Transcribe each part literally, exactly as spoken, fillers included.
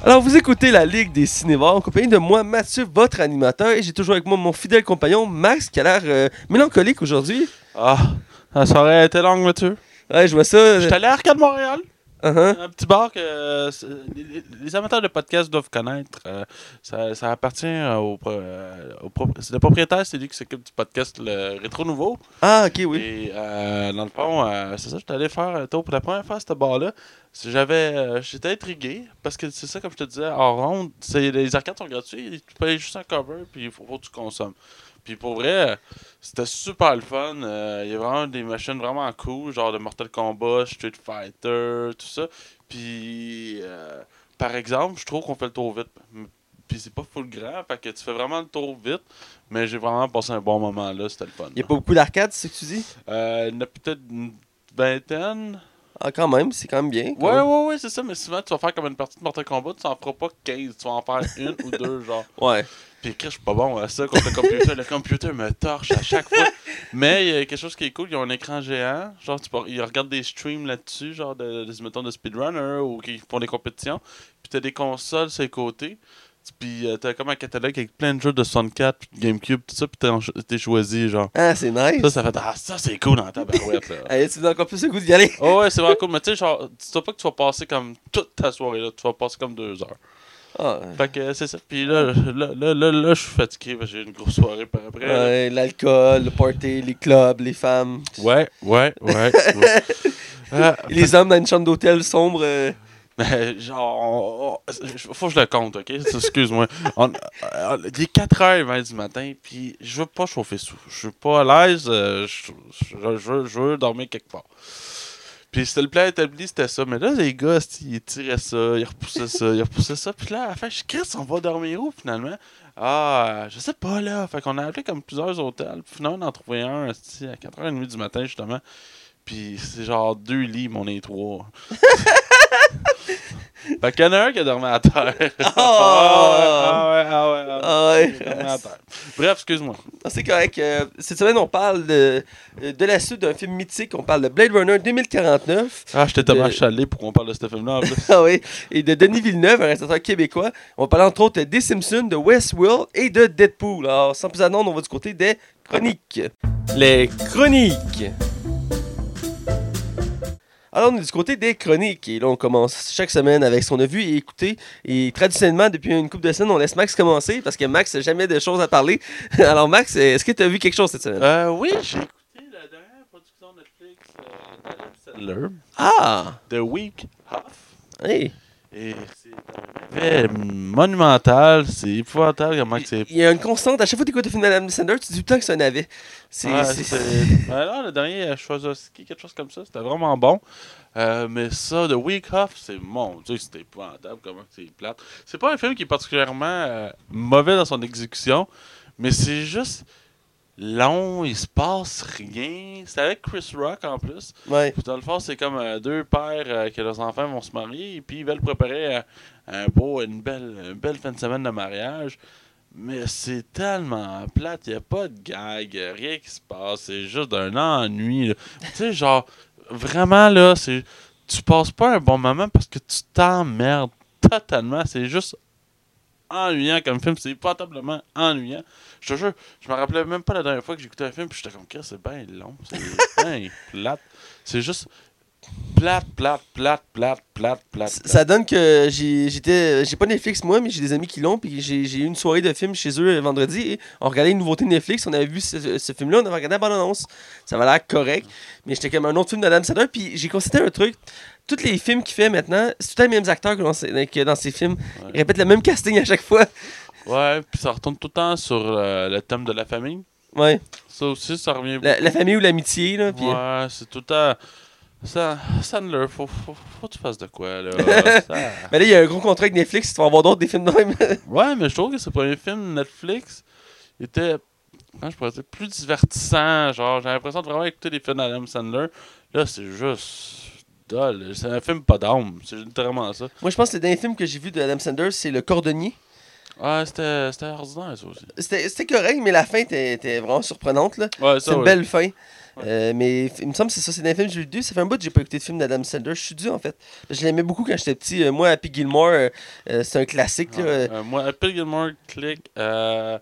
Alors, vous écoutez la Ligue des Cinévores en compagnie de moi, Mathieu, votre animateur, et j'ai toujours avec moi mon fidèle compagnon, Max, qui a l'air euh, mélancolique aujourd'hui. Ah, la soirée a été longue, Mathieu. Ouais, je vois ça. J'étais allé à Arcade Montréal. Uh-huh. Un petit bar que euh, les, les amateurs de podcast doivent connaître. Euh, ça, ça appartient au, euh, au c'est le propriétaire, c'est lui qui s'occupe du podcast le Rétro Nouveau. Ah, ok, oui. Et euh, dans le fond, euh, c'est ça, j'étais allé faire un tour pour la première fois à ce bar-là. J'avais, euh, j'étais intrigué parce que c'est ça, comme je te disais, en ronde, c'est, les arcades sont gratuits, tu payes juste un cover, puis il faut, faut que tu consommes. Puis pour vrai, c'était super le fun. Il euh, y a vraiment des machines vraiment cool, genre de Mortal Kombat, Street Fighter, tout ça. Puis, euh, par exemple, je trouve qu'on fait le tour vite. Puis c'est pas full grand, fait que tu fais vraiment le tour vite. Mais j'ai vraiment passé un bon moment là, c'était le fun. Il n'y a pas beaucoup d'arcades, c'est ce que tu dis? Euh, il y en a peut-être une vingtaine. Ah, quand même, c'est quand même bien. Quand ouais, même. ouais, ouais, c'est ça. Mais souvent, tu vas faire comme une partie de Mortal Kombat, tu n'en feras pas quinze. Tu vas en faire une ou deux, genre. Ouais. Puis je suis pas bon à ça contre le computer. Le computer me torche à chaque fois. Mais il y a quelque chose qui est cool. Ils ont un écran géant. Genre, tu peux, ils regardent des streams là-dessus, genre, de, de, mettons, de speedrunner ou qui font des compétitions. Puis t'as des consoles sur les côtés. Puis euh, t'as comme un catalogue avec plein de jeux de soixante-quatre, GameCube, tout ça. Puis t'es, t'es choisi, genre. Ah, c'est nice. Ça, ça fait. Ah, ça, c'est cool dans ta barouette, là. Allez, tu veux encore plus le goût d'y aller? Oh, ouais, c'est vraiment cool. Mais tu sais, genre, dis-toi pas que tu vas passer comme toute ta soirée, là. Tu vas passer comme deux heures. Ah. Fait que euh, c'est ça. Puis là, là, là, là, là, je suis fatigué parce que j'ai une grosse soirée par après. Ouais, l'alcool, le party, les clubs, les femmes. Ouais, ouais, ouais. ouais. euh, Et les hommes dans une chambre d'hôtel sombre. Euh... Mais genre, on, on, faut que je le compte, ok? Excuse-moi. On, on, il est quatre heures vingt du matin, puis je veux pas chauffer sous. Je suis pas à l'aise, euh, je, je, je, veux, je veux dormir quelque part. Puis c'était le plan établi, c'était ça. Mais là, les gars, ils tiraient ça, ils repoussaient ça, ils repoussaient ça. Puis là, à la fin, je suis Chris, on va dormir où finalement? Ah, je sais pas là. Fait qu'on a appelé comme plusieurs hôtels. Puis finalement, on en a trouvé un à quatre heures trente du matin, justement. Puis c'est genre deux lits, mais on est trois. Fait qu'il y en a un qui a dormi à terre. Oh! ah ouais, ah ouais, ah ouais. Ah ouais. Il a dormi à terre. Bref, excuse-moi. Ah, c'est correct. Euh, cette semaine, on parle de, de la suite d'un film mythique. On parle de Blade Runner deux mille quarante-neuf. Ah, j'étais tellement de... chalé pour qu'on parle de ce film-là en plus. ah oui. Et de Denis Villeneuve, un réalisateur québécois. On va parler entre autres des Simpsons, de Westworld et de Deadpool. Alors, sans plus attendre, on va du côté des chroniques. Les chroniques. Alors, on est du côté des chroniques. Et là, on commence chaque semaine avec ce qu'on a vu et écouté. Et traditionnellement, depuis une couple de semaines, on laisse Max commencer parce que Max n'a jamais de choses à parler. Alors, Max, est-ce que tu as vu quelque chose cette semaine? Euh, oui, j'ai écouté la dernière production Netflix euh, d'Adam Sandler. Ah! The Week Off. Hey! Et c'est un effet monumental. C'est épouvantable comment que c'est. Il y a une constante. À chaque fois que tu écoutes un film d'Adam Sandler, tu dis tout le temps que c'est un navet. C'est. Ouais, c'est... c'est... Ben là, le dernier, Chwazowski, quelque chose comme ça, c'était vraiment bon. Euh, mais ça, The Week Off, c'est mon Dieu, c'était épouvantable, comment c'est plate. C'est pas un film qui est particulièrement euh, mauvais dans son exécution, mais c'est juste long, il se passe rien. C'est avec Chris Rock en plus. Ouais. Puis dans le fond, c'est comme euh, deux pères euh, que leurs enfants vont se marier et puis ils veulent préparer euh, un beau, une belle, une belle fin de semaine de mariage. Mais c'est tellement plate, il n'y a pas de gag, rien qui se passe, c'est juste un ennui. Tu sais, genre, vraiment là, c'est tu passes pas un bon moment parce que tu t'emmerdes totalement. C'est juste ennuyant comme film, c'est épouvantablement ennuyant. Je te jure, je me rappelais même pas la dernière fois que j'écoutais un film, puis j'étais comme, c'est bien long, c'est bien plate. C'est juste plate, plate, plate, plate, plate, plate. plate. Ça donne que j'ai, j'étais, j'ai pas Netflix moi, mais j'ai des amis qui l'ont, puis j'ai, j'ai eu une soirée de film chez eux vendredi, et on regardait une nouveauté de Netflix, on avait vu ce, ce film-là, on avait regardé la bande-annonce, ça avait l'air correct, mais j'étais comme un autre film d'Adam Sandler, puis j'ai constaté un truc, tous les films qu'il fait maintenant, c'est tout les mêmes acteurs que dans ses, que dans ses films, ouais. Ils répètent le même casting à chaque fois. Ouais, puis ça retourne tout le temps sur euh, le thème de la famille. Ouais. Ça aussi, ça revient beaucoup. La, la famille ou l'amitié, là. Pis... Ouais, c'est tout le temps... Ça, Sandler, faut, faut, faut que tu fasses de quoi, là. ça... Mais là, il y a un gros contrat avec Netflix, tu vas avoir d'autres des films de même. Ouais, mais je trouve que ce premier film Netflix était, comment je pourrais dire, plus divertissant. Genre, j'ai l'impression de vraiment écouter des films d'Adam Sandler. Là, c'est juste... dull. C'est un film pas d'âme. C'est littéralement ça. Moi, je pense que le dernier film que j'ai vu d'Adam Sandler, c'est Le Cordonnier. Ouais, c'était, c'était ordinaire, ça aussi. C'était, c'était correct, mais la fin était, était vraiment surprenante, là. Ouais, ça, c'est une ouais. belle fin. Ouais. Euh, mais il me semble que c'est ça, c'est dans les films que j'ai vu. Ça fait un bout que j'ai pas écouté de film d'Adam Sandler. Je suis dû en fait. Je l'aimais beaucoup quand j'étais petit. Euh, moi, Happy Gilmore, euh, euh, c'est un classique. Là, Ouais. euh, Euh, moi, Happy Gilmore, Click, euh,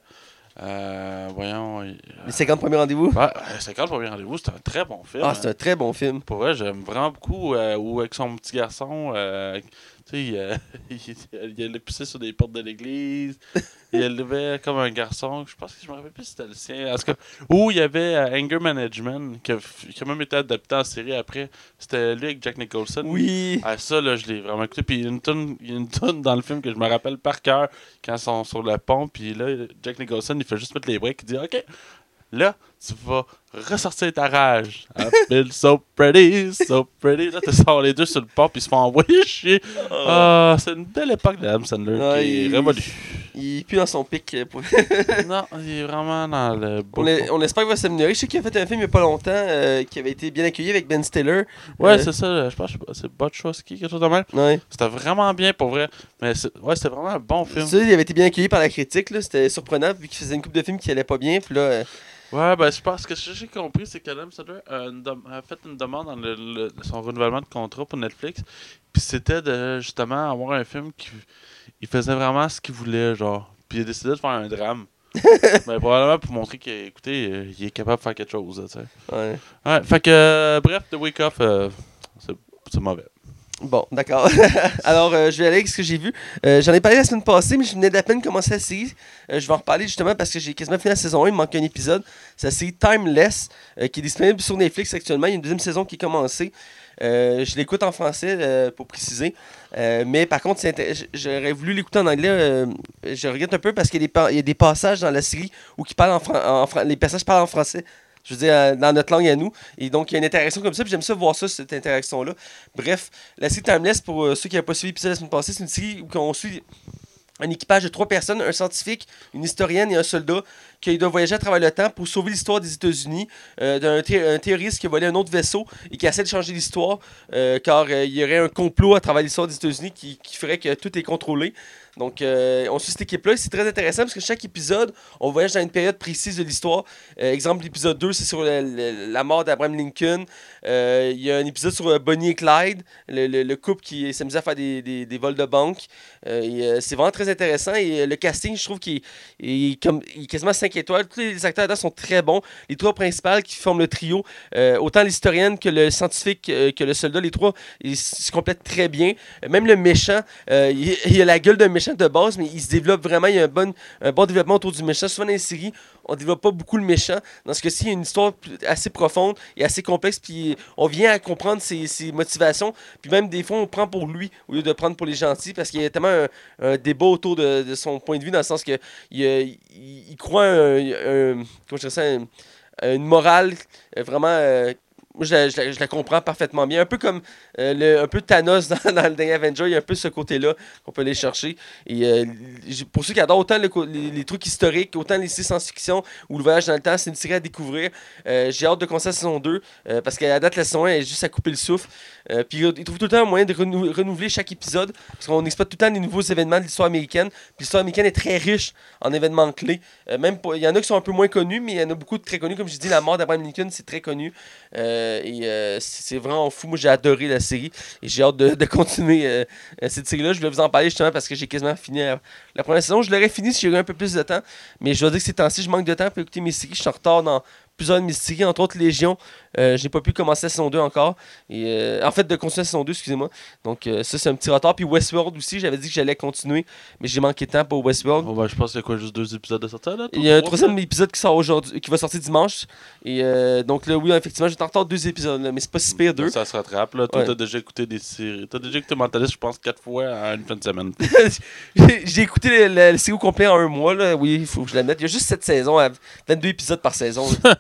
euh, voyons. euh, Les cinquante premiers rendez-vous. Ouais, euh, cinquante premiers rendez-vous, c'est un très bon film. Ah, hein. c'est un très bon film. Pour vrai, j'aime vraiment beaucoup. Euh, ou avec son petit garçon, euh, tu sais, euh, il, il allait pisser sur des portes de l'église. Il élevait comme un garçon. Je pense que je me rappelle plus si c'était le sien. En tout cas, ou il y avait euh, Anger Management, qui a, qui a même été adapté en série après. C'était lui avec Jack Nicholson. Oui. Ah, ça, là, je l'ai vraiment écouté. Puis il y a une toune, il y a une toune dans le film que je me rappelle par cœur quand ils sont sur le pont. Puis là, Jack Nicholson, il fait juste mettre les breaks. Il dit OK, là, tu vas ressortir ta rage. I feel so pretty, so pretty. Là, tu sors les deux sur le pont, puis ils se font envoyer chier. Ah, c'est une belle époque d'Adam Sandler Ouais, qui est il- révolue. Il est plus dans son pic. euh, pour- Non, il est vraiment dans le beau on, est- fond. on espère qu'il va s'améliorer. Je sais qu'il a fait un film il y a pas longtemps euh, qui avait été bien accueilli avec Ben Stiller. Ouais, Euh, c'est ça. Je pense que c'est Butchowski, quelque chose de même. Ouais. C'était vraiment bien pour vrai. Mais c'est- ouais, c'était vraiment un bon film. Ça, il avait été bien accueilli par la critique. Là. C'était surprenant vu qu'il faisait une couple de films qui allaient pas bien. Puis là, euh, Ouais, ben je pense que ce que j'ai compris, c'est qu'Adam Sandler a, une dem- a fait une demande dans le, le- son renouvellement de contrat pour Netflix. Puis c'était de justement avoir un film qui il faisait vraiment ce qu'il voulait, genre. Puis il a décidé de faire un drame. Mais probablement pour montrer qu'écoutez, euh, il est capable de faire quelque chose, là, tu sais. ouais. Ouais, fait que, euh, bref, The Wake Off, euh, c'est c'est mauvais. Bon, d'accord. Alors, euh, je vais aller avec ce que j'ai vu. Euh, J'en ai parlé la semaine passée, mais je venais d'à peine commencer la série. Euh, je vais en reparler justement parce que j'ai quasiment fini la saison un. Il me manque un épisode. C'est la série Timeless, euh, qui est disponible sur Netflix actuellement. Il y a une deuxième saison qui est commencée. Euh, je l'écoute en français, euh, pour préciser. Euh, mais par contre, c'est inté- j- j'aurais voulu l'écouter en anglais. Euh, je regrette un peu parce qu'il y a des, pa- il y a des passages dans la série où qui parlent en fran- en fran- les personnages parlent en français. Je veux dire, euh, dans notre langue à nous. Et donc, il y a une interaction comme ça. Puis j'aime ça voir ça, cette interaction-là. Bref, la série Timeless, pour euh, ceux qui n'avaient pas suivi l'épisode la semaine passée, c'est une série où on suit un équipage de trois personnes, un scientifique, une historienne et un soldat, qui doivent voyager à travers le temps pour sauver l'histoire des États-Unis euh, d'un thé- un terroriste qui a volé un autre vaisseau et qui essaie de changer l'histoire, euh, car euh, il y aurait un complot à travers l'histoire des États-Unis qui, qui ferait que tout est contrôlé. Donc, euh, on suit cette équipe-là. C'est très intéressant parce que chaque épisode, on voyage dans une période précise de l'histoire. Euh, exemple, l'épisode deux, c'est sur le- le- la mort d'Abraham Lincoln. Euh, Il y a un épisode sur euh, Bonnie et Clyde, le, le- le couple qui s'amusait à faire des, des- des vols de banque. Euh, et, euh, c'est vraiment très intéressant. Et euh, le casting, je trouve qu'il est, il est comme, il est quasiment cinq étoiles. Tous les acteurs là-dedans sont très bons. Les trois principales qui forment le trio, euh, autant l'historienne que le scientifique euh, que le soldat, les trois, ils se complètent très bien. Euh, Même le méchant, euh, il, il a la gueule d'un méchant de base, mais il se développe vraiment. Il y a un bon, un bon développement autour du méchant. Souvent dans les séries, on développe pas beaucoup le méchant. Dans ce cas-ci, il y a une histoire plus- assez profonde et assez complexe, puis on vient à comprendre ses, ses motivations. Puis même des fois, on prend pour lui au lieu de prendre pour les gentils, parce qu'il y a tellement un, un débat autour de, de son point de vue, dans le sens que il, euh, il- il croit un, un- comment je dirais ça, un- une morale euh, vraiment. euh, moi, je la, je la- je la comprends parfaitement bien. Un peu comme euh, le, un peu Thanos dans, dans le dernier Avenger, il y a un peu ce côté-là qu'on peut aller chercher. Et euh, j'ai- pour ceux qui adorent autant le co- les, les trucs historiques, autant les séries science-fiction ou le voyage dans le temps, c'est une série à découvrir. Euh, j'ai hâte de commencer la saison deux euh, parce qu'à la date, la saison un est juste à couper le souffle. Euh, puis ils trouvent tout le temps un moyen de renou- renouveler chaque épisode parce qu'on exploite tout le temps des nouveaux événements de l'histoire américaine. Puis l'histoire américaine est très riche en événements clés. Euh, même pour- il y en a qui sont un peu moins connus, mais il y en a beaucoup de très connus. Comme je dis, la mort d'Abraham Lincoln, c'est très connu. Euh, et euh, c'est c'est vraiment fou. Moi, j'ai adoré la série et j'ai hâte de, de continuer euh, euh, cette série-là. Je voulais vous en parler justement parce que j'ai quasiment fini la, la première saison. Je l'aurais fini si j'avais eu un peu plus de temps, mais je dois dire que ces temps-ci, je manque de temps pour écouter mes séries. Je suis en retard dans plusieurs de mes séries, entre autres Légion. Euh, j'ai pas pu commencer la saison deux encore. Et, euh, en fait, de continuer la saison deux, excusez-moi. Donc, euh, ça, c'est un petit retard. Puis Westworld aussi, j'avais dit que j'allais continuer, mais j'ai manqué de temps pour Westworld. Bon, ben, je pense qu'il y a quoi, juste deux épisodes de sortir là? Il y a un trois, troisième peut-être? épisode qui sort aujourd'hui, qui va sortir dimanche. Et euh, donc là, oui, effectivement, j'étais en retard de deux épisodes, là, mais c'est pas si pire deux. Ça se rattrape, là. Toi, Ouais. t'as déjà écouté des séries. T'as déjà écouté Mentalist, je pense, quatre fois en une fin de semaine. J'ai j'ai écouté le, le, le série au complet en un mois, là. Oui, il faut que je la mette. Il y a juste cette saison, à vingt-deux épisodes par saison. là.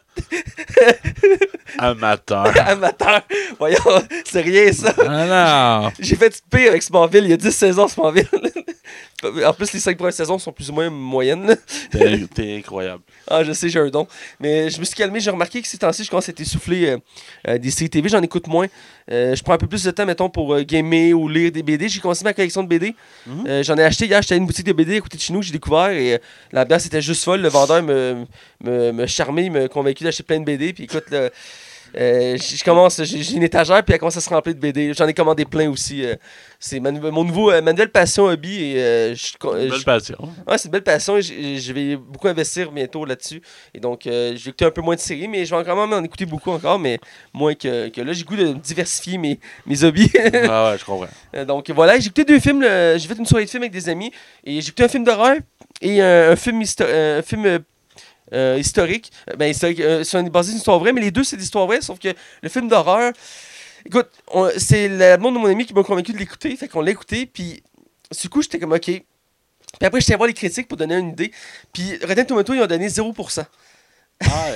Amateur. Amateur. Voyons, c'est rien ça. Ah non! J'ai fait pire avec Smallville, il y a dix saisons Smallville. En plus, les cinq premières saisons sont plus ou moins moyennes. Là. T'es, t'es incroyable. Ah, je sais, j'ai un don. Mais je me suis calmé, j'ai remarqué que ces temps-ci, je commence à être essoufflé euh, euh, des séries T V, j'en écoute moins. Euh, je prends un peu plus de temps, mettons, pour euh, gamer ou lire des B D. J'ai commencé ma collection de B D. Mm-hmm. Euh, j'en ai acheté hier, j'étais à une boutique de B D à côté de chez nous, j'ai découvert et euh, l'ambiance était juste folle. Le vendeur me, me, me charmait, il m'a convaincu d'acheter plein de B D. Puis écoute, là, Euh, je commence, j'ai, j'ai une étagère puis elle commence à se remplir de B D. J'en ai commandé plein aussi. Euh, c'est ma, mon nouveau, euh, ma nouvelle passion hobby. Et, euh, je, Une je, belle passion. Ouais, c'est une belle passion. Et je, je vais beaucoup investir bientôt là-dessus. Et donc, euh, je vais écouter un peu moins de séries, mais je vais quand même en écouter beaucoup encore, mais moins que, que là. J'ai goût de diversifier mes, mes hobbies. Ah ouais, je comprends. Euh, donc voilà, j'ai écouté deux films. Là, j'ai fait une soirée de films avec des amis et j'ai écouté un film d'horreur et un, un film, histo- un film euh, Euh, historique. Euh, ben, historique, euh, c'est basé sur une histoire vraie, mais les deux, c'est des histoires vraies, sauf que le film d'horreur, écoute, on, c'est le monde de mon ami qui m'a convaincu de l'écouter, fait qu'on l'a écouté, puis du coup, j'étais comme, OK. Puis après, j'étais voir les critiques pour donner une idée, puis Rotten Tomatoes, ils ont donné zéro pour cent. Ah,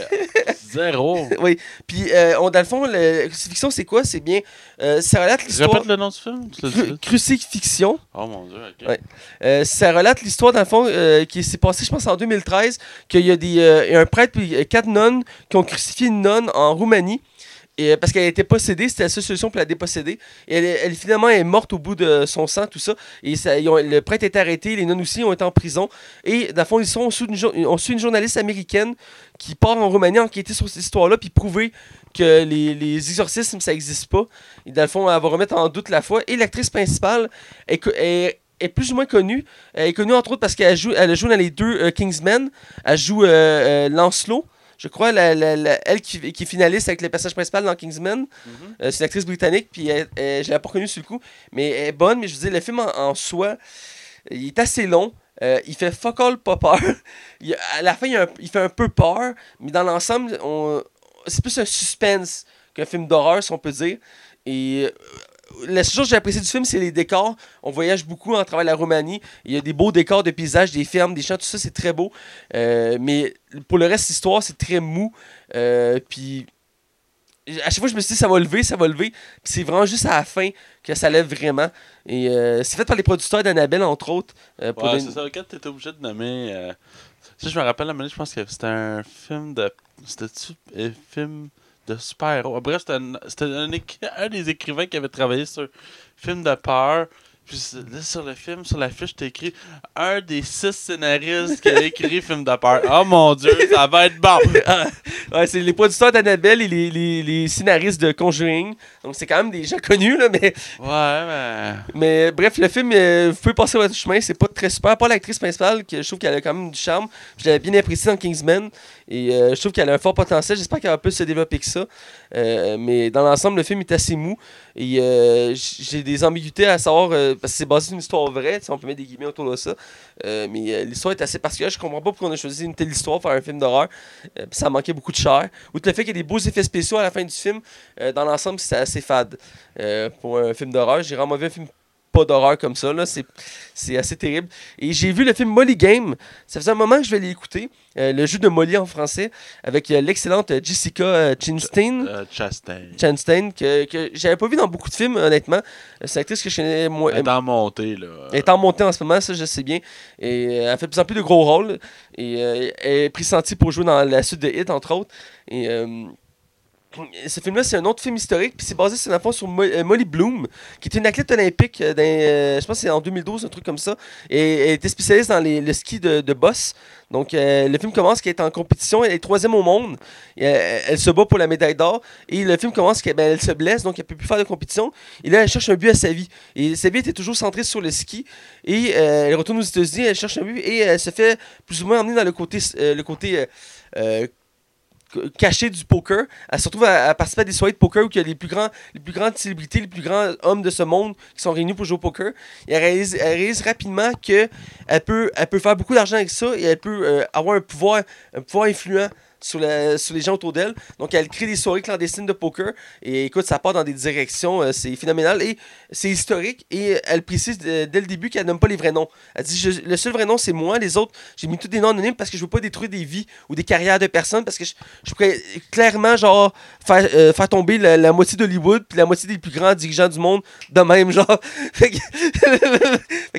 zéro. Oui, puis euh, on, dans le fond, la crucifixion, c'est quoi? C'est bien, euh, ça relate l'histoire... Répète le nom du film. Cru- crucifixion. Oh mon dieu, ok. Ouais. Euh, ça relate l'histoire, dans le fond, euh, qui s'est passée, je pense, en deux mille treize, qu'il y a des, euh, il y a un prêtre et quatre nonnes qui ont crucifié une nonne en Roumanie. Et, parce qu'elle était possédée, c'était la seule solution pour la déposséder. Et elle, elle finalement est morte au bout de son sang, tout ça. Et ça, ils ont, le prêtre est arrêté, les nonnes aussi ont été en prison. Et dans le fond, ils sont sous une, ont su une journaliste américaine qui part en Roumanie enquêter sur cette histoire-là, puis prouver que les, les exorcismes, ça n'existe pas. Et dans le fond, elle va remettre en doute la foi. Et l'actrice principale est, est, est plus ou moins connue. Elle est connue entre autres parce qu'elle joue, elle a joué dans les deux euh, Kingsmen. Elle joue euh, euh, Lancelot. Je crois, la, la, la, elle qui, qui est finaliste avec le personnage principal dans Kingsman. Mm-hmm. euh, c'est une actrice britannique, puis elle, elle, je l'ai pas connue sur le coup. Mais elle est bonne, mais je veux dire, le film en, en soi, il est assez long. Euh, il fait fuck all pas peur. il, à la fin, il, un, il fait un peu peur, mais dans l'ensemble, on, c'est plus un suspense qu'un film d'horreur, si on peut dire. Et... la seule chose que j'ai apprécié du film, c'est les décors. On voyage beaucoup en travers la Roumanie. Il y a des beaux décors de paysages, des fermes, des champs, tout ça, c'est très beau. Euh, mais pour le reste, l'histoire, c'est très mou. Euh, puis à chaque fois, je me suis dit, ça va lever, ça va lever. Puis c'est vraiment juste à la fin que ça lève vraiment. Et euh, c'est fait par les producteurs d'Annabelle, entre autres. Euh, pour ouais, des... c'est ça. Quand t'étais obligé de nommer... Euh... Ça, je me rappelle, la minute, je pense que c'était un film de... C'était-tu un film... de super-héros. Bref, c'était, un, c'était un, un des écrivains qui avait travaillé sur un film de peur. Puis là, sur le film, sur la fiche, t'as écrit un des six scénaristes qui a écrit film de peur. Oh mon dieu, ça va être bon! Ouais, c'est les producteurs d'Annabelle et les, les, les scénaristes de Conjuring. Donc c'est quand même des gens connus, là, mais... Ouais, mais... Mais bref, le film, euh, vous pouvez passer votre chemin, c'est pas très super. Pas l'actrice principale, que je trouve qu'elle a quand même du charme. Je l'avais bien apprécié dans Kingsman. Et euh, je trouve qu'elle a un fort potentiel. J'espère qu'elle va plus se développer que ça. Euh, mais dans l'ensemble, le film est assez mou. Et euh, j'ai des ambiguïtés à savoir... Euh, parce que c'est basé sur une histoire vraie, on peut mettre des guillemets autour de ça. Euh, mais euh, l'histoire est assez particulière. Je comprends pas pourquoi on a choisi une telle histoire pour faire un film d'horreur. Euh, ça manquait beaucoup de chair. Outre le fait qu'il y a des beaux effets spéciaux à la fin du film, euh, dans l'ensemble, c'est assez fade euh, pour un film d'horreur. J'ai vraiment vu un film pas d'horreur comme ça, là. C'est, c'est assez terrible. Et j'ai vu le film Molly Game. Ça faisait un moment que je vais l'écouter. Euh, le jeu de Molly en français, avec euh, l'excellente Jessica euh, Chastain. Euh, Chastain. Chastain, que, que j'avais pas vu dans beaucoup de films, honnêtement. C'est une actrice que je connais moins. Elle est en montée, là. Elle est en montée en ce moment, ça je sais bien. Et euh, elle fait de plus en plus de gros rôles. Et euh, elle est pressentie pour jouer dans la suite de Hit, entre autres. Et... Euh, ce film-là, c'est un autre film historique, puis c'est basé sur, fond, sur Mo- euh, Molly Bloom, qui était une athlète olympique, euh, dans, euh, je pense que c'est en deux mille douze, un truc comme ça, et elle était spécialiste dans les, le ski de, de boss. Donc, euh, le film commence qu'elle est en compétition, elle est troisième au monde, et elle, elle se bat pour la médaille d'or, et le film commence qu'elle ben, elle se blesse, donc elle ne peut plus faire de compétition, et là, elle cherche un but à sa vie. Et sa vie était toujours centrée sur le ski, et euh, elle retourne aux États-Unis, elle cherche un but, et elle se fait plus ou moins emmener dans le côté, euh, le côté euh, euh, caché du poker. Elle se retrouve à, à participer à des soirées de poker où il y a les plus, grands, les plus grandes célébrités, les plus grands hommes de ce monde qui sont réunis pour jouer au poker. Et elle réalise, elle réalise rapidement qu'elle peut, elle peut faire beaucoup d'argent avec ça et elle peut euh, avoir un pouvoir, un pouvoir influent sur, la, sur les gens autour d'elle. Donc, elle crée des soirées clandestines de poker. Et écoute, ça part dans des directions, euh, c'est phénoménal. Et c'est historique. Et elle précise euh, dès le début qu'elle nomme pas les vrais noms. Elle dit, je, le seul vrai nom, c'est moi. Les autres, j'ai mis tous des noms anonymes parce que je veux pas détruire des vies ou des carrières de personnes. Parce que je, je pourrais clairement, genre, faire, euh, faire tomber la, la moitié d'Hollywood puis la moitié des plus grands dirigeants du monde de même, genre. Fait qu'elle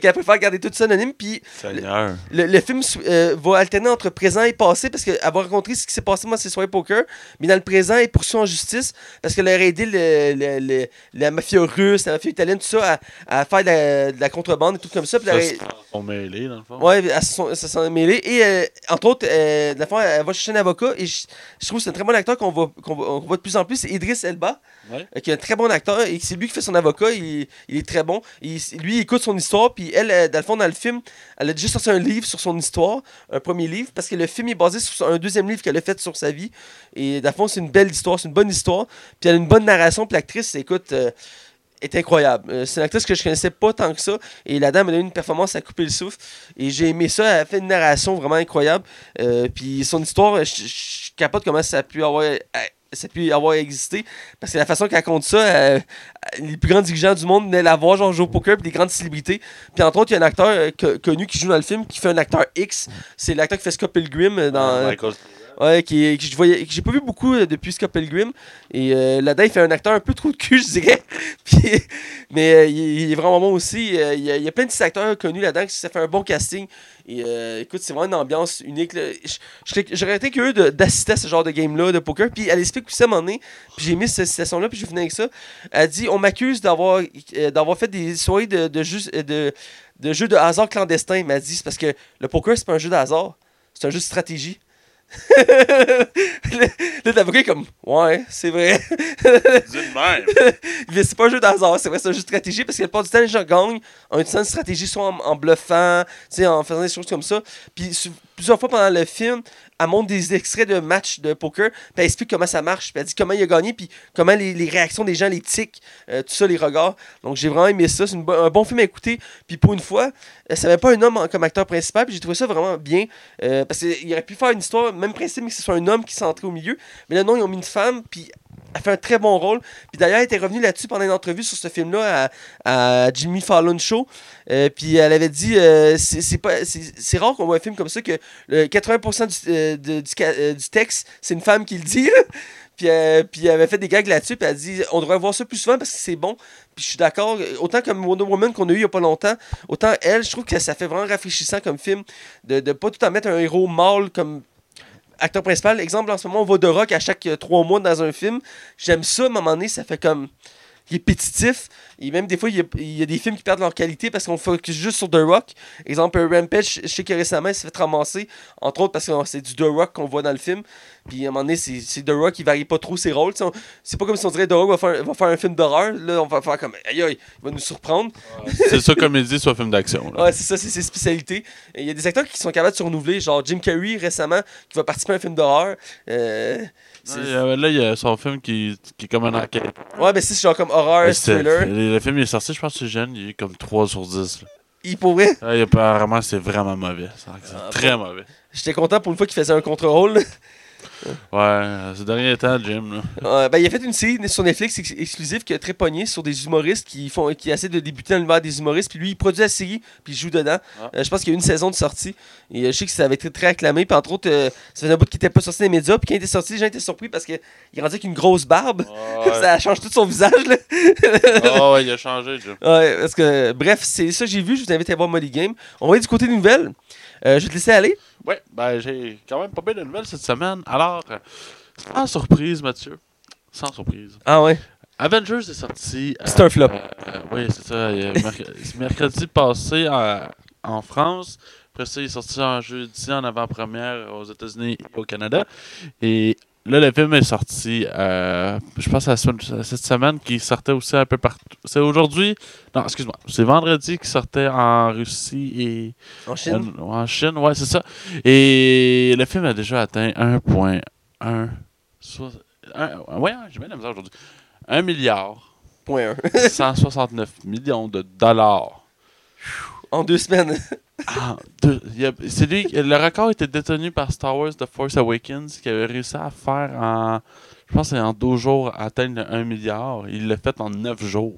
qu'elle préfère garder tout ça anonyme. Puis Seigneur. le, le film euh, va alterner entre présent et passé parce qu'elle va raconter ce qui s'est passé dans ses soirées poker. Mais dans le présent, elle est poursuivie en justice parce qu'elle aurait aidé le, le, le, la mafia russe, la mafia italienne, tout ça, à, à faire de la, de la contrebande et tout comme ça. Puis Ça, elle aurait- se sont mêlés, dans le fond. Ouais, elle se sont- ça s'en est mêlé. Et euh, entre autres, euh, dans le fond, elle va chercher un avocat. Et je, je trouve que c'est un très bon acteur qu'on voit, qu'on voit, on voit de plus en plus. C'est Idris Elba, Ouais. euh, qui est un très bon acteur. Et c'est lui qui fait son avocat. Il, il est très bon. Il, lui, il écoute son histoire. Puis elle, euh, dans le fond, dans le film, elle a déjà sorti un livre sur son histoire. Un premier livre. Parce que le film est basé sur un deuxième livre qu'elle a fait sur sa vie. Et dans le fond, c'est une belle histoire. C'est une bonne histoire. Puis elle a une bonne narration. Puis l'actrice, écoute. Euh, est incroyable. Euh, c'est une actrice que je connaissais pas tant que ça. Et la dame, elle a eu une performance à couper le souffle. Et j'ai aimé ça. Elle a fait une narration vraiment incroyable. Euh, puis son histoire, je, je capote comment ça a pu avoir, ça a pu avoir existé. Parce que la façon qu'elle raconte ça, euh, les plus grands dirigeants du monde venaient la voir, genre jouer au poker, puis des grandes célébrités. Puis entre autres, il y a un acteur euh, co- connu qui joue dans le film, qui fait un acteur X. C'est l'acteur qui fait Scott Pilgrim euh, dans. Ah, Michael. Ouais, qui, qui je voyais, que j'ai pas vu beaucoup euh, depuis Scott Pilgrim. Et euh, là-dedans, il fait un acteur un peu trop de cul, je dirais. Puis, mais euh, il, il est vraiment bon aussi. Euh, il, y a, il y a plein de petits acteurs connus là-dedans, ça fait un bon casting. Et euh, écoute, c'est vraiment une ambiance unique. Là. Je- je serais- J'aurais été curieux de- d'assister à ce genre de game-là, de poker. Puis elle explique aussi à un moment donné, puis j'ai mis cette citation-là, puis je venais avec ça. Elle dit on m'accuse d'avoir euh, d'avoir fait des soirées de, de, jeux, de, de jeux de hasard clandestins. Elle m'a dit c'est parce que le poker, c'est pas un jeu de hasard, c'est un jeu de stratégie. Là, l'avocat est comme ouais, c'est vrai. Dis de même. Mais c'est pas un jeu de hasard, c'est vrai, c'est un jeu de stratégie parce que la plupart du temps, les gens gagnent en utilisant une stratégie, soit en, en bluffant, tu sais, en faisant des choses comme ça. Puis su- plusieurs fois pendant le film, elle montre des extraits de matchs de poker, puis elle explique comment ça marche, puis elle dit comment il a gagné, puis comment les, les réactions des gens, les tics, euh, tout ça, les regards. Donc j'ai vraiment aimé ça, c'est une bo- un bon film à écouter. Puis pour une fois, euh, ça n'avait pas un homme en- comme acteur principal, puis j'ai trouvé ça vraiment bien, euh, parce qu'il aurait pu faire une histoire, même principe, mais que ce soit un homme qui s'entrait au milieu. Mais là, non, ils ont mis une femme, puis elle fait un très bon rôle. Puis d'ailleurs, elle était revenue là-dessus pendant une entrevue sur ce film-là à, à Jimmy Fallon Show. Euh, puis elle avait dit euh, c'est, c'est, pas, c'est, c'est rare qu'on voit un film comme ça que euh, quatre-vingts pour cent du, euh, de- du, ca- euh, du texte, c'est une femme qui le dit. Là. Puis, euh, puis elle avait fait des gags là-dessus. Puis elle a dit on devrait voir ça plus souvent parce que c'est bon. Puis je suis d'accord. Autant comme Wonder Woman qu'on a eu il y a pas longtemps, autant elle, je trouve que ça fait vraiment rafraîchissant comme film de ne pas tout en mettre un héros mâle comme acteur principal. Exemple, en ce moment, on voit The Rock à chaque euh, trois mois dans un film. J'aime ça, à un moment donné, ça fait comme répétitif. Et même des fois, il y, a, il y a des films qui perdent leur qualité parce qu'on focus juste sur The Rock. Exemple, euh, Rampage, je sais que récemment, il s'est fait ramasser, entre autres parce que c'est du The Rock qu'on voit dans le film. Puis à un moment donné, c'est, c'est The Rock, il varie pas trop ses rôles. On, c'est pas comme si on dirait The Rock va faire, va faire un film d'horreur. Là, on va faire comme aïe aïe, il va nous surprendre. Ouais, c'est ça comédie, soit film d'action. Là. Ouais, c'est ça, c'est ses spécialités. Et il y a des acteurs qui sont capables de se renouveler, genre Jim Carrey récemment, qui va participer à un film d'horreur. Euh, c'est- Ouais, euh, là, il y a son film qui, qui est comme un enquête. Ouais, ben c'est genre comme horreur, Ouais, c'était- thriller. le, le film il est sorti, je pense que c'est jeune, il est comme trois sur dix. Là. Il pourrait. Ouais, apparemment, c'est vraiment mauvais. C'est c'est Ah, très bon. mauvais. J'étais content pour une fois qu'il faisait un contre-rôle. Ouais, euh, ces derniers temps, Jim. Là. Euh, ben, il a fait une série sur Netflix ex- exclusive qui a très pogné sur des humoristes qui font qui essaient de débuter dans l'univers des humoristes. Puis lui, il produit la série, puis il joue dedans. Ah. Euh, je pense qu'il y a eu une saison de sortie. Et euh, je sais que ça avait été très acclamé. Puis entre autres, euh, ça faisait un bout qui n'était pas sorti dans les médias. Puis quand il était sorti, les gens étaient surpris parce qu'il rendait avec une grosse barbe. Ouais. Ça change tout son visage. Là. Ah ouais, il a changé, Jim. Ouais, parce que, bref, c'est ça que j'ai vu. Je vous invite à voir Molly Game. On va aller du côté des nouvelles. Euh, je vais te laisser aller. Ouais, ben j'ai quand même pas bien de nouvelles cette semaine. Alors, euh, sans surprise, Mathieu. Sans surprise. Ah ouais. Avengers est sorti. euh, C'est un flop. euh, oui, c'est ça. il y a merc- c'est mercredi passé en, en France. Après ça, il est sorti en jeudi en avant-première aux États-Unis et au Canada. Et là, le film est sorti, euh, je pense, à la semaine- à cette semaine, qui sortait aussi un peu partout. C'est aujourd'hui. Non, excuse-moi. C'est vendredi qui sortait en Russie et. En Chine. En, en Chine, ouais, c'est ça. Et le film a déjà atteint un virgule un. Soit, un ouais, j'ai bien la misère aujourd'hui. un milliard Point un. cent soixante-neuf millions de dollars. En deux semaines. Ah, deux- il y a- c'est lui, le record était détenu par Star Wars The Force Awakens qui avait réussi à faire en. Je pense que c'est en douze jours atteindre le un milliard. Il l'a fait en neuf jours.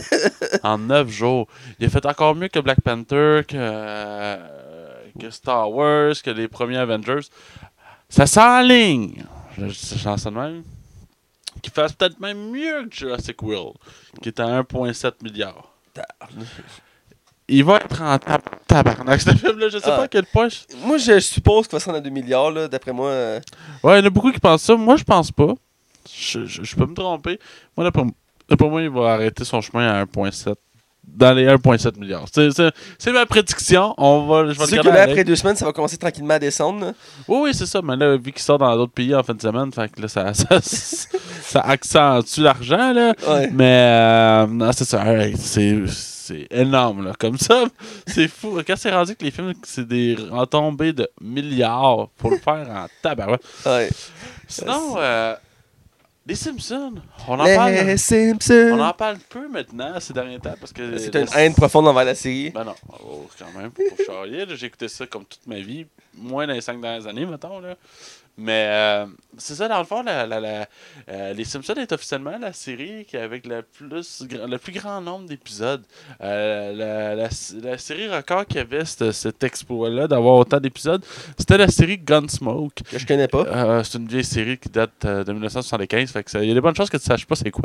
En neuf jours. Il a fait encore mieux que Black Panther, que, euh, que Star Wars, que les premiers Avengers. Ça s'enligne. Je je sens ça de même. Qui fasse peut-être même mieux que Jurassic World, qui est à un virgule sept milliard. il va être en tab tabarnak, ce film-là. Je sais Ah. pas à quel point. Je... Moi, je suppose qu'il va se rendre à deux milliards, là, d'après moi. euh. Ouais, il y en a beaucoup qui pensent ça. Moi, je pense pas. Je, je, je peux me tromper. Moi, d'après d'après moi, il va arrêter son chemin à un virgule sept. Dans les un virgule sept milliards. C'est, c'est, c'est ma prédiction. On va, je vais C'est le sûr que garder là, avec. après deux semaines, ça va commencer tranquillement à descendre. là. Oui, oui, c'est ça. Mais là, vu qu'il sort dans d'autres pays en fin de semaine, fait que là, ça, ça, ça accentue l'argent, là. Ouais. Mais, euh, non, c'est ça. Ouais, c'est, c'est énorme, là. Comme ça, c'est fou. Quand c'est rendu que les films, c'est des retombées de milliards pour le faire en tabarouette. Ouais. Sinon, euh, les Simpsons, on en Les parle. Simpsons. On en parle peu maintenant ces derniers temps parce que. C'est une haine profonde envers la série. Ben non, oh, quand même, pour charrier, là, j'ai écouté ça comme toute ma vie, moins dans les cinq dernières années, mettons, là. Mais euh, c'est ça, dans le fond, la, la, la, euh, les Simpsons est officiellement la série qui avec le plus, gra- le plus grand nombre d'épisodes. Euh, la, la, la série record qui avait cet, cet exploit-là d'avoir autant d'épisodes, c'était la série Gunsmoke. Que je connais pas. Euh, c'est une vieille série qui date euh, de dix-neuf soixante-quinze, fait que il y a des bonnes chances que tu saches pas c'est quoi.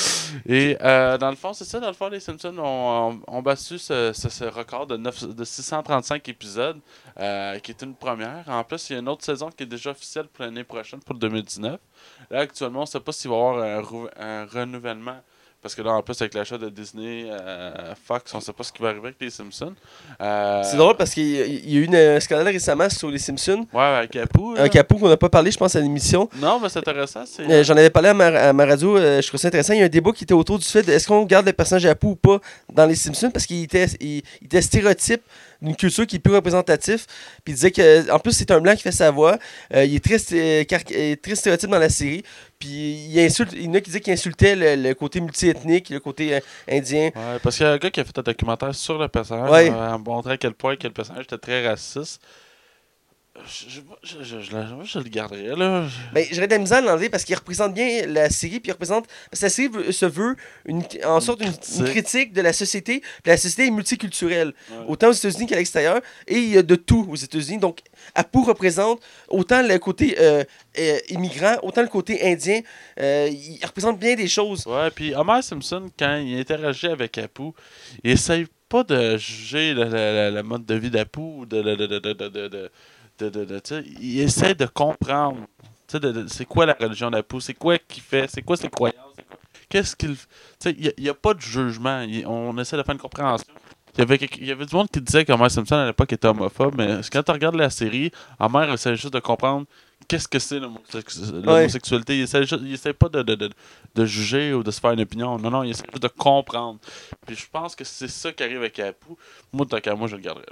Et euh, dans le fond, c'est ça, dans le fond, les Simpsons ont, ont, ont battu ce, ce, ce record de, neuf de six cent trente-cinq épisodes, euh, qui est une première. En plus, il y a une autre saison qui est déjà officielle pour l'année prochaine, pour le deux mille dix-neuf. Là, actuellement, on ne sait pas s'il va y avoir un, rou- un renouvellement. Parce que là, en plus, avec l'achat de Disney, euh, Fox, on ne sait pas ce qui va arriver avec les Simpsons. Euh, C'est drôle parce qu'il y a il y a eu une- un scandale récemment sur les Simpsons. Ouais, avec Apu. là. Un capot qu'on n'a pas parlé, je pense, à l'émission. Non, mais c'est intéressant. C'est... Euh, J'en avais parlé à ma, à ma radio, euh, je trouve ça intéressant. Il y a un débat qui était autour du fait de est-ce qu'on garde le personnage Apu ou pas dans les Simpsons parce qu'il était, il, il était stéréotype d'une culture qui est plus représentatif. Puis il disait que, en plus, c'est un blanc qui fait sa voix. Euh, il est très, sté- car- euh, très stéréotype dans la série. Puis il insulte, il y en a qui disaient qu'il insultait le, le côté multiethnique, le côté euh, indien. Ouais, parce qu'il y a un gars qui a fait un documentaire sur le personnage, Ouais. euh, en montrant à quel point que le personnage était très raciste. Je, je, je, je, je, je- je le garderais, là. Ben, j'aurais de la misère à l'enlever parce qu'il représente bien la série, puis il représente. Parce que la série veut- se veut une, en sorte une, critique. une critique de la société, puis la société est multiculturelle, Ouais. autant aux États-Unis qu'à l'extérieur, et il y a de tout aux États-Unis. Donc, Apu représente autant le côté euh, euh, immigrant, autant le côté indien. Euh, il représente bien des choses. Ouais, puis Homer Simpson, quand il interagit avec Apu, il essaye pas de juger le, le, le- le mode de vie d'Apu, ou de, de, de, de, de, de, de, de, de, de- de- tu sais, il essaie de comprendre. Tu sais, de- de- c'est quoi la religion d'Apu, c'est quoi qu'il fait, c'est quoi ses croyances, c'est quoi- qu'est-ce qu'il. Tu sais, il n'y a, a pas de jugement, il- on essaie de faire une compréhension. Il y, avait, quelque- il y avait du monde qui disait qu'Homer Simpson à l'époque était homophobe, mais quand tu regardes la série, Homer essaie juste de comprendre qu'est-ce que c'est l'homosex- l'homosexualité. Il essaie, juste- il essaie pas de, de, de, de juger ou de se faire une opinion. Non, non, il essaie juste de comprendre. Puis je pense que c'est ça qui arrive avec Apu. Moi, tant qu'à moi, je le garderais.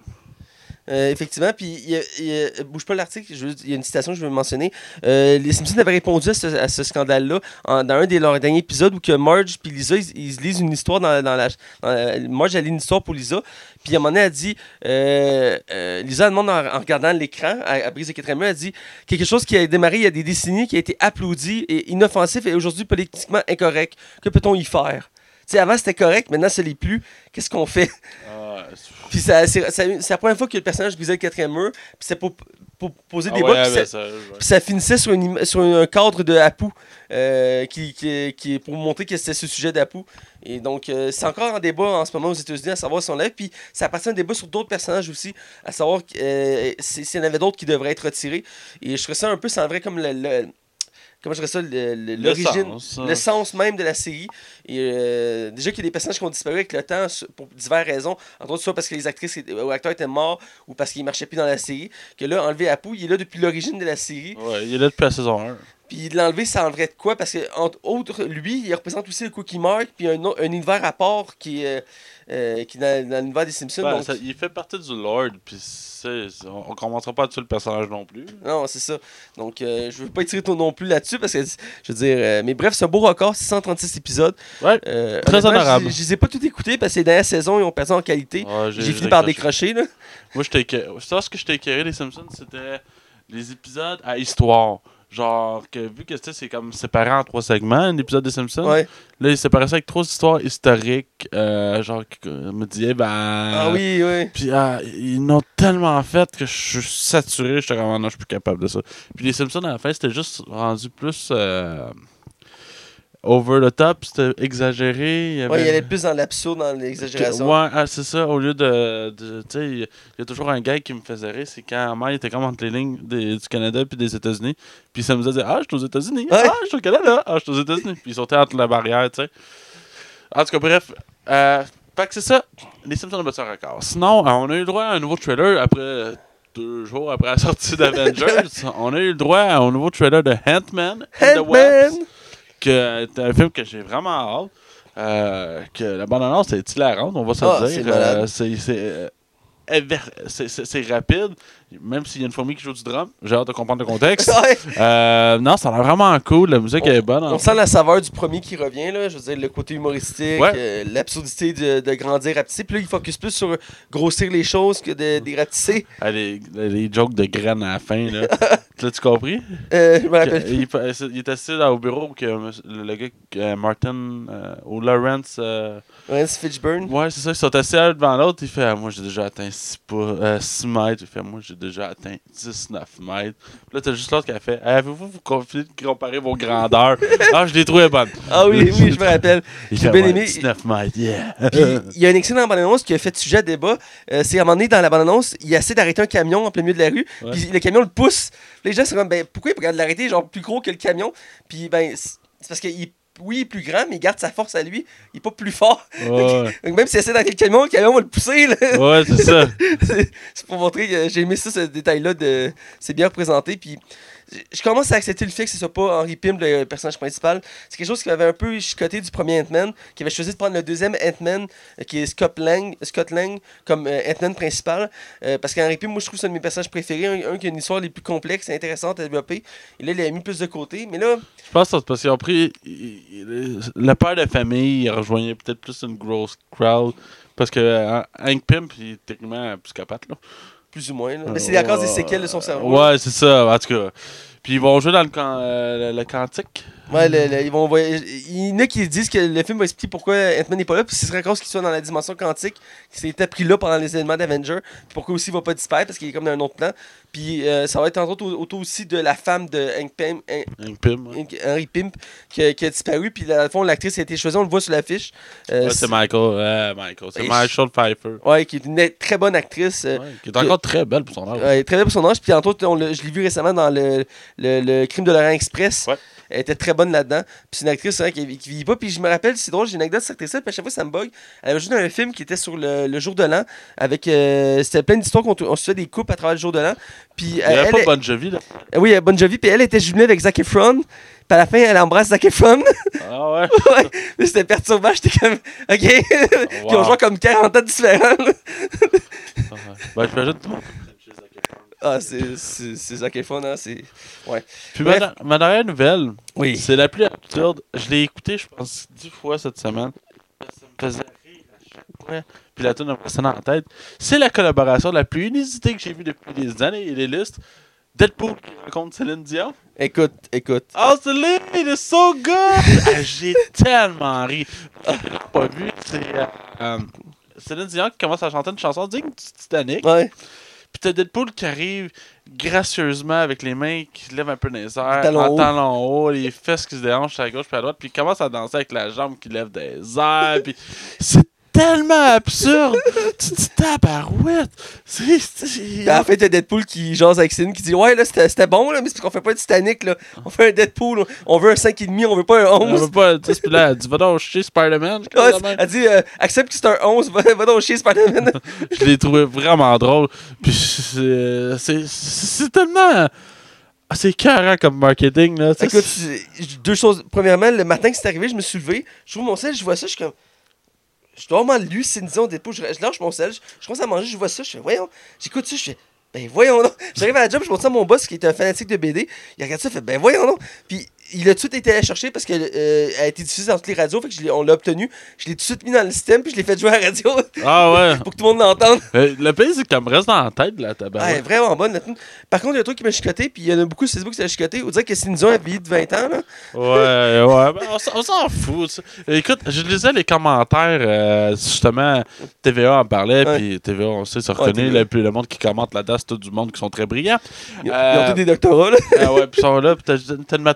Euh, effectivement, puis il y a- il y a- bouge pas l'article, je veux- il y a une citation que je veux mentionner. Euh, les Simpsons avaient répondu à ce, à ce scandale-là en- dans un des leurs derniers épisodes où que Marge puis Lisa, ils, ils lisent une histoire dans, dans la... Dans la- Marge, elle lit une histoire pour Lisa, puis à un moment donné, elle dit... euh, euh, Lisa, elle demande en, en regardant l'écran, à, à Brise de quatrième elle dit quelque chose qui a démarré il y a des décennies, qui a été applaudi et inoffensif et aujourd'hui politiquement incorrect. Que peut-on y faire? Tu sais, avant, c'était correct, maintenant, ça l'est plus. Qu'est-ce qu'on fait? Ah, c'est- Puis ça, c'est, ça- c'est la première fois que le personnage brisait le quatrième mur. Puis c'est pour, pour poser ah des ouais, bottes. ouais, Puis, ça- ça, ouais. puis ça finissait sur, une im- sur un cadre de Apu. euh, qui, qui, qui, pour montrer que c'était ce sujet d'Apu. Et donc, euh, c'est encore en débat en ce moment aux États-Unis à savoir si on lève. Puis ça appartient à un débat sur d'autres personnages aussi, à savoir euh, si- s'il y en avait d'autres qui devraient être retirés. Et je trouve ça un peu, c'est en vrai comme le. le- comment je dirais ça, le- le- l'origine, sens, hein. le sens même de la série. Et euh, déjà qu'il y a des personnages qui ont disparu avec le temps sur- pour diverses raisons, entre autres soit parce que les actrices étaient- ou acteurs étaient morts ou parce qu'ils marchaient plus dans la série, que là, enlever Apu, il est là depuis l'origine de la série. Ouais, il est là depuis la saison un. Puis de l'enlever, ça enlèverait de quoi? Parce que, entre autres, lui, il représente aussi le Cookie Mark, puis un, o- un univers à part qui est, euh, qui est dans, dans l'univers des Simpsons. Ben, donc- ça- il fait partie du Lord, puis c'est- on, on commencera pas à tuer le personnage non plus. Non, c'est ça. Donc, euh, je veux pas étirer ton non plus là-dessus parce que, je veux dire, euh, mais bref, c'est un beau record, six cent trente-six épisodes. Ouais, Euh, Très honnêtement, honorable. Je je les ai pas tout écoutés parce que les dernières saisons, ils ont perdu en qualité. Ouais, J'ai fini par décrocher, là. Moi, je t'ai écœuré. Ça, ce que je t'ai écœuré, les Simpsons, c'était les épisodes à histoire. Genre, que vu que tu sais, c'est comme séparé en trois segments, un épisode des Simpsons. Ouais. Là, ils séparaient ça avec trois histoires historiques. Euh, genre, qui euh, me disaient, ben. Ah oui, oui. Puis ah, ils n'ont tellement fait que je suis saturé. J'étais comme, ah non, je suis plus capable de ça. Puis les Simpsons, à la fin, c'était juste rendu plus. Euh, over the top, c'était exagéré. Il y avait... Ouais, il allait plus dans l'absurde, dans l'exagération. Ouais, ah, c'est ça. Au lieu de. de tu sais, il y a toujours un gars qui me faisait rire, c'est quand Mike était comme entre les lignes des, du Canada puis des États-Unis. Puis ça me disait ah, je suis aux États-Unis. Ouais. Ah, je suis au Canada. Ah, je suis aux États-Unis. Puis il sautait entre la barrière, tu sais. En tout cas, bref. Euh, fait que c'est ça. Les Simpsons ont battu un record. Sinon, euh, on a eu le droit à un nouveau trailer après. Deux jours après la sortie d'Avengers. On a eu le droit au nouveau trailer de Ant-Man and the Wasp. Que c'est un film que j'ai vraiment hâte. Euh, que la bande-annonce est hilarante, on va se Ah, le c'est dire. malade. Euh, c'est, c'est, euh, éver- c'est, c'est, c'est rapide, même s'il y a une fourmi qui joue du drum. J'ai hâte de comprendre le contexte. Ouais. Euh, non, ça a l'air vraiment cool. La musique On- est bonne. en On fait. sent la saveur du premier qui revient, là. Je veux dire, le côté humoristique, Ouais. euh, l'absurdité de, de grandir, rapetisser. Puis là, il focus plus sur grossir les choses que de, de rapetisser. Ah, les, les jokes de graines à la fin. Là. L'as-tu compris? Euh, je me rappelle. Il, il, il est assis là, au bureau que le, le gars, euh, Martin euh, ou Lawrence. Euh, Lance Fitchburn. ouais, c'est ça. Ils sont assis un devant l'autre. Il fait ah, moi, j'ai déjà atteint six mètres. Il fait moi, j'ai déjà atteint dix-neuf mètres. Puis là, t'as juste l'autre qui a fait avez-vous vous confié de comparer vos grandeurs? Ah, je l'ai trouvé bonne. Ah oui, oui, je me rappelle. Il J'ai fait, bien ouais, aimé. dix-neuf mètres, yeah. Puis il y a un excellent bande-annonce qui a fait sujet à débat. Euh, c'est à un moment donné, dans la bande-annonce, il essaie d'arrêter un camion en plein milieu de la rue. Ouais. Puis le camion le pousse. Les gens sont comme, ben pourquoi il peut l'arrêter, genre plus gros que le camion? Puis ben, c'est c'est parce qu'il est, oui, il est plus grand, mais il garde sa force à lui. Il est pas plus fort. Ouais, Donc, même s'il essaie d'arrêter le camion, le camion va le pousser. Là. ouais, c'est ça. c'est c'est pour montrer que j'ai aimé ça, ce détail-là. De... C'est bien représenté. Puis je commence à accepter le fait que ce soit pas Henry Pym, le personnage principal. C'est quelque chose qui m'avait un peu chicoté du premier Ant-Man, qui avait choisi de prendre le deuxième Ant-Man, euh, qui est Scott Lang, Scott Lang comme euh, Ant-Man principal. Euh, parce qu'Henry Pym, moi, je trouve que c'est un de mes personnages préférés, un, un qui a une histoire les plus complexes et intéressantes à développer. Et là, il a mis plus de côté. Mais là, Je pense que c'est parce qu'ils ont pris. il- il- Le père de famille, il rejoignait peut-être plus une grosse crowd. Parce que euh, Hank Pym, il est techniquement un psychopathe, là. plus ou moins. Là. Mais c'est à cause des séquelles de son cerveau. Ouais, c'est ça, en tout cas. Puis ils vont jouer dans le, can- euh, le, le cantique. Ouais, le- le- ils vont voyager- il y en a qui disent que le film va expliquer pourquoi Ant-Man n'est pas là, puis ce serait à cause qu'il soit dans la dimension quantique, qu'il s'était pris là pendant les événements d'Avengers, puis pourquoi aussi il va pas disparaître, parce qu'il est comme dans un autre plan. Puis euh, ça va être entre autres au- autour aussi de la femme de Hank Pym, Hank- Hank Pym. Ouais, Hank- Henry Pym, qui, a- qui a disparu, puis dans le fond, l'actrice a été choisie, on le voit sur l'affiche. Euh, Ouais, c'est Michael. Euh, Michael. C'est Et Michelle Pfeiffer. Ouais, qui est une très bonne actrice. euh, Ouais, qui est encore très belle pour son âge. Ouais, très bien pour son âge. Puis entre autres, on l'a- je l'ai vu récemment dans le, le, le Crime de l'Orient Express. Ouais. Elle était très bonne là-dedans. Puis c'est une actrice hein, qui, qui vieillit pas. Puis je me rappelle, c'est drôle, j'ai une anecdote sur cette actrice. Puis à chaque fois, ça me bug. Elle avait joué dans un film qui était sur le, le jour de l'an. Avec, euh, c'était plein d'histoires qu'on on se faisait des coupes à travers le jour de l'an. Puis Il n'y euh, avait elle, pas est- Bon Jovi, là. euh, oui, Bon Jovi. Puis elle était jumelée avec Zac Efron. Puis à la fin, elle embrasse Zac Efron. Ah ouais? Ouais. Mais c'était perturbant. J'étais comme, OK. Puis on Wow. joue comme quarante ans différents. là. Ah, ouais. Ben, j'imagine tout le monde. Ah, c'est c'est- c'est Zac Efron, hein. C'est... Ouais. Puis Bref. ma, ma dernière nouvelle, Oui. c'est la plus absurde. Je l'ai écoutée, je pense, dix fois cette semaine. Ça me faisait rire à chaque fois. Puis la tune me restait dans la tête. C'est la collaboration la plus inusitée que j'ai vue depuis des années et l'illustre. Deadpool qui rencontre Céline Dion. Écoute, écoute. Oh, Céline, it's so good! Ah, j'ai tellement ri. Je l'ai pas vu, c'est euh, euh, Céline Dion qui commence à chanter une chanson digne du Titanic. Ouais. Puis t'as Deadpool qui arrive gracieusement avec les mains qui se lèvent un peu dans les airs, Talons en hauts. talons hauts, les fesses qui se déhanchent à gauche puis à droite, puis il commence à danser avec la jambe qui lève des airs, puis c'est tellement absurde! Tu te dis tabarouette! C'est... c'est- Puis à la fin, t'as Deadpool qui jase avec Céline qui dit ouais, là, c'était c'était bon, là, mais c'est parce qu'on fait pas un Titanic, là. On fait un Deadpool, on veut un cinq virgule cinq, on veut pas un On onze. veut pas, tu sais, puis là, elle dit va donc chier Spider-Man. je Ouais, crois, la même. elle dit euh, accepte que c'est un onze, va, va donc chier Spider-Man. Je l'ai trouvé vraiment drôle. Puis c'est, c'est, c'est tellement. Ah, c'est carré comme marketing, là. tu sais, Écoute, c'est- c'est- deux choses. Premièrement, le matin que c'est arrivé, je me suis levé, je trouve mon sel, je vois ça, je suis comme. Je dois vraiment lu Céline Dion Deadpool, je, je lâche mon sel, je, je commence à manger, je vois ça, je fais voyons, j'écoute ça, je fais ben voyons donc. J'arrive à la job, je montre ça à mon boss qui est un fanatique de B D, il regarde ça, il fait ben voyons donc. Puis il a tout de suite été allé chercher parce qu'elle euh, a été diffusée dans toutes les radios, fait que je l'ai- on l'a obtenu. Je l'ai tout de suite mis dans le système, puis je l'ai fait jouer à la radio Ah ouais. pour que tout le monde l'entende. Euh, le pays, c'est qu'elle me reste dans la tête, la Ah, elle est tabarouette. vraiment bonne la tune. Par contre, il y a un truc qui m'a chicoté, puis il y en a beaucoup sur Facebook qui s'est chicoté. On dirait que Céline Dion a vieilli de vingt ans, là. Ouais, ouais. Ben, on, s'en- on s'en fout. ça. Écoute, je lisais les commentaires, euh, justement, T V A en parlait, Ouais. puis T V A, on sait, se reconnaît, T V A. là, puis le monde qui commente là-dedans, c'est tout du monde qui sont très brillants. Ils, ont- Euh, ils ont tous des doctorats, là. Ah ouais, puis ils sont là, puis t'as, t'as une ma tante qui s'appelle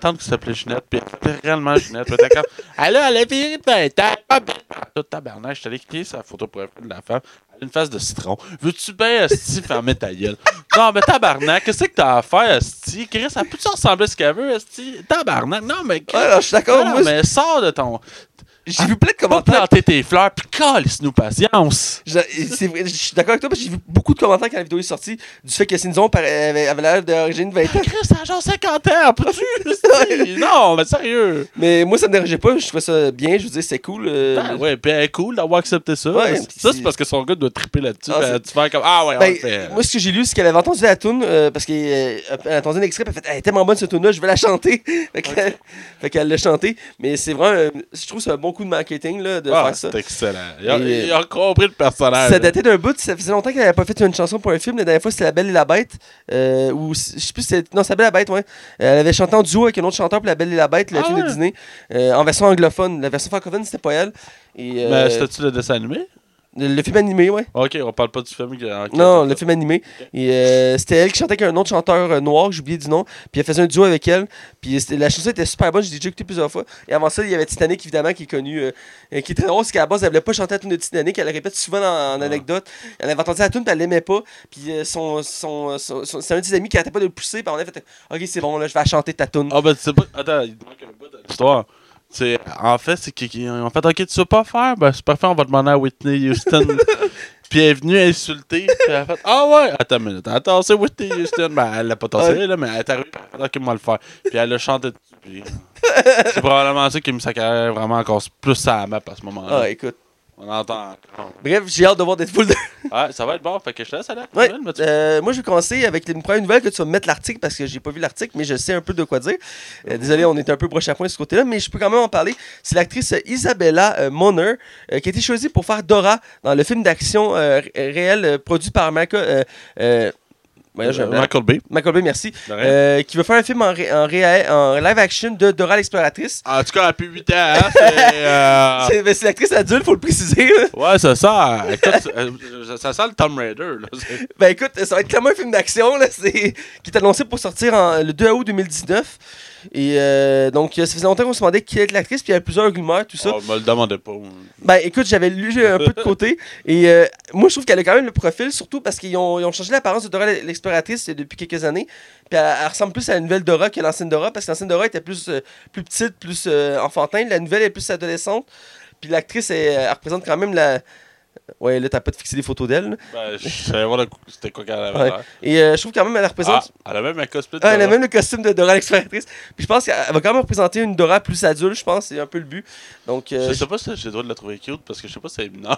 s'appelait Ginette, puis elle s'appelait réellement Ginette. Elle était comme, elle a, elle a viré de vingt ans, pas belle. Tout tabarnak, je t'allais cliquer sur la photo profil de la femme. Elle a une face de citron. Veux-tu bien, esti, fermer ta gueule? Non, mais tabarnak, qu'est-ce que t'as à faire, esti? Chris, ça peut-tu ressembler à ce qu'elle veut, esti? Tabarnak, non, mais. Ouais, alors, je suis d'accord. Non, moi, mais sors de ton. j'ai vu plein de Pas commentaires. planter tes fleurs, puis calisse-nous patience. Je, c'est vrai, je suis d'accord avec toi parce que j'ai vu beaucoup de commentaires quand la vidéo est sortie du fait que Céline Dion par- avait, avait l'air d'origine de vingt ans. Chris, ça a genre cinquante ans, peux-tu? esti? Non, mais sérieux. Mais moi, ça me dérangeait pas. Je trouvais ça bien. Je vous dis, c'est cool. euh, Ben ouais, puis elle est cool d'avoir accepté ça. Ouais, ça, pis c'est c'est- parce que son gars doit triper là-dessus. Ah, ben, c'est- tu fais comme, ah ouais, on Ben, le fait. moi, ce que j'ai lu, c'est qu'elle avait entendu la tune euh, parce qu'elle a entendu un extrait, puis elle a fait, elle est tellement bonne cette tune-là, je vais la chanter. fait qu'elle fait qu'elle l'a chanté. Mais c'est vraiment, euh, je trouve que c'est un bon coup de marketing là, de Ah, faire ça. c'est excellent. Il a, Et, il a compris le personnage. Ça là. datait d'un bout, ça faisait longtemps qu'elle n'avait pas fait une chanson pour un film. La dernière fois, c'était La Belle et la Bête. Euh, ou, je sais plus, si c'était. Non, c'est La Belle et la Bête, ouais. Elle avait chanté en duo avec un autre chanteur pour La Belle et la Bête, le Ah film ouais? de Disney, euh, en version anglophone. La version francophone, c'était pas elle. Et, euh, Mais c'était-tu le dessin animé? le, le film animé, ouais. Ok, on parle pas du film. qui- en- qui Non, a le fait film animé. Et euh, c'était elle qui chantait avec un autre chanteur euh, noir, j'ai oublié du nom. Puis elle faisait un duo avec elle. Puis c'était- la chanson était super bonne, j'ai déjà écouté plusieurs fois. Et avant ça, il y avait Titanic, évidemment, qui est connu, euh, euh, qui est très drôle, parce qu'à la base, elle voulait pas chanter la tune de Titanic. Elle le répète souvent en, en Ah. anecdote. Elle avait entendu la tune, puis elle l'aimait pas. Puis euh, son, son, son, son- c'est un de ses amis qui arrêtait pas de le pousser. Puis on a fait, ok, c'est bon, là, je vais chanter ta tune. Ah, ben, tu sais pas. Attends, il manque un bout de l'histoire. C'est, en fait, c'est qu'ils qu'ils ont fait, ok, tu sais pas faire? Ben, c'est parfait, on va demander à Whitney Houston. Puis elle est venue insulter. Puis elle a fait, ah ouais, attends une minute, attends, c'est Whitney Houston. Ben, elle l'a pas tassé, Ouais. là, mais elle est arrivée, puis elle a fait, ok, moi le faire. Puis elle a chanté dessus. Puis, c'est probablement ça qui a mis sa carrière vraiment encore plus à la map à ce moment-là. Ah, écoute. On entend encore. Bref, j'ai hâte de voir Deadpool deux. Ouais, ça va être bon, fait que je te laisse aller. Ouais. Noël, mais tu- Euh, moi, je vais commencer avec une première nouvelle que tu vas me mettre l'article parce que j'ai pas vu l'article, mais je sais un peu de quoi dire. Euh, désolé, on est un peu broche à point de ce côté-là, mais je peux quand même en parler. C'est l'actrice Isabella euh, Moner euh, qui a été choisie pour faire Dora dans le film d'action euh, ré- réel euh, produit par Michael. Euh, euh, voyons, j'ai un Euh, blanc. Michael Bay. Michael Bay, merci. De rien. Euh, qui veut faire un film en, ré- en, réa- en live action de Dora l'exploratrice. En tout cas, depuis huit ans, hein, c'est. euh, C'est ben, c'est l'actrice adulte, faut le préciser. là. Ouais, c'est ça. Écoute, euh, ça, ça sent le Tomb Raider. Là. C'est- Ben écoute, ça va être clairement un film d'action là, c'est qui est annoncé pour sortir en, le deux août deux mille dix-neuf. Et euh, donc, ça faisait longtemps qu'on se demandait qui est l'actrice, puis il y avait plusieurs rumeurs, tout ça. Oh, me le demandez pas. Ben écoute, j'avais lu un peu de côté. Et euh, moi, je trouve qu'elle a quand même le profil, surtout parce qu'ils ont, ils ont changé l'apparence de Dora l'exploratrice depuis quelques années. Puis elle, elle ressemble plus à la nouvelle Dora que l'ancienne Dora, parce que l'ancienne Dora était plus, euh, plus petite, plus euh, enfantin. La nouvelle est plus adolescente. Puis l'actrice, elle, elle représente quand même la. Ouais, là, t'as pas de fixer des photos d'elle. là. Ben, je savais voir le coup- c'était quoi qu'elle avait Ouais. l'air. Et euh, je trouve quand même qu'elle représente. Ah, elle a même un cosplay de Ah, elle a Dora. même le costume de Dora l'exploratrice. Puis je pense qu'elle va quand même représenter une Dora plus adulte, je pense. C'est un peu le but. Donc, euh, Je sais pas si j'ai le droit de la trouver cute parce que je sais pas si c'est mineur.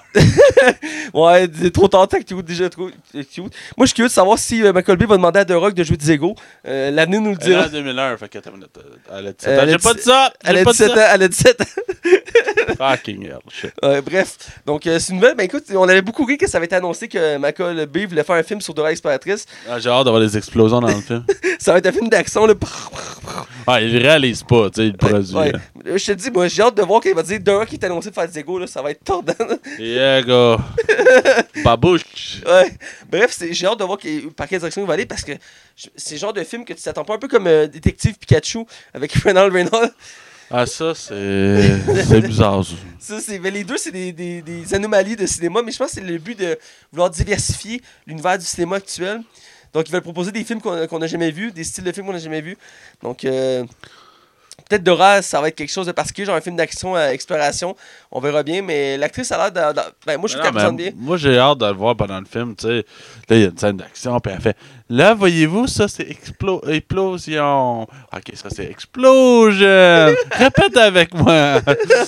ouais, c'est trop tentant que tu déjà trop cute. Moi, je suis curieux de savoir si euh, Michael Bay va demander à The Rock de jouer Diego. Euh, L'avenir nous le Elle est en dira. deux mille un, fait qu'attends une minute. euh, Elle a dix-sept Euh, ans. elle a J'ai pas dix- dit ça! Elle J'ai a pas dit dix-sept ans. ça! Elle a dix-sept ans. Fucking hell, shit. Ouais, bref, donc euh, c'est une nouvelle. Ben écoute, on avait beaucoup ri que ça avait été annoncé que Michael Bay voulait faire un film sur Dora l'exploratrice. Ah, j'ai hâte d'avoir des explosions dans le film. Ça va être un film d'action. Là. Ah, il réalise pas, tu sais, il produit. Ouais. là. Euh, Je te dis, moi, j'ai hâte de voir qu'il va dire Dora qui est annoncé pour faire Diego. Là, ça va être tordant. Yeah, gars. Babouche. Ouais. Bref, c'est- j'ai hâte de voir qu'il- par quelle direction il va aller parce que je- c'est le genre de film que tu t'attends pas un peu comme euh, Détective Pikachu avec Reynald Reynolds. Ah, ça, c'est. C'est bizarre, ça. Ça, c'est, ben, les deux, c'est des, des, des anomalies de cinéma, mais je pense que c'est le but de vouloir diversifier l'univers du cinéma actuel. Donc, ils veulent proposer des films qu'on qu'on n'a jamais vus, des styles de films qu'on n'a jamais vus. Donc, euh, peut-être Dora, ça va être quelque chose de particulier, genre un film d'action à exploration. On verra bien, mais l'actrice a l'air de. de- ben, moi, je trouve Non, qu'elle mais représente bien. moi, j'ai hâte de le voir pendant le film, tu sais. Là, il y a une scène d'action, puis elle fait là, voyez-vous, ça, c'est explo explosion. Ok, ça, c'est explosion. Répète avec moi.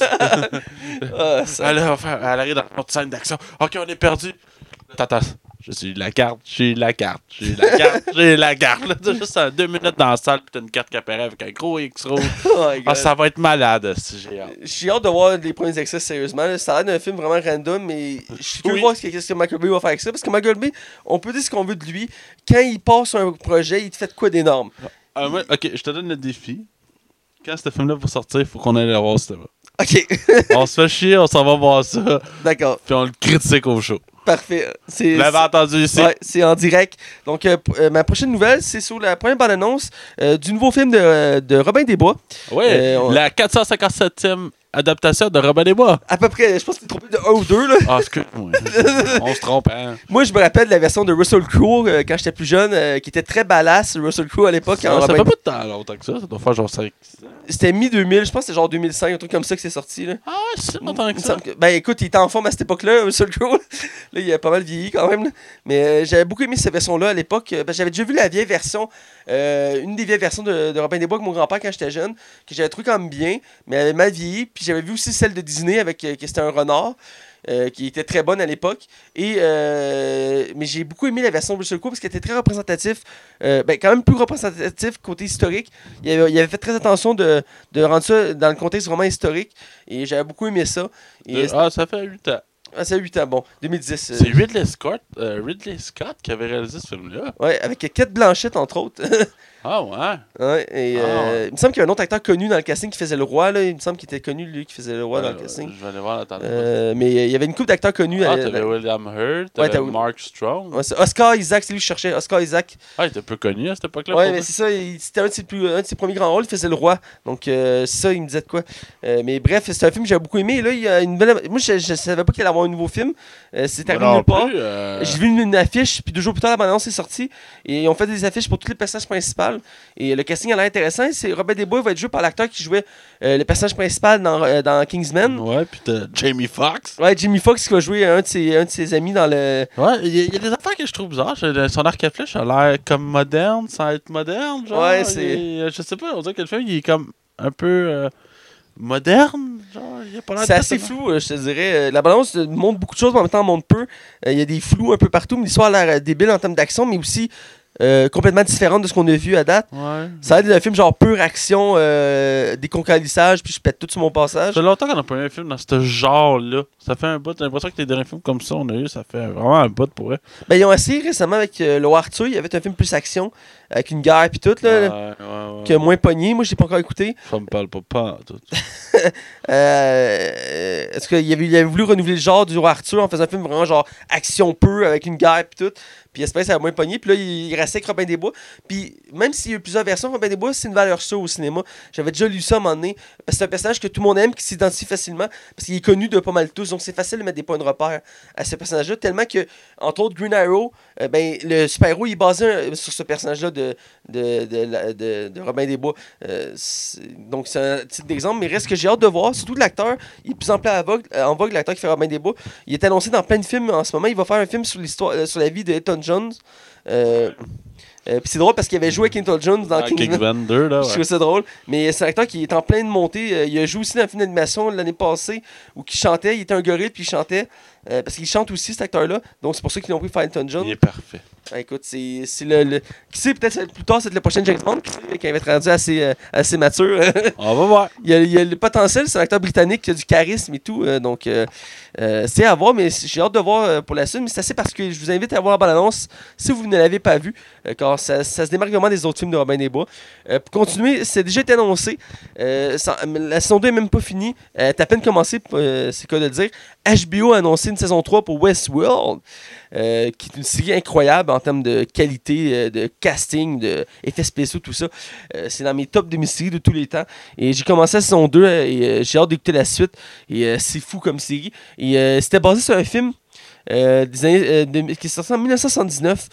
Ah, ça- Elle, va faire- elle arrive dans notre scène d'action. Ok, on est perdu. Tata, je suis la carte, j'ai la carte, j'ai la carte, j'ai la carte. Là, t'as juste euh, deux minutes dans la salle, puis t'as une carte qui apparaît avec un gros X rouge. Oh my Ah, God. ça va être malade, si j'ai hâte. J'ai hâte de voir les premiers excès sérieusement. là. Ça a l'air d'un film vraiment random, mais je suis curieux Oui. de voir ce que, ce que Michael Bay va faire avec ça. Parce que Michael Bay, on peut dire ce qu'on veut de lui. Quand il passe un projet, il te fait de quoi d'énorme. Ah, moi, ok, je te donne le défi. Quand ce film-là va sortir, il faut qu'on aille le voir au cinéma. Ok, On se fait chier, on s'en va voir ça, d'accord. puis on le critique au show. Parfait. C'est, Vous l'avez entendu ici? Ouais, c'est en direct. Donc, euh, p- euh, ma prochaine nouvelle, c'est sur la première bande-annonce euh, du nouveau film de, de Robin des Bois. Oui, Euh, on- la quatre cent cinquante-septième adaptation de Robin des Bois. À peu près, je pense que c'est trompé de un ou deux, là. Ah, excuse-moi. On se trompe, hein? Moi, je me rappelle de la version de Russell Crowe euh, quand j'étais plus jeune, euh, qui était très badass, Russell Crowe à l'époque. Ça, en ça Robin- fait pas de temps longtemps que ça. Ça doit faire genre cinq. C'était mi-deux mille, je pense que c'était genre deux mille cinq, un truc comme ça que c'est sorti, là. Ah ouais, c'est longtemps Il que me ça. semble que- Ben écoute, il était en forme à cette époque-là, Russell Crowe. Là, il a pas mal vieilli quand même. Là. Mais euh, j'avais beaucoup aimé cette version-là à l'époque. Euh, ben, j'avais déjà vu la vieille version, euh, une des vieilles versions de, de Robin des Bois avec mon grand-père quand j'étais jeune, que j'avais trouvé quand même bien, mais elle avait mal vieilli. Puis j'avais vu aussi celle de Disney avec euh, que c'était un renard. Euh, qui était très bonne à l'époque. Et euh, mais j'ai beaucoup aimé la version de Russell Crowe parce qu'elle était très représentative. Euh, ben, quand même plus représentatif côté historique. Il avait, il avait fait très attention de, de rendre ça dans le contexte vraiment historique. Et j'avais beaucoup aimé ça. Et De- ah, ça fait huit ans. ah, c'est huit ans, bon. deux mille dix. euh, C'est Ridley Scott, euh, Ridley Scott qui avait réalisé ce film-là. Ouais, avec Kate Blanchett, entre autres. Ah ouais. Ouais, et Ah, euh, ouais. il me semble qu'il y a un autre acteur connu dans le casting qui faisait le roi. Là. Il me semble qu'il était connu, lui, qui faisait le roi dans le Ouais, casting. Je vais aller voir la tendance. Euh, mais il y avait une couple d'acteurs connus. Ah, euh, t'avais dans- William Hurt, Ouais, t'avais t'as- Mark Strong. Ouais, c'est Oscar Isaac, c'est lui que je cherchais. Oscar Isaac. Ah, il était peu connu à cette époque-là. Ouais, pour mais vrai. c'est ça. il- C'était un de, ses plus, un de ses premiers grands rôles. Il faisait le roi. Donc, euh, ça, il me disait de quoi. Euh, mais bref, c'est un film que j'avais beaucoup aimé. Et là, il y a une belle. Moi, je, je savais pas qu'il allait avoir un nouveau film. Euh, c'est Moi arrivé non nulle part. plus, euh, J'ai vu une, une affiche, puis deux jours plus tard, la bande-annonce est sortie. Et ils ont fait des affiches pour tous les personnages principaux. Et le casting a l'air intéressant. C'est Robin des Bois va être joué par l'acteur qui jouait euh, le personnage principal dans, euh, dans Kingsman. Ouais, puis t'as Jamie Foxx. Ouais, Jimmy Fox qui va jouer un de ses, un de ses amis dans le. Ouais, il y, a- il y a des affaires que je trouve bizarres. C'est- Son arc à flèche a l'air comme moderne, sans être moderne. Genre, Ouais, c'est- il est- je sais pas, on dirait que le film il est comme un peu euh, moderne. Genre, il a pas l'air C'est de assez tellement- flou, euh, je te dirais. Euh, La balance euh, montre beaucoup de choses, mais en même temps, montre peu. Euh, Il y a des flous un peu partout, mais l'histoire a l'air euh, débile en termes d'action, mais aussi euh, complètement différente de ce qu'on a vu à date. Ouais. Ça a l'air d'un film genre pure action, euh, des concalissages, puis je pète tout sur mon passage. Ça fait longtemps qu'on n'a pas eu un film dans ce genre-là. Ça fait un bout. J'ai l'impression que les derniers films comme ça, on a eu, ça fait vraiment un bout pour eux. Ben, ils ont essayé récemment avec euh, le Arthur, il y avait un film plus action, avec une guerre puis tout, là, Ouais, ouais, ouais. qui a moins pogné. Moi, je l'ai pas encore écouté. Ça me parle pas, pas tout. Euh, Est-ce qu'il avait, il avait voulu renouveler le genre du roi Arthur en faisant un film vraiment genre action peu avec une guerre puis tout. Puis j'espère que ça a moins pogné. Puis là, il, il restait avec Robin des Bois. Puis même s'il y a eu plusieurs versions, Robin des Bois, c'est une valeur sûre au cinéma. J'avais déjà lu ça à un moment donné. Parce que c'est un personnage que tout le monde aime, qui s'identifie facilement. Parce qu'il est connu de pas mal tous. Donc c'est facile de mettre des points de repère à ce personnage-là. Tellement que, entre autres, Green Arrow, euh, ben, le super-héros, il est basé euh, sur ce personnage-là de, de, de, la- de- de Robin des Bois. Euh, c'est- donc c'est un titre d'exemple. Mais reste que j'ai hâte de voir. Surtout l'acteur, il est de plus en plus en vogue, euh, en vogue l'acteur qui fait Robin des Bois. Il est annoncé dans plein de films en ce moment. Il va faire un film sur l'histoire, euh, sur la vie de Elton John. Euh, euh, Puis c'est drôle parce qu'il avait joué avec Elton John dans Ah, Kingsman. Kingsman deux, là. Je Ouais. trouve ça drôle. Mais c'est un acteur qui est en pleine montée. Euh, il a joué aussi dans un film d'animation l'année passée où il chantait. Il était un gorille puis il chantait. Euh, parce qu'il chante aussi cet acteur-là. Donc c'est pour ça qu'ils l'ont pris faire Elton John. Il est parfait. Ah, écoute, c'est c'est le, le- Qui sait, peut-être plus tard, c'est le prochain James Bond. Qui sait, quand il va être rendu assez, euh, assez mature. On va voir. il, y a, il y a le potentiel. C'est un acteur britannique qui a du charisme et tout. euh, donc euh, euh, c'est à voir. Mais j'ai hâte de voir euh, pour la suite. Mais c'est assez parce que je vous invite à voir la bande-annonce si vous ne l'avez pas vue. euh, car ça, ça se démarque vraiment des autres films de Robin des Bois. Euh, pour continuer, c'est déjà été annoncé. Euh, ça- la saison deux n'est même pas finie. Elle est à peine commencée, euh, c'est quoi de le dire. H B O a annoncé une saison trois pour Westworld, euh, qui est une série incroyable en termes de qualité, euh, de casting, d'effets spéciaux, tout ça. Euh, c'est dans mes tops de mes séries de tous les temps. Et j'ai commencé la saison deux euh, et euh, j'ai hâte d'écouter la suite. Et euh, c'est fou comme série. Et euh, c'était basé sur un film euh, des années, euh, de- qui est sorti en dix-neuf cent soixante-dix-neuf,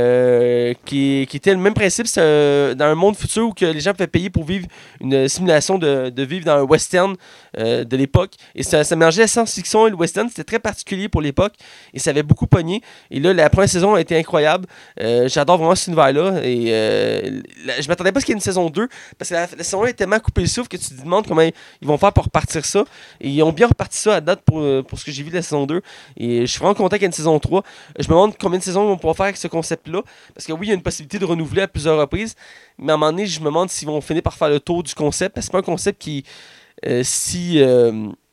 euh, qui, qui était le même principe. C'est un- dans un monde futur où que les gens pouvaient payer pour vivre une simulation de, de vivre dans un western euh, de l'époque. Et ça, ça mélangeait la science-fiction et le western. C'était très particulier pour l'époque. Et ça avait beaucoup pogné. Et là, la première saison a été incroyable. Euh, J'adore vraiment cet univers-là. Et euh, la- je m'attendais pas à ce qu'il y ait une saison deux. Parce que la, la saison un est tellement coupée le souffle que tu te demandes comment ils vont faire pour repartir ça. Et ils ont bien reparti ça à date pour, pour ce que j'ai vu de la saison deux. Et je suis vraiment content qu'il y ait une saison trois. Je me demande combien de saisons ils vont pouvoir faire avec ce concept-là. Parce que oui, il y a une possibilité de renouveler à plusieurs reprises. Mais à un moment donné, je me demande s'ils vont finir par faire le tour du concept. Parce que c'est pas un concept qui. Euh, si. euh,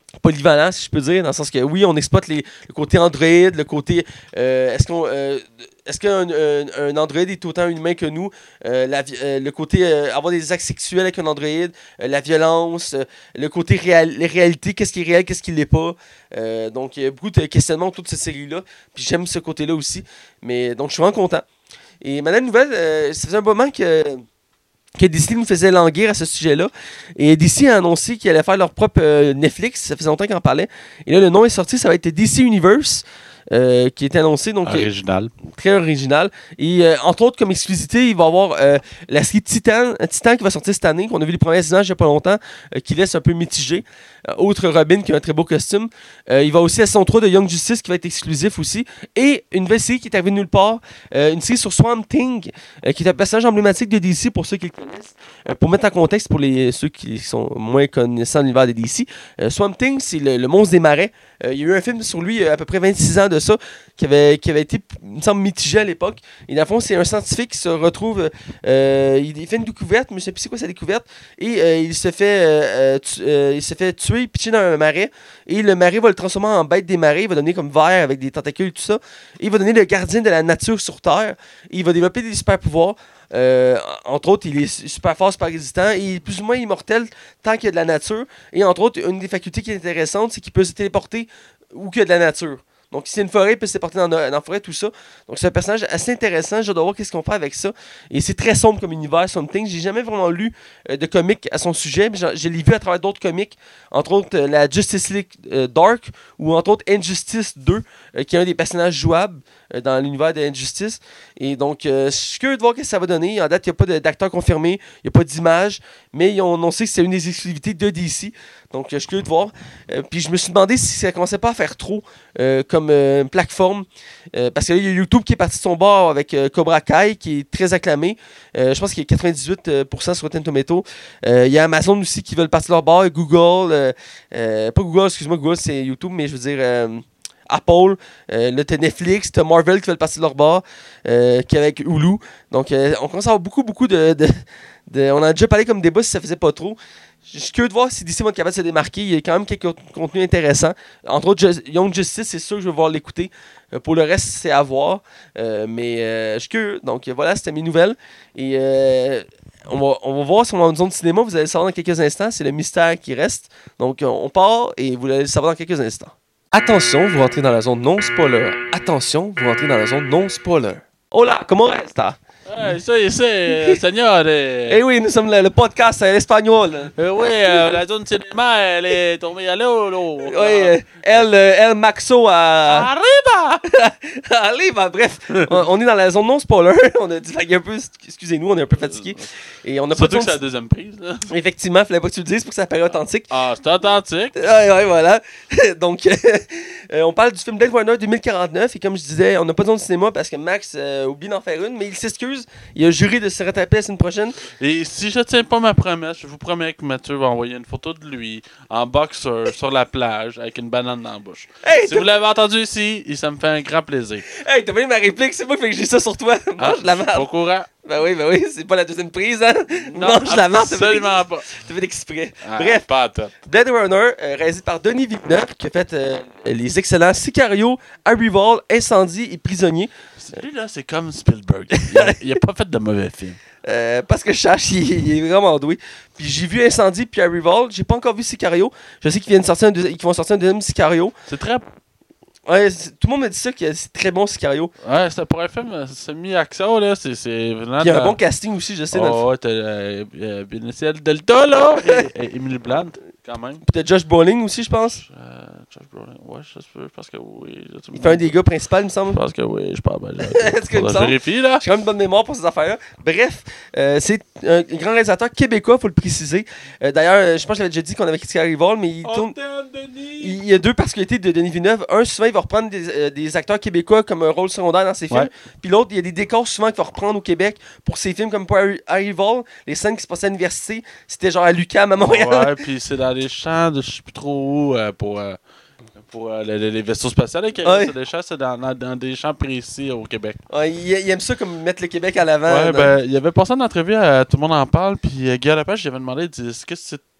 polyvalent, si je peux dire, dans le sens que oui, on exploite les, le côté Android, le côté euh, est-ce qu'on euh, est-ce qu'un un, un Android est autant humain que nous, euh, la, euh, le côté euh, avoir des actes sexuels avec un Android, euh, la violence, euh, le côté réal, les réalités, qu'est-ce qui est réel, qu'est-ce qui l'est pas. Euh, donc il y a beaucoup de questionnements autour de cette série-là. Puis j'aime ce côté-là aussi. Mais donc je suis vraiment content. Et ma nouvelle, euh, ça faisait un moment que que D C nous faisait languir à ce sujet-là. Et D C a annoncé qu'ils allaient faire leur propre euh, Netflix. Ça faisait longtemps qu'on en parlait. Et là, le nom est sorti. Ça va être D C Universe. Euh, qui est annoncé. Donc, original. Euh, très original. Et euh, entre autres, comme exclusivité, il va y avoir euh, la série Titan, Titan qui va sortir cette année, qu'on a vu les premières images il n'y a pas longtemps, euh, qui laisse un peu mitigé. Euh, autre Robin qui a un très beau costume. Euh, il va aussi à saison trois de Young Justice qui va être exclusif aussi. Et une nouvelle série qui est arrivée de nulle part. Euh, une série sur Swamp Thing, euh, qui est un personnage emblématique de D C pour ceux qui le connaissent. Euh, pour mettre en contexte pour les, ceux qui sont moins connaissants de l'univers de D C, euh, Swamp Thing, c'est le, le monstre des marais. Euh, il y a eu un film sur lui il y a à peu près vingt-six ans de ça, qui avait, qui avait été, il me semble, mitigé à l'époque. Et dans le fond, c'est un scientifique qui se retrouve, euh, il fait une découverte, mais je ne sais plus c'est quoi sa découverte, et euh, il, se fait, euh, tu, euh, il se fait tuer, pitcher dans un marais, et le marais va le transformer en bête des marais, il va devenir comme vert avec des tentacules et tout ça, et il va devenir le gardien de la nature sur Terre, et il va développer des super pouvoirs. Euh, entre autres, il est super fort, super résistant, et il est plus ou moins immortel tant qu'il y a de la nature. Et entre autres, une des facultés qui est intéressante, c'est qu'il peut se téléporter où qu'il y a de la nature. Donc, si c'est une forêt, il peut se téléporter dans, dans la forêt, tout ça. Donc, c'est un personnage assez intéressant. J'ai hâte de voir qu'est-ce qu'on fait avec ça. Et c'est très sombre comme univers, Something. J'ai jamais vraiment lu euh, de comics à son sujet, mais je l'ai vu à travers d'autres comics. Entre autres, euh, la Justice League euh, Dark, ou entre autres Injustice deux, euh, qui est un des personnages jouables euh, dans l'univers de Injustice. Et donc, euh, je suis curieux de voir ce que ça va donner. En date, il n'y a pas d'acteur confirmé, il n'y a pas d'image, mais ils ont annoncé que c'est une des exclusivités de D C. Donc, je suis curieux de voir. Euh, puis, je me suis demandé si ça commençait pas à faire trop euh, comme euh, plateforme. Euh, parce que là, il y a YouTube qui est parti de son bord avec euh, Cobra Kai, qui est très acclamé. Euh, je pense qu'il y a quatre-vingt-dix-huit pour cent sur Rotten Tomato. Euh, il y a Amazon aussi qui veulent partir de leur bord. Et Google, euh, euh, pas Google, excuse-moi, Google c'est YouTube, mais je veux dire euh, Apple. Euh, là, t'as Netflix, t'as Marvel qui veulent partir de leur bord, euh, qui est avec Hulu. Donc, euh, on commence à avoir beaucoup, beaucoup de, de, de. On en a déjà parlé comme débat si ça faisait pas trop. Je suis curieux de voir si D C va être capable de se démarquer. Il y a quand même quelques contenus intéressants. Entre autres, Young Justice, c'est sûr que je vais voir l'écouter. Euh, pour le reste, c'est à voir. Euh, mais euh, je suis curieux. Donc voilà, c'était mes nouvelles. Et euh, on, va, on va voir si on va dans une zone de cinéma. Vous allez le savoir dans quelques instants. C'est le mystère qui reste. Donc on part et vous allez le savoir dans quelques instants. Attention, vous rentrez dans la zone non spoiler. Attention, vous rentrez dans la zone non spoiler. Hola, comment resta? Eh, soy ese, señor. Eh, Eh oui, nous sommes le, le podcast à l'espagnol. eh, oui, euh, la zone cinéma, elle est tombée à l'eau. Oui, euh, El, euh, El Maxo à... Arriba! Allez, bah, bref, on, on est dans la zone non spoiler. On a divagué un peu, excusez-nous, on est un peu fatigué. Et on a Surtout pas que de c'est la deuxième prise. Là. Effectivement, il fallait pas que tu le dises pour que ça paraisse authentique. Ah, c'est authentique. Ouais, ouais, voilà. Donc, euh, on parle du film Blade Runner deux mille quarante-neuf. Et comme je disais, on n'a pas de zone de cinéma parce que Max euh, oublie d'en faire une, mais il s'excuse. Il a juré de se rattraper la semaine prochaine. Et si je tiens pas ma promesse, je vous promets que Mathieu va envoyer une photo de lui en boxer sur la plage avec une banane dans la bouche. Hey, si vous l'avez entendu ici, ça me fait un grand plaisir. Hey, t'as vu ma réplique? C'est moi qui fais que j'ai ça sur toi. Ah, Mange la je suis merde. au courant. Ben oui, ben oui, c'est pas la deuxième prise, hein? Non, Mange la merde, absolument pas. t'as fait exprès. Ah, Bref, pas à top. Blade Runner, euh, réalisé par Denis Villeneuve, qui a fait euh, les excellents Sicario, Arrival, Incendie et Prisonnier. Lui, là, c'est comme Spielberg. Il a, il a pas fait de mauvais film. Euh, parce que je cherche, il, il est vraiment doué. Puis j'ai vu Incendie puis Arrival, j'ai pas encore vu Sicario. Je sais qu'ils viennent sortir un deuxi- qu'ils vont sortir un deuxième Sicario. C'est très. Ouais, c'est- tout le monde me dit ça, que c'est très bon Sicario. Ouais, c'est pour un film euh, semi-action, là. C'est, c'est vraiment. Puis il y a un de- bon casting aussi, je sais. dans le Oh, ouais, t'as euh, euh, Benicio Delta, là. et, et Emily Blunt, quand même. Peut-être Josh Brolin aussi, je pense. Euh, Josh Brolin. Ouais, je, je pense que oui. Il fait un des gars principaux, il me Je semble. pense que oui, je parle bien. Est-ce qu'il me Je semble? vérifie, là. J'ai quand même une bonne mémoire pour ces affaires-là. Bref, euh, c'est un grand réalisateur québécois, faut le préciser. Euh, D'ailleurs, euh, je pense que j'avais déjà dit qu'on avait critiqué Arrival, mais il tourne. Denis! Il y a deux particularités de Denis Villeneuve. Un, souvent, il va reprendre des, euh, des acteurs québécois comme un rôle secondaire dans ses films. Ouais. Puis l'autre, il y a des décors souvent qu'il va reprendre au Québec pour ses films comme pour Arri- Arrival. Les scènes qui se passaient à l'université, c'était genre à l'U Q A M à Montréal. Ouais, puis c'est dans les champs de je sais plus trop où euh, pour, euh, pour euh, les, les- les vaisseaux spatiaux. Là, Ouais. c'est des champs, c'est dans, dans, dans des champs précis au Québec. Ouais, il, il aime ça comme mettre le Québec à l'avant. Ouais, dans- ben, il y avait passé une entrevue à Tout le monde en parle, puis euh, Guy Lepage, j'avais demandé, il dit, est-ce que c'est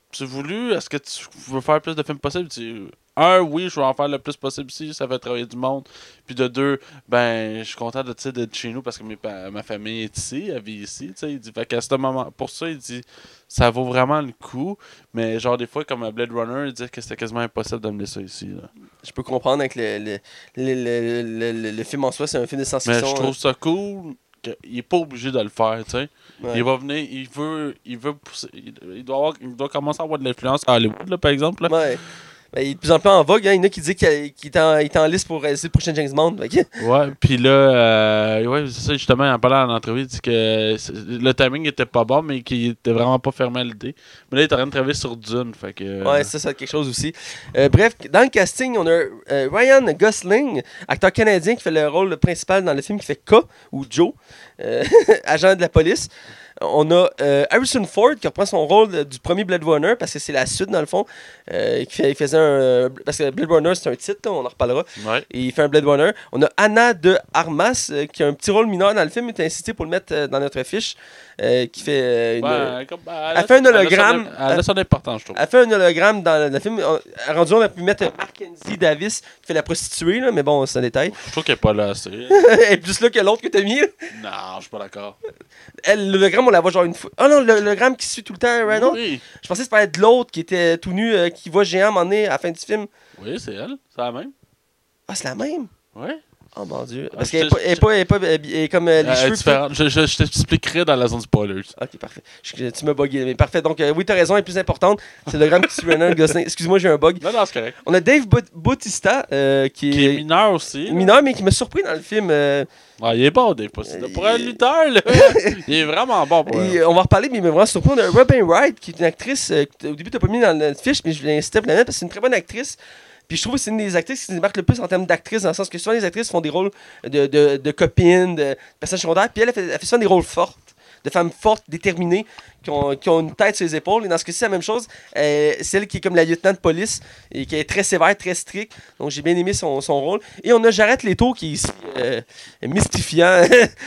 c'est voulu? Est-ce que tu veux faire plus de films possibles? Tu... Un, oui, je veux en faire le plus possible ici, ça fait travailler du monde. Puis de deux, ben, je suis content de, d'être chez nous parce que mes pa- ma famille est ici, elle vit ici. Il dit, fait qu'à ce moment, pour ça, il dit, ça vaut vraiment le coup. Mais genre, des fois, comme à Blade Runner, il dit que c'était quasiment impossible de me laisser ici. Là. Je peux comprendre avec le, le, le, le, le, le, le film en soi, c'est un film de science-fiction. Mais je trouve ça cool qu'il n'est pas obligé de le faire, tu sais. Ouais. Il va venir, il veut, il veut pousser, il, il doit avoir, il doit commencer à avoir de l'influence à Hollywood, là, par exemple. Là. Ouais. Ben, il est de plus en plus en vogue. Hein. Il y en a qui disent qu'il, qu'il est, en, il est en liste pour réaliser le prochain James Bond. Okay? Ouais, puis là, euh, ouais, c'est ça, justement, en parlant en entrevue, il dit que le timing était pas bon, mais qu'il était vraiment pas fermé à l'idée. Mais là, il est en train de travailler sur Dune. Fait que, euh... Ouais, ça, ça a quelque chose aussi. Euh, bref, dans le casting, on a euh, Ryan Gosling, acteur canadien qui fait le rôle principal dans le film qui fait K, ou Joe, euh, agent de la police. On a euh, Harrison Ford qui reprend son rôle euh, du premier Blade Runner parce que c'est la suite dans le fond. Euh, qui fait, il faisait un. Parce que Blade Runner c'est un titre, là, on en reparlera. Ouais. Et il fait un Blade Runner. On a Anna de Armas euh, qui a un petit rôle mineur dans le film, il est incité pour le mettre euh, dans notre fiche. Euh, qui fait. Euh, une, ouais, comme, elle, elle fait un hologramme. Elle a son, elle a son importance, je trouve. Elle fait un hologramme dans le film. On, rendu, on a pu mettre Mackenzie Davis qui fait la prostituée, là, mais bon, c'est un détail. Je trouve qu'elle n'est pas là assez. Elle est plus là que l'autre que t'as mis. Là. Non, je suis pas d'accord. Elle, l'hologramme, on la voit genre une fois. Ah non, l'hologramme qui suit tout le temps Ryan. Oui. Je pensais que ça parlait de l'autre qui était tout nu, euh, qui voit géant à un moment donné à la fin du film. Oui, c'est elle. C'est la même. Ah, c'est la même? Oui. Oh mon dieu. Ah, Parce qu'elle est pas, elle est pas, elle est pas, elle est comme euh, les euh, cheveux. différente. Je, je, je t'expliquerai dans la zone spoilers. Ok, parfait. Je, tu m'as bugué. Mais parfait. Donc, euh, oui, t'as raison, elle est plus importante. C'est l'hologramme qui suit Ryan Gosling. Excuse-moi, j'ai un bug. Non, non, c'est correct. On a Dave Bautista euh, qui, Qui est est mineur aussi. mineur, mais qui m'a surpris dans le film. Euh, Ah, il est bon, Dave Bautista. Pour un lutteur, là, il est vraiment bon. Pour Et, on va en reparler, mais il m'a vraiment surpris. On a Robin Wright, qui est une actrice. Euh, au début, tu n'as pas mis dans la fiche, mais je l'ai incité pour la mettre parce que c'est une très bonne actrice. Puis je trouve que c'est une des actrices qui se démarque le plus en termes d'actrice, dans le sens que souvent les actrices font des rôles de, de, de copines, de personnages secondaires. Puis elle, elle fait, elle fait souvent des rôles fortes, de femmes fortes, déterminées, qui ont, qui ont une tête sur les épaules. Et dans ce cas-ci, c'est la même chose. Euh, c'est elle qui est comme la lieutenant de police et qui est très sévère, très stricte. Donc j'ai bien aimé son, son rôle. Et on a Jared Leto qui est ici euh, mystifiant.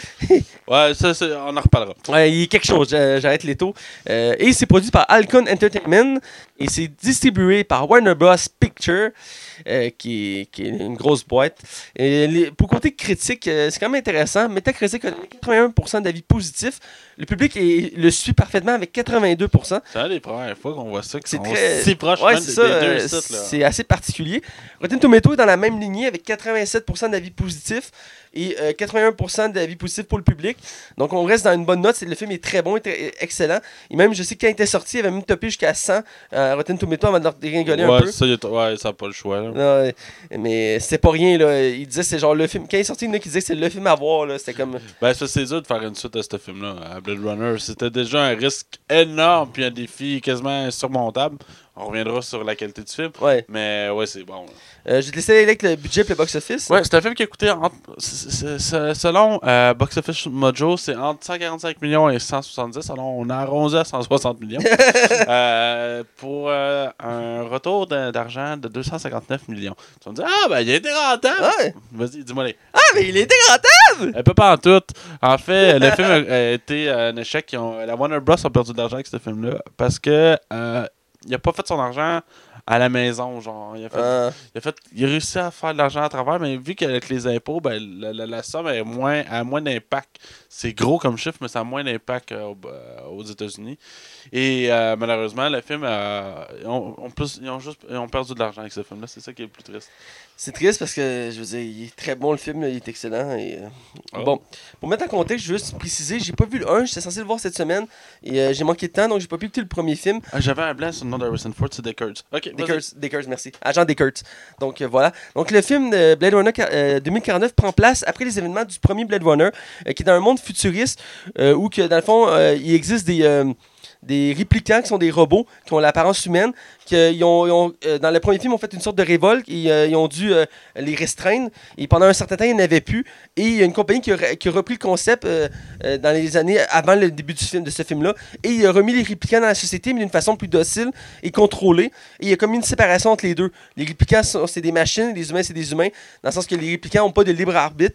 Ouais, ça, ça, on en reparlera. Ouais, il y a quelque chose, Jared Leto. Euh, et c'est produit par Alcon Entertainment et c'est distribué par Warner Bros. Pictures, euh, qui, est, qui est une grosse boîte. Et les, pour côté critique, euh, c'est quand même intéressant. Metacritic a donné quatre-vingt-un pour cent d'avis positifs. Le public est, le suit parfaitement avec quatre-vingt-deux pour cent. C'est une des premières fois qu'on voit ça, qui C'est sont très... si proches ouais, même c'est des, ça, des deux euh, sites. Là. C'est assez particulier. Rotten Tomato est dans la même lignée avec quatre-vingt-sept pour cent d'avis positifs et euh, quatre-vingt-un pour cent d'avis positifs pour le public. Donc on reste dans une bonne note. Le film est très bon, est très excellent. Et même, je sais que quand il était sorti, il avait même topé jusqu'à cent euh, Rotten Tomato avant de leur dégringoler ouais, un peu. Ça, a, ouais, ça n'a pas le choix. Là. Non, mais c'était pas rien. Là. Il disait c'est genre le film. Quand il est sorti, il y en a qui disaient que c'est le film à voir. Là. C'était comme. Ben, ça, c'est dur de faire une suite à ce film-là, à Blade Runner. C'était déjà un risque énorme, puis un défi quasiment insurmontable. On reviendra sur la qualité du film. Ouais. Mais ouais, c'est bon. Euh, je vais te laisser aller avec le budget et le box-office. Ouais, c'est un film qui a coûté, entre, c'est, c'est, selon euh, Box Office Mojo, c'est entre cent quarante-cinq millions et cent soixante-dix. Alors, on a arrondi à cent soixante millions. euh, pour euh, un retour de, d'argent de deux cent cinquante-neuf millions. Tu vas me dire, ah, ben, il a été rentable. Ouais. Vas-y, dis-moi les. Ah, mais il était rentable! Un peu pas en tout. En fait, le film a, a été un échec. Ils ont, la Warner Bros. A perdu de l'argent avec ce film-là parce que euh, il a pas fait son argent à la maison, genre. Il a, fait, euh. il a fait, il a réussi à faire de l'argent à travers, mais vu qu'avec les impôts, ben, la, la, la somme est moins, a moins d'impact. C'est gros comme chiffre, mais ça a moins d'impact euh, aux États-Unis. Et euh, malheureusement, le film, euh, ils, ont, ont plus, ils, ont juste, ils ont perdu de l'argent avec ce film-là. C'est ça qui est le plus triste. C'est triste parce que, je veux dire, il est très bon le film, là, il est excellent. Et, euh, oh. Bon, pour mettre en contexte, je veux juste préciser, j'ai pas vu le un, j'étais censé le voir cette semaine et euh, j'ai manqué de temps, donc j'ai pas pu écouter le premier film. Ah, j'avais un blanc sur le nom d'Harrison Ford, c'est Deckard. Ok, Deckard, Deckard, merci. Agent Deckard. Donc euh, voilà. Donc le film de Blade Runner euh, deux mille quarante-neuf prend place après les événements du premier Blade Runner, euh, qui est dans un monde futuriste euh, où, que, dans le fond, euh, il existe des... Euh, des réplicants qui sont des robots qui ont l'apparence humaine, qui euh, ils ont, ils ont, euh, dans le premier film, ils ont fait une sorte de révolte et euh, ils ont dû euh, les restreindre. Et pendant un certain temps, ils n'avaient plus. Et il y a une compagnie qui a, qui a repris le concept euh, euh, dans les années avant le début du film, de ce film-là. Et il a remis les réplicants dans la société, mais d'une façon plus docile et contrôlée. Et il y a comme une séparation entre les deux. Les réplicants, sont, c'est des machines, les humains, c'est des humains, dans le sens que les réplicants n'ont pas de libre arbitre.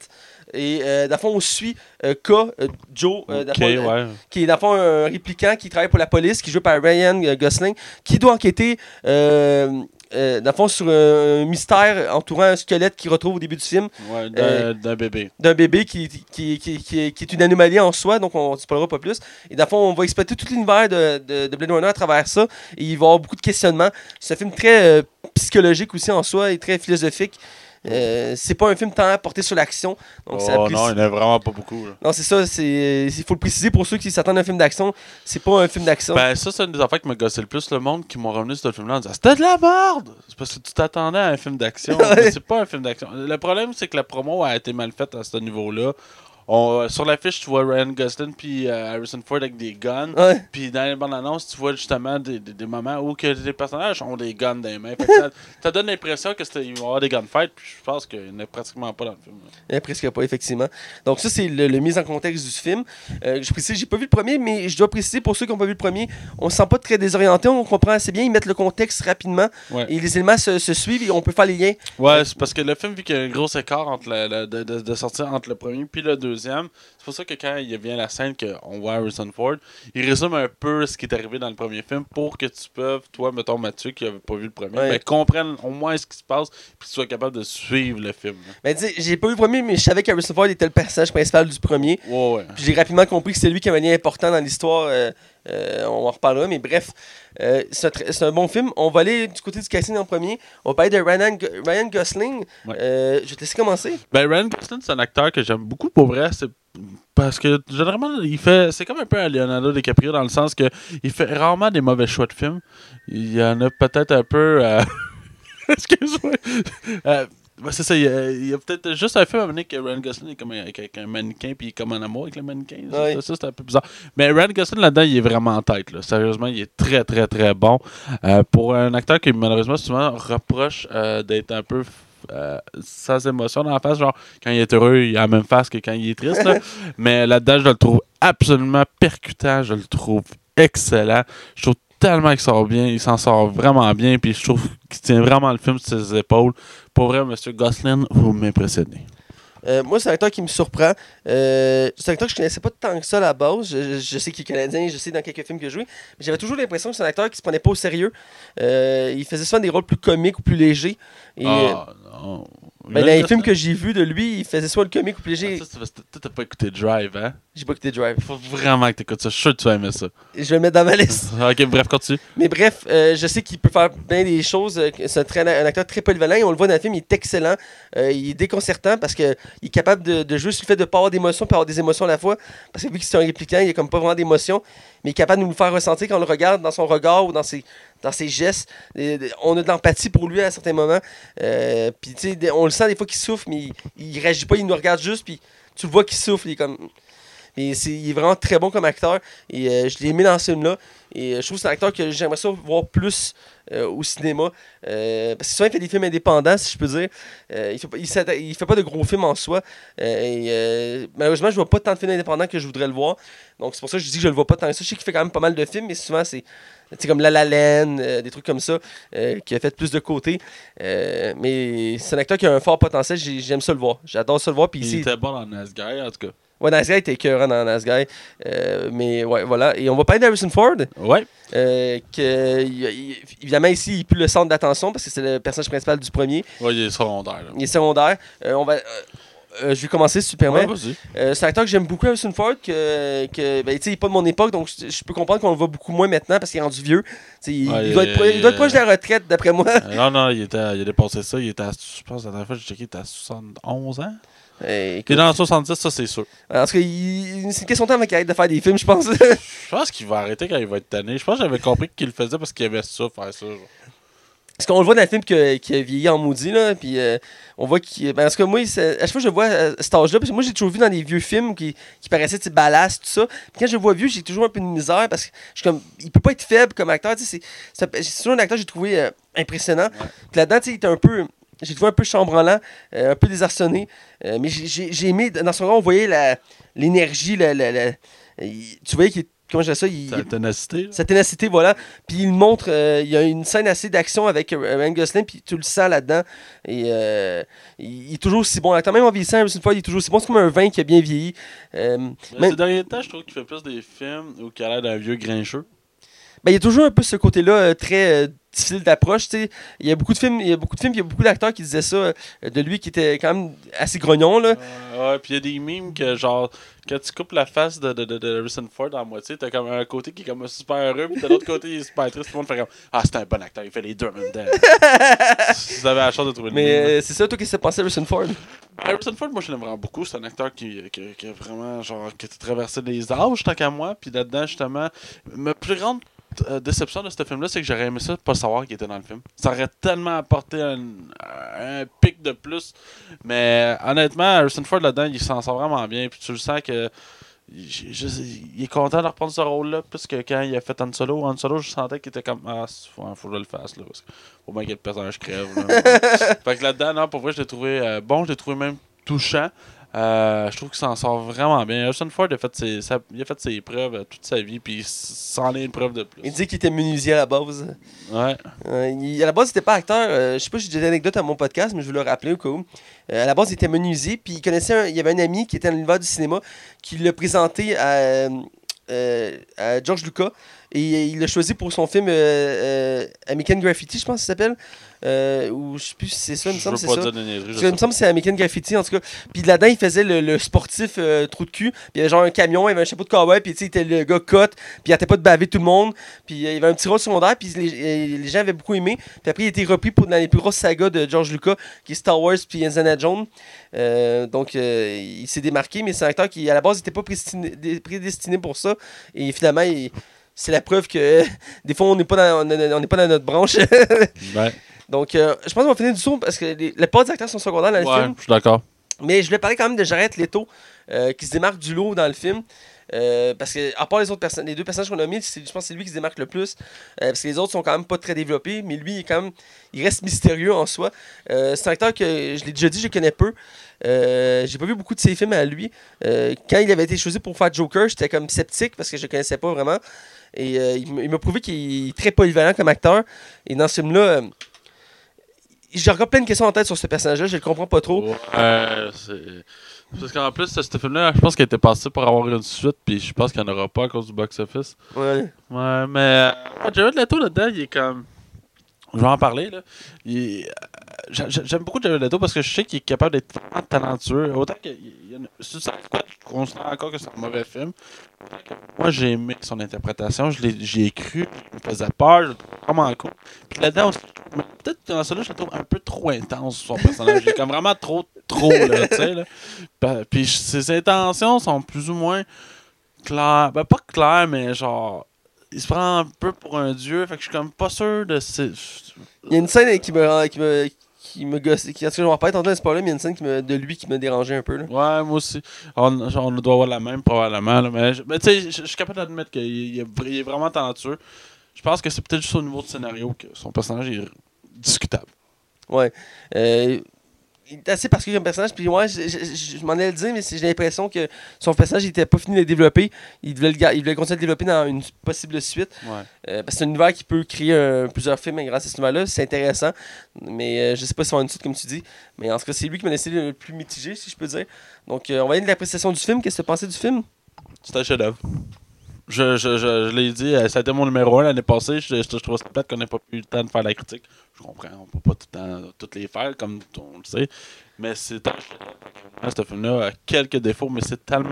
Et euh, dans le fond, on suit euh, K, euh, Joe, euh, dans le Ok, fond, euh, ouais. qui est dans le fond un répliquant qui travaille pour la police, qui joue par Ryan euh, Gosling, qui doit enquêter euh, euh, dans le fond sur un mystère entourant un squelette qu'il retrouve au début du film. Ouais, d'un, Euh, d'un bébé. D'un bébé qui, qui, qui, qui, qui est une anomalie en soi, donc on ne spoilera pas plus. Et dans le fond, on va exploiter tout l'univers de, de, de Blade Runner à travers ça. Et il va y avoir beaucoup de questionnements. C'est un film très euh, psychologique aussi en soi et très philosophique. Euh, c'est pas un film tant porté sur l'action. Donc ça Oh apprécie- non, il n'y en a vraiment pas beaucoup. Là. Non, c'est ça. Il faut le préciser pour ceux qui s'attendent à un film d'action. C'est pas un film d'action. Ben, ça, c'est une des affaires qui m'a gossé le plus. Le monde qui m'ont revenu sur ce film-là en disant c'était de la merde! C'est parce que tu t'attendais à un film d'action. Ouais. Mais c'est pas un film d'action. Le problème, c'est que la promo a été mal faite à ce niveau-là. On, sur l'affiche, tu vois Ryan Gosling puis euh, Harrison Ford avec des guns. Ouais. Puis dans les bandes annonces, tu vois justement des, des, des moments où que les personnages ont des guns dans les mains. Fait que ça, ça donne l'impression que c'était, il va y avoir des gunfights. Puis je pense qu'il n'y en a pratiquement pas dans le film. Là. Euh, presque pas, effectivement. Donc, ça, c'est le, le mise en contexte du film. Euh, je précise, j'ai pas vu le premier, mais je dois préciser pour ceux qui n'ont pas vu le premier, on se sent pas très désorienté, on comprend assez bien, ils mettent le contexte rapidement Ouais. et les éléments se, se suivent et on peut faire les liens. Ouais, c'est parce que le film, vu qu'il y a un gros écart entre la, la- de, de, de sortir entre le premier puis le deuxième, c'est pour ça que quand il vient la scène qu'on voit Harrison Ford, il résume un peu ce qui est arrivé dans le premier film pour que tu peux, toi, mettons Mathieu, qui n'avait pas vu le premier, Ouais. ben, comprenne au moins ce qui se passe puis que tu sois capable de suivre le film. là. Mais tu sais, j'ai pas vu le premier, mais je savais qu'Harrison Ford était le personnage principal du premier. Ouais, ouais. Puis j'ai rapidement compris que c'est lui qui avait un lien important dans l'histoire. euh, euh, on en reparlera, mais bref, euh, c'est, un tr- c'est un bon film. On va aller du côté du casting en premier. On va parler de Ryan, Go- Ryan Gosling. Ouais. Euh, je vais te laisser commencer. Ben, Ryan Gosling, c'est un acteur que j'aime beaucoup pour vrai. C'est parce que généralement, il fait. C'est comme un peu un Leonardo DiCaprio dans le sens que il fait rarement des mauvais choix de films. Il y en a peut-être un peu. euh, Excuse-moi. Euh, ben, c'est ça, il y a, il y a peut-être juste un film à mener que Ryan Gosling est comme un, avec un mannequin puis il est comme en amour avec le mannequin. Ça, Ouais. ça, ça, c'est un peu bizarre. Mais Ryan Gosling là-dedans, il est vraiment en tête. Là. Sérieusement, il est très très très bon. Euh, pour un acteur qui malheureusement souvent reproche euh, d'être un peu euh, sans émotion dans la face, genre quand il est heureux, il a la même face que quand il est triste. Là. Mais là-dedans, je le trouve absolument percutant, je le trouve excellent. Je trouve tellement qu'il sort bien, il s'en sort vraiment bien, puis je trouve qu'il tient vraiment le film sur ses épaules. Pour vrai, Monsieur Gosling, vous m'impressionnez. Euh, moi, c'est un acteur qui me surprend. Euh, c'est un acteur que je connaissais pas tant que ça à la base. Je, je- je sais qu'il est canadien, je sais dans quelques films qu'il a joué. Mais j'avais toujours l'impression que c'est un acteur qui se prenait pas au sérieux. Euh, il faisait souvent des rôles plus comiques ou plus légers. Et, Ah, non. ben, dans les films que j'ai vus de lui, il faisait soit le comique ou plus léger. Ah, ça, c'est parce que toi, t'as pas écouté Drive, hein? J'ai pas écouté Drive. Faut vraiment que t'écoutes ça. Je suis sûr que tu vas aimer ça. Je vais le mettre dans ma liste. Ok, bref, continue. Mais bref, euh, je sais qu'il peut faire bien des choses. euh, C'est un, très- un acteur très polyvalent. Et on le voit dans le film, il est excellent. Euh, il est déconcertant parce qu'il est capable de, de jouer sur le fait de ne pas avoir d'émotions et avoir des émotions à la fois. Parce que vu que c'est un répliquant, il n'y a comme pas vraiment d'émotions. Mais il est capable de nous le faire ressentir quand on le regarde dans son regard ou dans ses, dans ses gestes. Et, de- on a de l'empathie pour lui à certains moments. Euh, puis tu sais, de- on le sent des fois qu'il souffre, mais il, il réagit pas, il nous regarde juste. Puis tu le vois qu'il souffre. Il est comme. Mais c'est, il est vraiment très bon comme acteur. Et euh, je l'ai aimé dans ce film-là. Et euh, je trouve que c'est un acteur que j'aimerais ça voir plus euh, au cinéma. Euh, parce que souvent, il fait des films indépendants, si je peux dire. Euh, il fait, pas- il, s'atta- il fait pas de gros films en soi. Euh, et, euh, malheureusement, je vois pas tant de films indépendants que je voudrais le voir. Donc, c'est pour ça que je dis que je le vois pas tant que ça. Je sais qu'il fait quand même pas mal de films, mais souvent, c'est c'est comme La La Land, euh, des trucs comme ça, euh, qui a fait plus de côté. Euh, mais c'est un acteur qui a un fort potentiel. J'ai- J'aime ça le voir. J'adore ça le voir. Puis Il ici, était bon dans Nice Guy, en tout cas. ouais, Nice Guy était écœurant dans Nice Guy. Euh, mais ouais, voilà. Et on va parler d'Harrison Ford. Ouais. Euh, que, il- il- évidemment, ici, il est plus le centre d'attention parce que c'est le personnage principal du premier. Ouais, il est secondaire, là. Il est secondaire. Euh, on va, euh, euh, je vais commencer, si tu permets. Ouais, vas-y. Euh, c'est un acteur que j'aime beaucoup, Harrison Ford, que, que ben, tu sais, il n'est pas de mon époque, donc je, je peux comprendre qu'on le voit beaucoup moins maintenant parce qu'il est rendu vieux. Tu sais, Il, Ouais, il doit être, pro- il doit être proche de la retraite, d'après moi. Euh, non, non, il, était, il a dépassé ça. Il était à, je pense, la dernière fois que j'ai checké, il était à soixante-onze ans. Euh, Il est écoute, dans le soixante-dix, ça, c'est sûr. parce que il- c'est une question de temps avant qu'il arrête de faire des films, je pense. Je pense qu'il va arrêter quand il va être tanné. Je pense que j'avais compris qu'il le faisait parce qu'il aimait ça, faire ça. genre. Parce qu'on le voit dans le film que- qu'il a vieilli en maudit, là, puis euh, on voit qu'il... Ben, en tout cas, moi, c'est- à chaque fois que je le vois à cet âge-là, parce que moi, j'ai toujours vu dans des vieux films qui, qui paraissaient, tu sais, ballast, tout ça. Puis quand je le vois vieux, j'ai toujours un peu de misère, parce que je suis comme... Il peut pas être faible comme acteur, tu sais, c'est... c'est- C'est toujours un acteur que j'ai trouvé euh, impressionnant. Ouais. Puis là-dedans, tu sais, il était un peu... J'ai trouvé un peu chambranlant, euh, un peu désarçonné. Euh, mais j'ai- j'ai j'ai aimé, dans son rôle, on voyait la- l'énergie, la, la- la- il- tu voyais qu'il comment je dis ça, il, Sa ténacité. Là. Sa ténacité, voilà. Puis il montre, euh, il y a une scène assez d'action avec euh, Ryan Gosling, puis tu le sens là-dedans. Et euh, il, il est toujours aussi bon. Acteur, même en vieillissant, une fois, il est toujours aussi bon. C'est comme un vin qui a bien vieilli. Euh, mais même, ces derniers temps, je trouve qu'il fait plus des films où il a l'air d'un vieux grincheux. Ben, il y a toujours un peu ce côté-là euh, très euh, difficile d'approche. T'sais. Il y a beaucoup de films, il y a beaucoup de films, il y a beaucoup d'acteurs qui disaient ça euh, de lui qui était quand même assez grognon là. Euh, ouais, puis il y a des memes que genre quand tu coupes la face de, de, de, de Harrison Ford à moitié, t'as comme un côté qui est comme super heureux, puis t'as l'autre côté qui est super triste. Tout le monde fait comme ah c'est un bon acteur, il fait les deux en même temps. Si vous avez la chance de trouver le Mais meme. euh, c'est ça, toi, qu'est-ce que t'as pensé Harrison Ford? Harrison Ford, moi je l'aime vraiment beaucoup. C'est un acteur qui, qui, qui a vraiment genre qui a traversé les âges tant qu'à moi. Puis là-dedans justement, ma plus grande euh, déception de ce film-là, c'est que j'aurais aimé ça pas savoir qu'il était dans le film. Ça aurait tellement apporté un, un pic de plus. Mais honnêtement, Harrison Ford là-dedans, il s'en sort vraiment bien. Puis tu le sens que il, je, il est content de reprendre ce rôle-là. Parce que quand il a fait Han Solo, Han Solo, je sentais qu'il était comme ah, faut, faut que je le fasse là. Parce que faut bien que le personnage crève. Là. Fait que là-dedans, non, pour vrai, je l'ai trouvé euh, bon, je l'ai trouvé même touchant. Euh, je trouve qu'il s'en sort vraiment bien. Harrison Ford a fait ses, sa, il a fait ses preuves euh, toute sa vie, puis c'en est une preuve de plus. Il dit qu'il était menuisier à la base. Ouais. Euh, il, à la base, il n'était pas acteur. Euh, je sais pas si j'ai des anecdotes à mon podcast, mais je vais le rappeler au cas où. Euh, à la base, il était menuisier, puis il connaissait un, il y avait un ami qui était dans l'univers du cinéma qui l'a présenté à, euh, à George Lucas. Et il l'a choisi pour son film euh, euh, American Graffiti, je pense que ça s'appelle. Euh, ou je sais plus si c'est ça, il me semble que c'est ça. Dire de niaiseries, Parce que, il me semble que c'est American Graffiti, en tout cas. Puis là-dedans, il faisait le, le sportif euh, trou de cul. Puis il y avait genre un camion, il avait un chapeau de cowboy, puis tu sais, il était le gars cut, puis il arrêtait pas de baver tout le monde. Puis euh, il y avait un petit rôle secondaire, puis les, les gens avaient beaucoup aimé. Puis après, il a été repris pour, dans les plus grosses sagas de George Lucas, qui est Star Wars, puis Indiana Jones. Euh, donc, euh, il s'est démarqué, mais c'est un acteur qui, à la base, n'était pas prédestiné, prédestiné pour ça. Et finalement, il. C'est la preuve que euh, des fois, on n'est pas, dans, on n'est pas dans notre branche. Ouais. Donc, euh, je pense qu'on va finir du tour parce que les, la plupart des acteurs sont secondaires dans le ouais, film. je suis d'accord. Mais je voulais parler quand même de Jared Leto, euh, qui se démarque du lot dans le film. Euh, parce que, à part les autres personnes, les deux personnages qu'on a mis, je pense que c'est lui qui se démarque le plus. Euh, parce que les autres sont quand même pas très développés. Mais lui, il, est quand même, il reste mystérieux en soi. Euh, c'est un acteur que, je l'ai déjà dit, je connais peu. Euh, j'ai pas vu beaucoup de ses films à lui. Euh, quand il avait été choisi pour faire Joker, j'étais comme sceptique parce que je le connaissais pas vraiment. Et euh, il m'a prouvé qu'il est très polyvalent comme acteur. Et dans ce film-là, euh, j'ai encore plein de questions en tête sur ce personnage-là, je le comprends pas trop. Ouais, c'est. Parce qu'en plus, ce film-là, je pense qu'il était passé pour avoir une suite, puis je pense qu'il n'y en aura pas à cause du box-office. Ouais. Ouais, mais. Euh, Jared Leto là-dedans, il est comme. Je vais en parler, là. Il est... J'aime beaucoup Jared Leto parce que je sais qu'il est capable d'être vraiment talentueux. Autant que. Il y a une... Si ça quoi, je considère encore que c'est un mauvais film. Moi, j'ai aimé son interprétation. J'y ai cru. Il me faisait peur. Je le trouve vraiment cool. Puis là-dedans, peut-être que dans celui-là, je le trouve un peu trop intense, son personnage. Il est comme vraiment trop, trop, là, tu sais, là. Puis ses intentions sont plus ou moins claires. Ben, pas claires, mais genre. Il se prend un peu pour un dieu. Fait que je suis comme pas sûr de. Il y a une scène qui me. Qui me... qui me gosse, qui, en tout cas, je vais en parler tantôt, c'est pas là, mais il y a une scène qui me, de lui qui me dérangeait un peu. Là. Ouais, moi aussi. On, on doit avoir la même, probablement. Là, mais mais tu sais, je, je suis capable d'admettre qu'il il est, il est vraiment talentueux. Je pense que c'est peut-être juste au niveau du scénario que son personnage est discutable. Ouais. Euh, il est assez particulier comme personnage, puis moi, je, je, je, je m'en allais le dire, mais j'ai l'impression que son personnage n'était pas fini de le développer. Il devait, le, il devait continuer à le développer dans une possible suite. Ouais. Euh, parce que c'est un univers qui peut créer euh, plusieurs films grâce à ce univers-là. C'est intéressant, mais euh, je sais pas si on va une suite, comme tu dis. Mais en tout cas, c'est lui qui m'a laissé le plus mitigé, si je peux dire. Donc, euh, on va aller de l'appréciation du film. Qu'est-ce que tu as pensé du film? C'est un chef-d'œuvre. Je, je, je, je l'ai dit, ça a été mon numéro un l'année passée. Je, je, je trouve ça plate qu'on n'ait pas eu le temps de faire la critique. Je comprends, on peut pas tout le temps toutes les faire, comme on le sait. Mais c'est un chef-d'œuvre. Ce film-là a quelques défauts, mais c'est tellement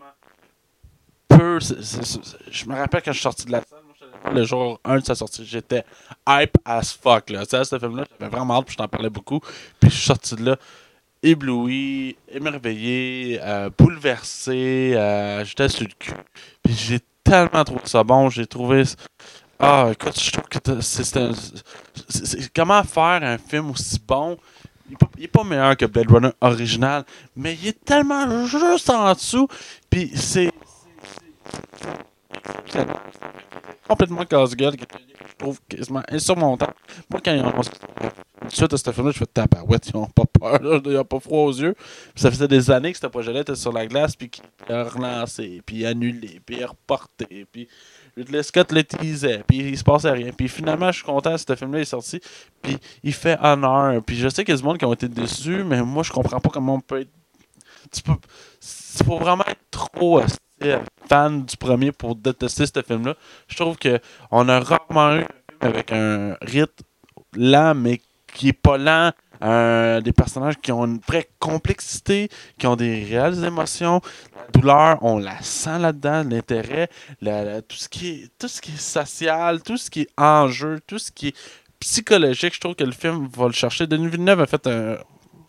peu. C'est, c'est, c'est, je me rappelle quand je suis sorti de la salle, moi, le jour un de sa sortie, j'étais hype as fuck. Là. Tu sais, ce film-là, j'avais vraiment hâte, puis je t'en parlais beaucoup. Puis je suis sorti de là ébloui, émerveillé, euh, bouleversé. Euh, j'étais sur le cul. Puis j'ai tellement trouvé ça bon. J'ai trouvé. Ah, écoute, je trouve que c'est, c'est, un... c'est, c'est comment faire un film aussi bon. Il est, pas, il est pas meilleur que Blade Runner original, mais il est tellement juste en dessous. Puis c'est. c'est, c'est... complètement casse-gueule, que je trouve quasiment insurmontable. Moi, quand ils ont suite à ce film-là, je fais tabarouette, ils ont pas peur, là, ils ont pas froid aux yeux. Puis ça faisait des années que ce projet-là était sur la glace, puis qu'il a relancé, puis annulé, puis reporté, puis Ridley Scott le teasait, puis il se passait rien. Puis finalement, je suis content que ce film-là est sorti, puis il fait honneur. Puis je sais qu'il y a du monde qui ont été déçus, mais moi, je comprends pas comment on peut être... Tu peux... Il faut vraiment être trop euh, fan du premier pour détester ce film-là. Je trouve qu'on a rarement eu un film avec un rythme lent, mais qui est pas lent. Euh, des personnages qui ont une vraie complexité, qui ont des réelles émotions. La douleur, on la sent là-dedans, l'intérêt, la, la, tout, ce qui est, tout ce qui est social, tout ce qui est enjeu, tout ce qui est psychologique. Je trouve que le film va le chercher. Denis Villeneuve a fait un,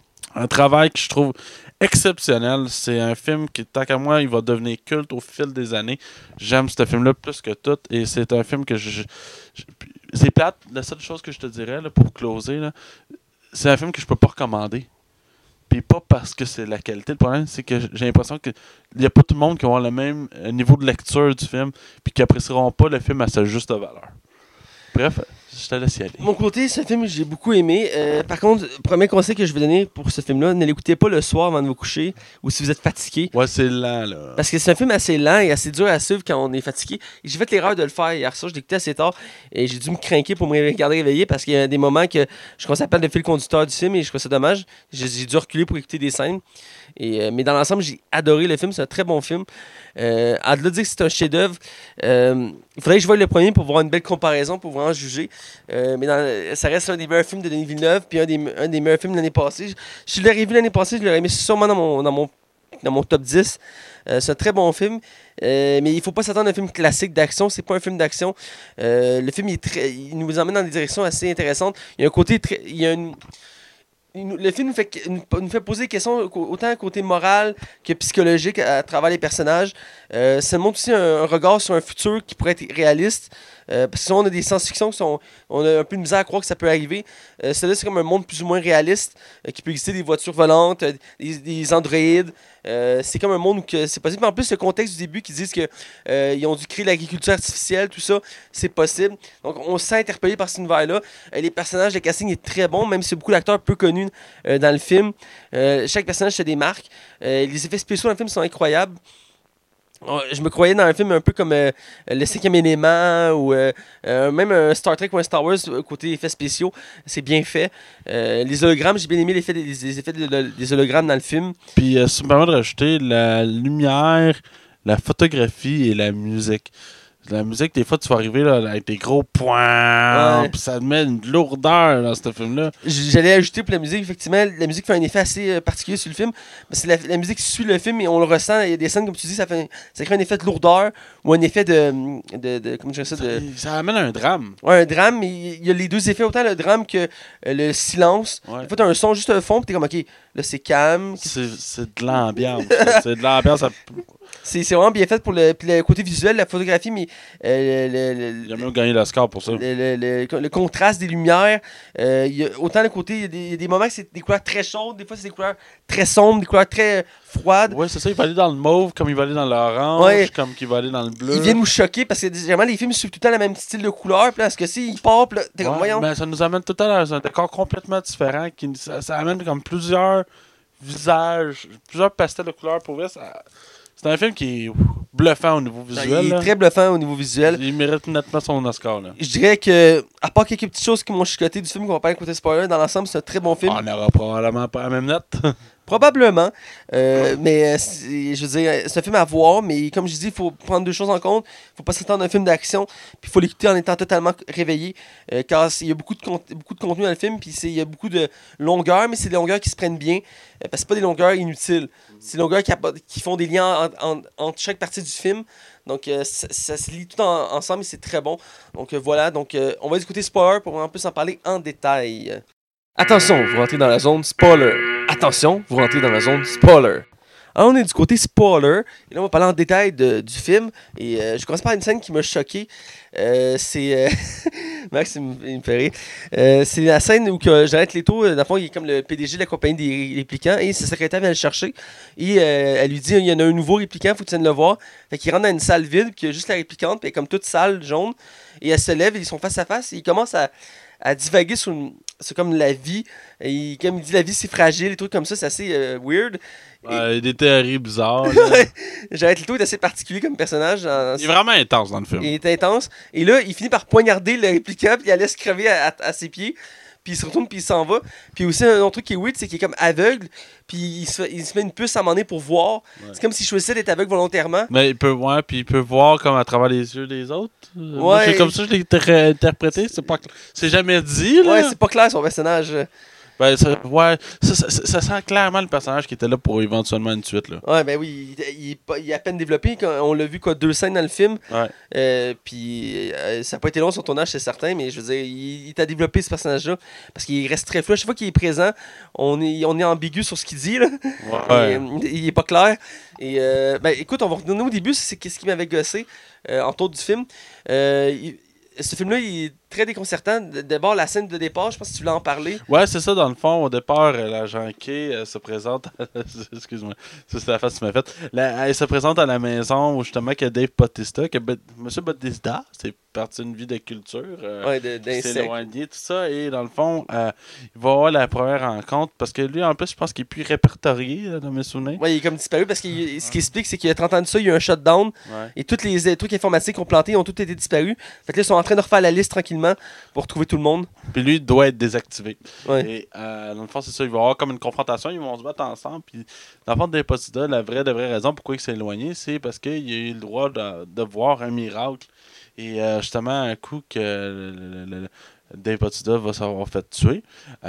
un travail que je trouve exceptionnel. C'est un film qui, tant qu'à moi, il va devenir culte au fil des années. J'aime ce film-là plus que tout. Et c'est un film que je... je, je c'est plate. La seule chose que je te dirais, là, pour closer, là, c'est un film que je peux pas recommander. Puis pas parce que c'est la qualité. Le problème, c'est que j'ai l'impression qu'il n'y a pas tout le monde qui va avoir le même niveau de lecture du film puis qui apprécieront pas le film à sa juste valeur. Bref, je te laisse y aller. De mon côté, ce film, j'ai beaucoup aimé. Euh, par contre, premier conseil que je vais donner pour ce film-là, ne l'écoutez pas le soir avant de vous coucher ou si vous êtes fatigué. Ouais, c'est lent, là. Parce que c'est un film assez lent et assez dur à suivre quand on est fatigué. Et j'ai fait l'erreur de le faire hier soir. Je l'ai écouté assez tard et j'ai dû me craquer pour me regarder réveillé parce qu'il y a des moments que je commençais à perdre le fil conducteur du film et je trouvais ça dommage. J'ai, j'ai dû reculer pour écouter des scènes. Et, euh, mais dans l'ensemble, j'ai adoré le film. C'est un très bon film. Euh, à de dire que c'est un chef-d'œuvre, euh, il faudrait que je voie le premier pour voir une belle comparaison, pour vraiment juger. Euh, mais dans, ça reste un des meilleurs films de Denis Villeneuve, puis un des, un des meilleurs films de l'année passée. Je, je l'aurais vu l'année passée, je l'aurais mis sûrement dans mon, dans mon, dans mon top dix. Euh, c'est un très bon film, euh, mais il ne faut pas s'attendre à un film classique d'action. C'est pas un film d'action. Euh, le film il, est très, il nous emmène dans des directions assez intéressantes. Il y a un côté très, il y a une Le film nous fait, nous fait poser des questions autant côté moral que psychologique à, à travers les personnages. Euh, ça montre aussi un, un regard sur un futur qui pourrait être réaliste. Euh, parce que sinon, on a des science-fiction qui sont. On a un peu de misère à croire que ça peut arriver. Euh, Celle-là, c'est comme un monde plus ou moins réaliste, euh, qui peut exister des voitures volantes, euh, des, des androïdes. Euh, c'est comme un monde où que c'est possible. En plus, le contexte du début qui disent qu'ils euh, ont dû créer l'agriculture artificielle, tout ça, c'est possible. Donc, on se sent interpellé par cet univers-là. Euh, les personnages, le casting est très bon, même si beaucoup d'acteurs peu connus euh, dans le film. Euh, chaque personnage se démarque. Euh, les effets spéciaux dans le film sont incroyables. Je me croyais dans un film un peu comme euh, Le Cinquième Élément ou euh, euh, même un Star Trek ou un Star Wars côté effets spéciaux. C'est bien fait. Euh, les hologrammes, j'ai bien aimé l'effet des, les effets des, des hologrammes dans le film. Puis, euh, si tu me permets de rajouter, la lumière, la photographie et la musique. La musique, des fois, tu vas arriver là, avec des gros points, ouais. Puis ça te met une lourdeur dans ce film-là. J'allais ajouter pour la musique, effectivement, la musique fait un effet assez euh, particulier sur le film. Parce que la, la musique suit le film et on le ressent. Il y a des scènes, comme tu dis, ça, fait, ça crée un effet de lourdeur ou un effet de. de, de comment je dirais ça, de... Ça, ça amène un drame. Ouais, un drame, mais il y a les deux effets, autant le drame que euh, le silence. Ouais. Des fois, t'as un son, juste un fond, puis t'es comme, ok, là, c'est calme. C'est, c'est de l'ambiance. c'est de l'ambiance. Ça... C'est, c'est vraiment bien fait pour le, le côté visuel, la photographie, mais euh, le, le, il a même gagné l'Oscar pour ça. Le, le, le, le contraste des lumières. Euh, y a, autant le côté, il y, a des, il y a des moments que c'est des couleurs très chaudes, des fois c'est des couleurs très sombres, des couleurs très froides. Ouais, c'est ça, il va aller dans le mauve comme il va aller dans l'orange, ouais. Comme il va aller dans le bleu. Il vient nous choquer parce que généralement les films suivent tout le temps le même style de couleur. Puis là, ce que si il part, là, t'es ouais, comme voyons. Ben, ça nous amène tout le temps dans un décor complètement différent. Qui, ça, ça amène comme plusieurs visages, plusieurs pastels de couleurs pour vrai. Ça... C'est un film qui est bluffant au niveau visuel. Il est là. très bluffant au niveau visuel. Il mérite nettement son Oscar. Là. Je dirais que, à part quelques petites choses qui m'ont chicoté du film qu'on va pas écouter spoiler, dans l'ensemble, c'est un très bon film. On n'aura probablement pas la même note. Probablement. Euh, mais je veux dire, c'est un film à voir, mais comme je dis, il faut prendre deux choses en compte. Il ne faut pas s'attendre à un film d'action, puis il faut l'écouter en étant totalement réveillé. Euh, car il y a beaucoup de, con- beaucoup de contenu dans le film, puis il y a beaucoup de longueurs, mais c'est des longueurs qui se prennent bien. Euh, parce que ce pas des longueurs inutiles. C'est des longueurs qui, qui font des liens en, en, entre chaque partie du film. Donc euh, ça, ça se lit tout en, ensemble et c'est très bon. Donc euh, voilà, donc euh, on va écouter spoiler pour en plus en parler en détail. Attention, vous rentrez dans la zone spoiler. Attention, vous rentrez dans la zone spoiler. Alors, on est du côté spoiler. Et là, on va parler en détail de, du film. Et euh, je commence par une scène qui m'a choqué. Euh, c'est. Euh... Max, il me, il me fait rire. Euh, c'est la scène où que Jared Leto, dans le fond, il est comme le P D G de la compagnie des réplicants. Et sa secrétaire vient le chercher. Et euh, elle lui dit il y en a un nouveau réplicant, faut que tu viennes le voir. Fait qu'il rentre dans une salle vide, puis il y a juste la réplicante, puis elle est comme toute sale, jaune. Et elle se lève, et ils sont face à face. Et ils commencent à, à divaguer sur, une, sur comme la vie. Et il, comme il dit, la vie c'est fragile, des trucs comme ça, c'est assez euh, weird. Ouais, des théories bizarres. Jared Leto est assez particulier comme personnage. Dans... Il est vraiment intense dans le film. Il est intense. Et là, il finit par poignarder le réplicant, puis il la laisse crever à, à, à ses pieds. Puis il se retourne, puis il s'en va. Puis aussi, un autre truc qui est weird, c'est qu'il est comme aveugle. Puis il se, il se met une puce à un moment donné pour voir. Ouais. C'est comme s'il choisissait d'être aveugle volontairement. Mais il peut, ouais, puis il peut voir comme à travers les yeux des autres. Ouais. Moi, c'est comme ça que je l'ai interprété. C'est, pas, c'est jamais dit, là. Ouais, c'est pas clair son personnage. Ben, ça, ouais, ça, ça, ça, ça sent clairement le personnage qui était là pour éventuellement une suite. Là. Ouais, ben oui, il, il, il, il est à peine développé. On l'a vu quoi, deux scènes dans le film. Ouais. Euh, puis euh, ça n'a pas été long son tournage, c'est certain, mais je veux dire, il, il t'a développé ce personnage-là parce qu'il reste très flou. À chaque fois qu'il est présent, on est, on est ambigu sur ce qu'il dit. Là. Ouais. Et, il est pas clair. Et euh, ben écoute, on va redonner au début, c'est ce qui m'avait gossé euh, en tour du film. Euh, il, ce film-là, il est très déconcertant. D'abord, la scène de départ, je pense que tu voulais en parler. Ouais, c'est ça, dans le fond. Au départ, l'agent Kay euh, se présente. Excuse-moi, ça c'est la face que tu m'as faite. La... Elle se présente à la maison où justement qu'il y a Dave Bautista. Que B... Monsieur Bautista, c'est parti d'une vie de culture. Euh, ouais, de, il s'est éloigné, tout ça. Et dans le fond, euh, il va avoir la première rencontre. Parce que lui, en plus, je pense qu'il est plus répertorié, là, dans mes souvenirs. Ouais, il est comme disparu parce que ce qui explique, c'est qu'il y a trente ans de ça, il y a eu un shutdown. Ouais. Et tous les trucs informatiques ont planté, ont tous été disparus. Fait que là, ils sont en train de refaire la liste tranquillement pour retrouver tout le monde. Puis lui, il doit être désactivé. Ouais. Et euh, dans le fond, c'est ça. Il va y avoir comme une confrontation. Ils vont se battre ensemble. Puis dans le fond, Dave Bautista, la vraie, de vraie raison pourquoi il s'est éloigné, c'est parce qu'il a eu le droit de, de voir un miracle. Et euh, justement, un coup que le, le, le, Dave Bautista va s'avoir fait tuer,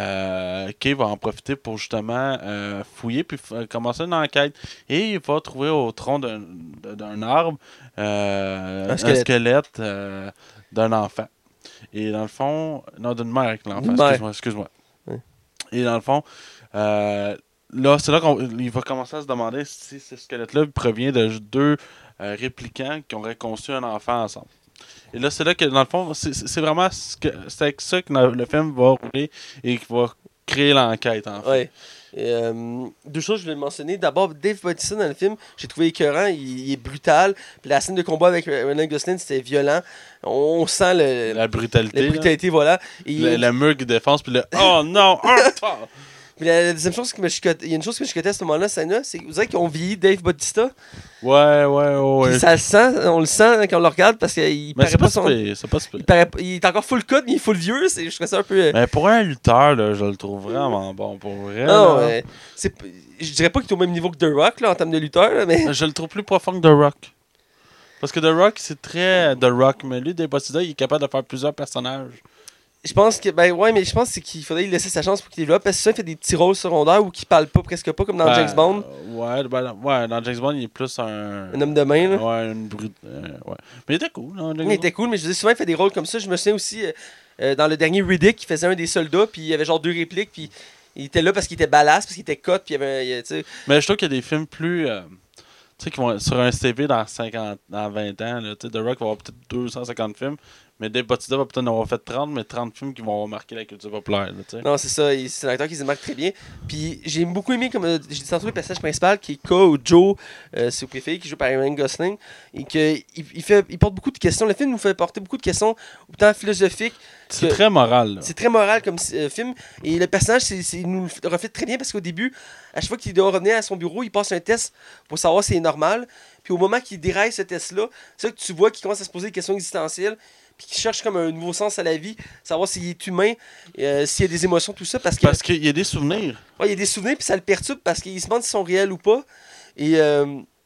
euh, Kay va en profiter pour justement euh, fouiller puis f- commencer une enquête. Et il va trouver au tronc d'un, d'un arbre euh, un squelette, un squelette euh, d'un enfant. Et dans le fond, non, d'une mère avec l'enfant, excuse-moi, excuse-moi. Oui. Et dans le fond, euh, là, c'est là qu'il va commencer à se demander si ce squelette-là provient de deux euh, réplicants qui auraient conçu un enfant ensemble. Et là, c'est là que, dans le fond, c'est, c'est vraiment ce que, c'est avec ça que le film va rouler et qui va créer l'enquête, en fait. Ouais. Et, euh, deux choses que je voulais mentionner. D'abord, Dave Bautista dans le film, j'ai trouvé écœurant. Il, il est brutal. Puis la scène de combat avec Ryan Gosling, c'était violent. On, on sent le, la brutalité. La brutalité, là. Voilà. Et le, il... la mur qui défonce, puis le oh non, oh, Puis la, la deuxième chose que me chicotait, il y a une chose que me chicotait à ce moment-là, c'est là, c'est que vous savez qu'ils ont vieilli Dave Bautista. Ouais, ouais, ouais. Puis ça le sent, on le sent quand on le regarde parce qu'il mais paraît c'est pas, pas son... Spé, c'est pas il, paraît... il est encore full cut, mais il est full vieux. C'est... Je trouve ça un peu. Mais pour un lutteur, là, je le trouve vraiment bon pour vrai. Non, ouais. c'est... Je dirais pas qu'il est au même niveau que The Rock là, en termes de lutteur, là, mais. Je le trouve plus profond que The Rock. Parce que The Rock, c'est très The Rock, mais lui, Dave Bautista, il est capable de faire plusieurs personnages. Je pense que, ben ouais, mais je pense que c'est qu'il faudrait lui laisser sa chance pour qu'il développe. Parce que ça, il fait des petits rôles secondaires ou qu'il parle pas, presque pas, comme dans ben, James Bond. Ouais, ben, ouais, dans James Bond, il est plus un. Un homme de main, là. Ouais, une brute. Euh, ouais. Mais il était cool, non? Il était cool, mais je veux dire, souvent, il fait des rôles comme ça. Je me souviens aussi, euh, euh, dans le dernier Riddick, il faisait un des soldats, puis il y avait genre deux répliques, puis il était là parce qu'il était badass, parce qu'il était cut, puis il y avait. Tu sais. Mais je trouve qu'il y a des films plus. Euh... Tu sais, qui vont sur un C V dans cinquante, dans vingt ans, là, The Rock va avoir peut-être deux cent cinquante films, mais Dave Bautista va peut-être en avoir fait trente, mais trente films qui vont avoir marqué la culture populaire. Là, non, c'est ça, c'est un acteur qui se marque très bien. Puis j'ai beaucoup aimé, comme euh, j'ai dit tantôt, le personnage principal qui est K ou Joe, euh, si vous préférez, qui joue par Ryan Gosling, et qu'il il fait, il porte beaucoup de questions. Le film nous fait porter beaucoup de questions, autant philosophiques. C'est très moral. Là. C'est très moral comme euh, film. Et le personnage, c'est, c'est, il nous le reflète très bien parce qu'au début, à chaque fois qu'il doit revenir à son bureau, il passe un test pour savoir si c'est normal. Puis au moment qu'il déraille ce test-là, c'est là que tu vois qu'il commence à se poser des questions existentielles. Puis qu'il cherche comme un nouveau sens à la vie, savoir s'il est humain, euh, s'il y a des émotions, tout ça. Parce, que, parce qu'il y a des souvenirs. Ouais, il y a des souvenirs, puis ça le perturbe parce qu'il se demande s'ils sont réels ou pas. Et euh,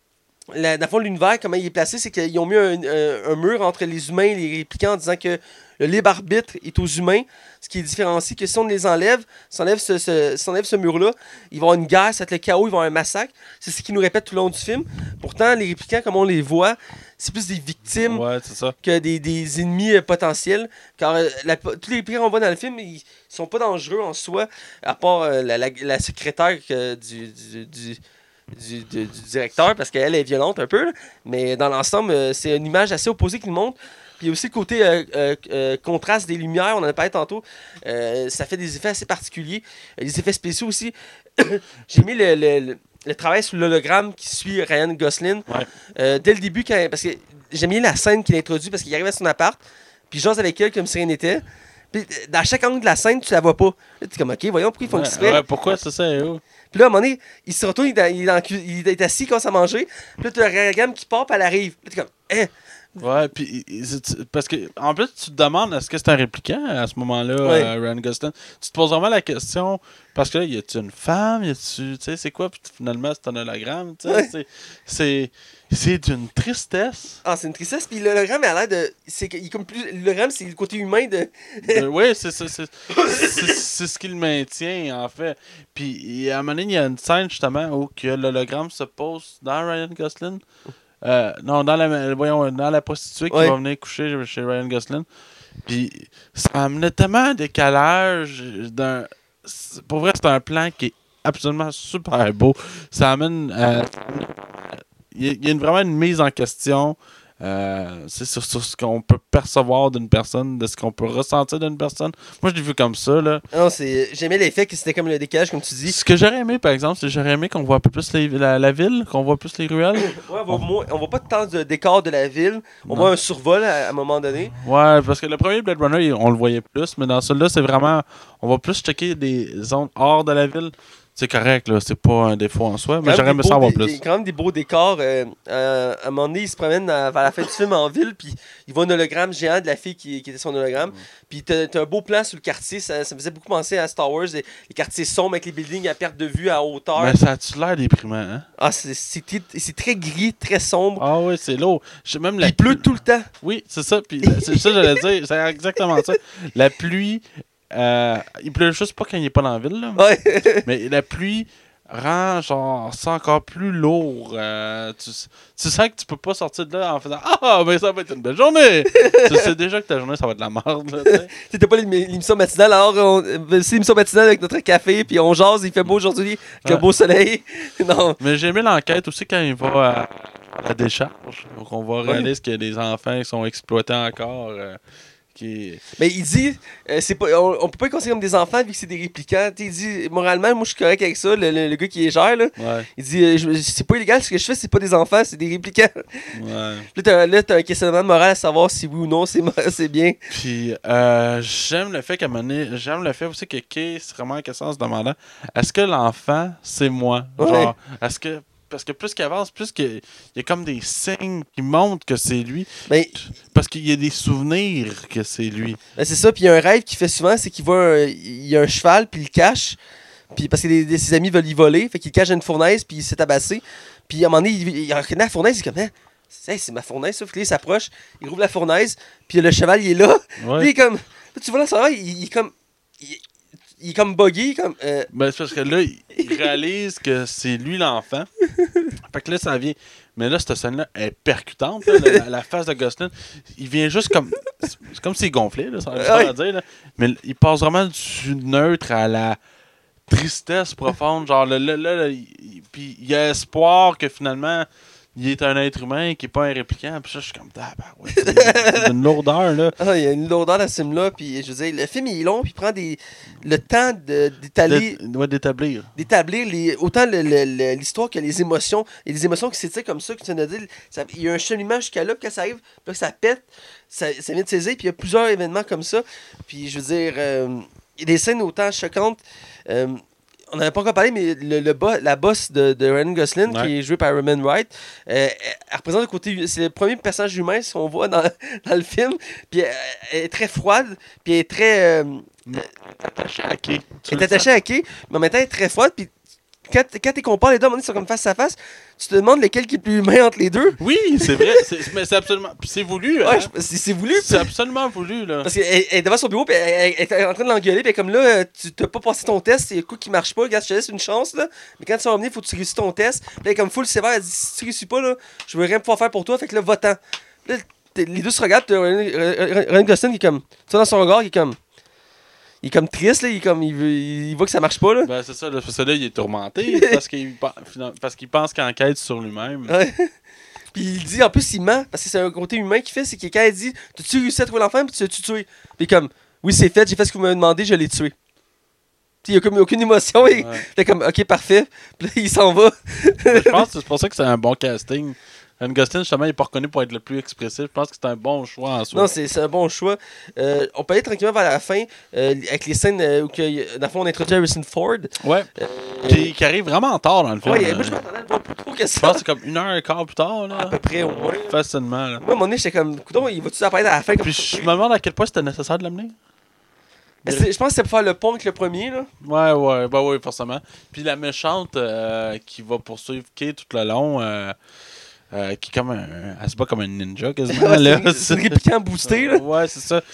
la, dans le fond, l'univers, comment il est placé, c'est qu'ils ont mis un, un, un mur entre les humains et les réplicants en disant que le libre arbitre est aux humains, ce qui est différencié que si on les enlève, si on enlève ce, ce, si on enlève ce mur-là, il va y avoir une guerre, ça va être le chaos, il va y avoir un massacre. C'est ce qu'ils nous répètent tout le long du film. Pourtant, les réplicants, comme on les voit, c'est plus des victimes ouais, c'est ça. que des, des ennemis euh, potentiels. Car euh, la, tous les réplicants qu'on voit dans le film, ils sont pas dangereux en soi, à part euh, la, la, la secrétaire euh, du... du, du du, du, du directeur parce qu'elle est violente un peu, là. Mais dans l'ensemble, euh, c'est une image assez opposée qu'il montre. Puis il y a aussi le côté euh, euh, euh, contraste des lumières, on en a parlé tantôt. Euh, ça fait des effets assez particuliers. Euh, les effets spéciaux aussi. J'ai mis le, le, le, le travail sur l'hologramme qui suit Ryan Gosling. Ouais. Euh, dès le début, quand, parce que j'aime bien la scène qu'il introduit parce qu'il arrive à son appart, puis il jase avec elle comme si rien n'était. Puis dans chaque angle de la scène, tu la vois pas. Là, t'es comme, ok, voyons pourquoi ils font Ouais, exprès. ouais, pourquoi c'est ça, oh? Puis là, à un moment donné, il se retourne, il est, dans- il est, dans la cu- il est assis, il commence à manger. Puis là, t'as la gamme qui part, puis elle arrive. Puis là, t'es comme, hein. Ouais, puis il- c'est- parce que en plus tu te demandes est-ce que c'est un répliquant à ce moment-là, Ouais. euh, Ryan Gosling. Tu te poses vraiment la question parce que là, y a-tu une femme, y a-tu, tu sais, c'est quoi, puis finalement c'est un hologramme, tu sais, Ouais. c'est c'est c'est d'une tristesse. Ah, c'est une tristesse. Puis l'hologramme, a l'air de. C'est qu'il est comme plus. L'hologramme, c'est le côté humain de. Euh, oui, c'est c'est c'est c'est- c'est ce qui le maintient en fait. Puis à un moment donné, il y a une scène justement où que l'hologramme se pose dans Ryan Gosling. Euh, non, dans la, voyons, dans la prostituée qui Ouais. va venir coucher chez Ryan Gosling. Puis ça amenait tellement un décalage d'un. c'est- Pour vrai, c'est un plan qui est absolument super beau. Ça amène. euh, Il y a, il y a une- vraiment une mise en question. Euh, c'est sur, sur ce qu'on peut percevoir d'une personne, de ce qu'on peut ressentir d'une personne. Moi, je l'ai vu comme ça, là. Non, c'est. J'aimais l'effet que c'était comme le décalage, comme tu dis. Ce que j'aurais aimé, par exemple, c'est que j'aurais aimé qu'on voit un peu plus les- la, la ville, qu'on voit plus les ruelles. Ouais, on, voit moins- on voit pas tant de décor de la ville. On Non. voit un survol à, à un moment donné. Ouais, parce que le premier Blade Runner, il- on le voyait plus, mais dans celui-là, c'est vraiment. On va plus checker des zones hors de la ville. C'est correct, là, c'est pas un défaut en soi, mais Quand même j'aurais des aimé beaux ça en voir dé- Il y plus. a quand même des beaux décors. Euh, euh, à un moment donné, il se promène à- vers la fin du film en ville, puis il voit un hologramme géant de la fille qui, qui était son hologramme. Mm. Puis t'as t'as un beau plan sur le quartier. Ça, ça me faisait beaucoup penser à Star Wars. Les, les quartiers sombres avec les buildings à perte de vue, à hauteur. Mais ça a-tu l'air déprimant, hein? Ah, c'est c'est très- c'est très gris, très sombre. Ah oui, c'est lourd. Je sais même Puis la il pleut tout le temps. Oui, c'est ça. Puis la- c'est ça que j'allais dire. C'est exactement ça. La pluie, euh, il pleut juste pas quand il est pas dans la ville, là. Ouais. Mais la pluie rend genre ça encore plus lourd. Euh, tu, tu sens que tu peux pas sortir de là en faisant ah mais ça va être une belle journée. Tu sais déjà que ta journée ça va être de la merde. Là, tu sais. C'était pas l'ém- l'émission matinale, alors on- euh, c'est l'émission matinale avec notre café, puis on jase, il fait beau aujourd'hui, avec Ouais. un beau soleil. Non. Mais j'ai aimé l'enquête aussi quand il va à, à la décharge. Donc on va réaliser qu'il y a des enfants qui sont exploités encore. euh, qui... Mais il dit, euh, c'est pas, on, on peut pas les considérer comme des enfants vu que c'est des réplicants. T'sais, il dit, moralement, moi je suis correct avec ça, le, le- le gars qui est gère, là. Ouais, Il dit, euh, je- c'est pas illégal, ce que je fais, c'est pas des enfants, c'est des réplicants. ouais. Là, t'as, là, t'as un questionnement moral à savoir si oui ou non c'est, mo- c'est bien. Puis euh, j'aime le fait qu'à un moment donné, j'aime le fait aussi que Kay, c'est vraiment une question en se demandant est-ce que l'enfant, c'est moi? Ouais. Genre, est-ce que. Parce que plus qu'il avance, plus qu'il y a comme des signes qui montrent que c'est lui. Ben, Parce qu'il y a des souvenirs que c'est lui. ben, c'est ça, puis il y a un rêve qu'il fait souvent, c'est qu'il voit un, il y a un cheval, puis il le cache. Puis parce que des- des- ses amis veulent y voler, fait qu'il le cache dans une fournaise, puis il s'est tabassé. Puis à un moment donné, il, il reconnaît la fournaise, il est comme, hein, c'est, c'est ma fournaise, ça. Puis là, il s'approche, il rouvre la fournaise, puis le cheval, il est là. Puis Ouais. il est comme, là, tu vois là, ça va, il, il est comme, il, il est comme buggy, il est comme, euh, Ben, c'est parce que là, il il réalise que c'est lui l'enfant. Fait que là, ça vient. Mais là, cette scène-là est percutante. Là, la, la face de Gosling, il vient juste comme. C'est comme s'il gonflait, là, ça va Ouais. à dire. Là. Mais il passe vraiment du neutre à la tristesse profonde. Genre, là, là, là, là, il- il- puis il y a espoir que finalement, il est un être humain qui n'est pas un répliquant. Puis ça, je suis comme, ah, ben, ouais, c'est c'est une lourdeur, là. ah, il y a une lourdeur dans ce film-là, puis je veux dire, le film il est long, puis il prend des, le temps de, d'étaler. De- ouais, d'établir. d'établir les, autant le- le- le- l'histoire que les émotions. Et les émotions qui s'étirent comme ça, que tu viens de dire, ça- il y a un cheminement jusqu'à là, puis quand ça arrive, puis là, ça pète, ça, ça vient de saisir, puis il y a plusieurs événements comme ça. Puis je veux dire, euh, il y a des scènes autant choquantes. euh, on n'avait pas encore parlé, mais le, le bo- la boss de, de Ryan Gosling, Ouais. qui est jouée par Roman Wright, euh, elle, elle représente le côté. C'est le premier personnage humain, si on voit dans, dans le film. Puis elle, elle est très froide, puis elle est très. euh, Attaché à qui? elle est attachée à Kay, mais en même temps, elle est très froide. Puis quand, quand tu compares les deux, à un moment donné, ils sont comme face à face, tu te demandes lequel qui est plus humain entre les deux. Oui, c'est vrai. c'est- Mais c'est absolument. Puis c'est voulu. hein. Ouais, je- c'est c'est voulu. C'est absolument voulu, là. Parce qu'elle elle est devant son bureau, puis elle, elle- elle est en train de l'engueuler, puis comme là, euh, tu t'as pas passé ton test, c'est le coup qui marche pas, regarde, je te laisse une chance, là. Mais quand tu vas revenir, il faut que tu réussisses ton test. Puis elle est comme full sévère, elle dit si tu réussis pas, là, je veux rien pouvoir faire pour toi, fait que là, va-t'en. Là, t'es- les deux se regardent, puis Ryan Ryan- Ryan Gosling qui est comme. Tu vois dans son regard, il est comme. il est comme triste, là, il, est comme, il, veut, il voit que ça marche pas. Là. Ben, c'est ça, là, parce que là, il est tourmenté parce qu'il parce qu'il pense qu'il enquête sur lui-même. Ouais. Puis il dit, en plus, il ment, parce que c'est un côté humain qu'il fait, c'est que quand il dit, t'as-tu réussi à trouver l'enfant, puis tu l'as-tu tué? Puis comme, oui, c'est fait, j'ai fait ce que vous m'avez demandé, je l'ai tué. Puis il n'y a comme aucune émotion, et Ouais. t'es comme, ok, parfait. Puis là, il s'en va. Je pense que c'est pour ça que c'est un bon casting. Ryan Gosling, justement, il n'est pas reconnu pour être le plus expressif. Je pense que c'est un bon choix en soi. Non, c'est c'est un bon choix. Euh, on peut aller tranquillement vers la fin, euh, avec les scènes euh, où, que, dans le fond, on introduit Harrison Ford. Ouais. Euh, Qui, qui arrive vraiment tard dans le film. Ouais, Euh, moi, je m'attendais à le voir plus tôt que Je ça. pense que c'est comme une heure et quart plus tard. Là. À peu près, au moins. Facilement. Là. Moi, à un moment donné, j'étais comme, coudonc, il va-tu apparaître à la fin? Comme Puis je me demande à quel point c'était nécessaire de l'amener. Ben, c'est- je pense que c'est pour faire le pont avec le premier, là. Ouais, ouais, bah ouais, forcément. Puis la méchante euh, qui va poursuivre Kay tout le long, euh, euh, qui est comme un. Elle se bat comme un ninja quasiment. là. c'est c'est répliquant boosté, là. Ouais, c'est ça.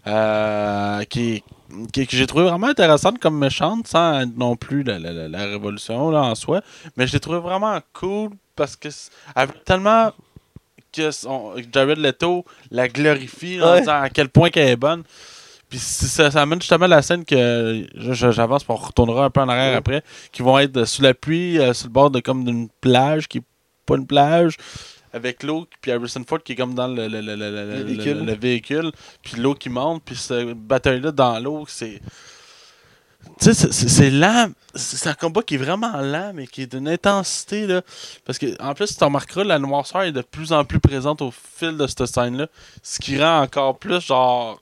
Euh, qui, qui, que j'ai trouvé vraiment intéressante comme méchante, sans être non plus la, la, la, la révolution là, en soi. Mais je l'ai trouvé vraiment cool parce que c- elle avait tellement que son, Jared Leto la glorifie là, en Ouais. disant à quel point qu'elle est bonne. Puis c'est- ça, ça amène justement la scène que je- je- j'avance, puis on retournera un peu en arrière Ouais. après, qui vont être sous la pluie, euh, sur le bord de comme d'une plage qui est pas une plage, avec l'eau, puis Harrison Ford qui est comme dans le, le, le, le, le- Le le- véhicule. le- le véhicule, puis l'eau qui monte, puis ce bataille-là dans l'eau, c'est. Tu sais, c'est- c'est c'est lent. C'est c'est un combat qui est vraiment lent, mais qui est d'une intensité, là. Parce que, en plus, tu remarqueras, la noirceur est de plus en plus présente au fil de cette scène-là. Ce qui rend encore plus, genre.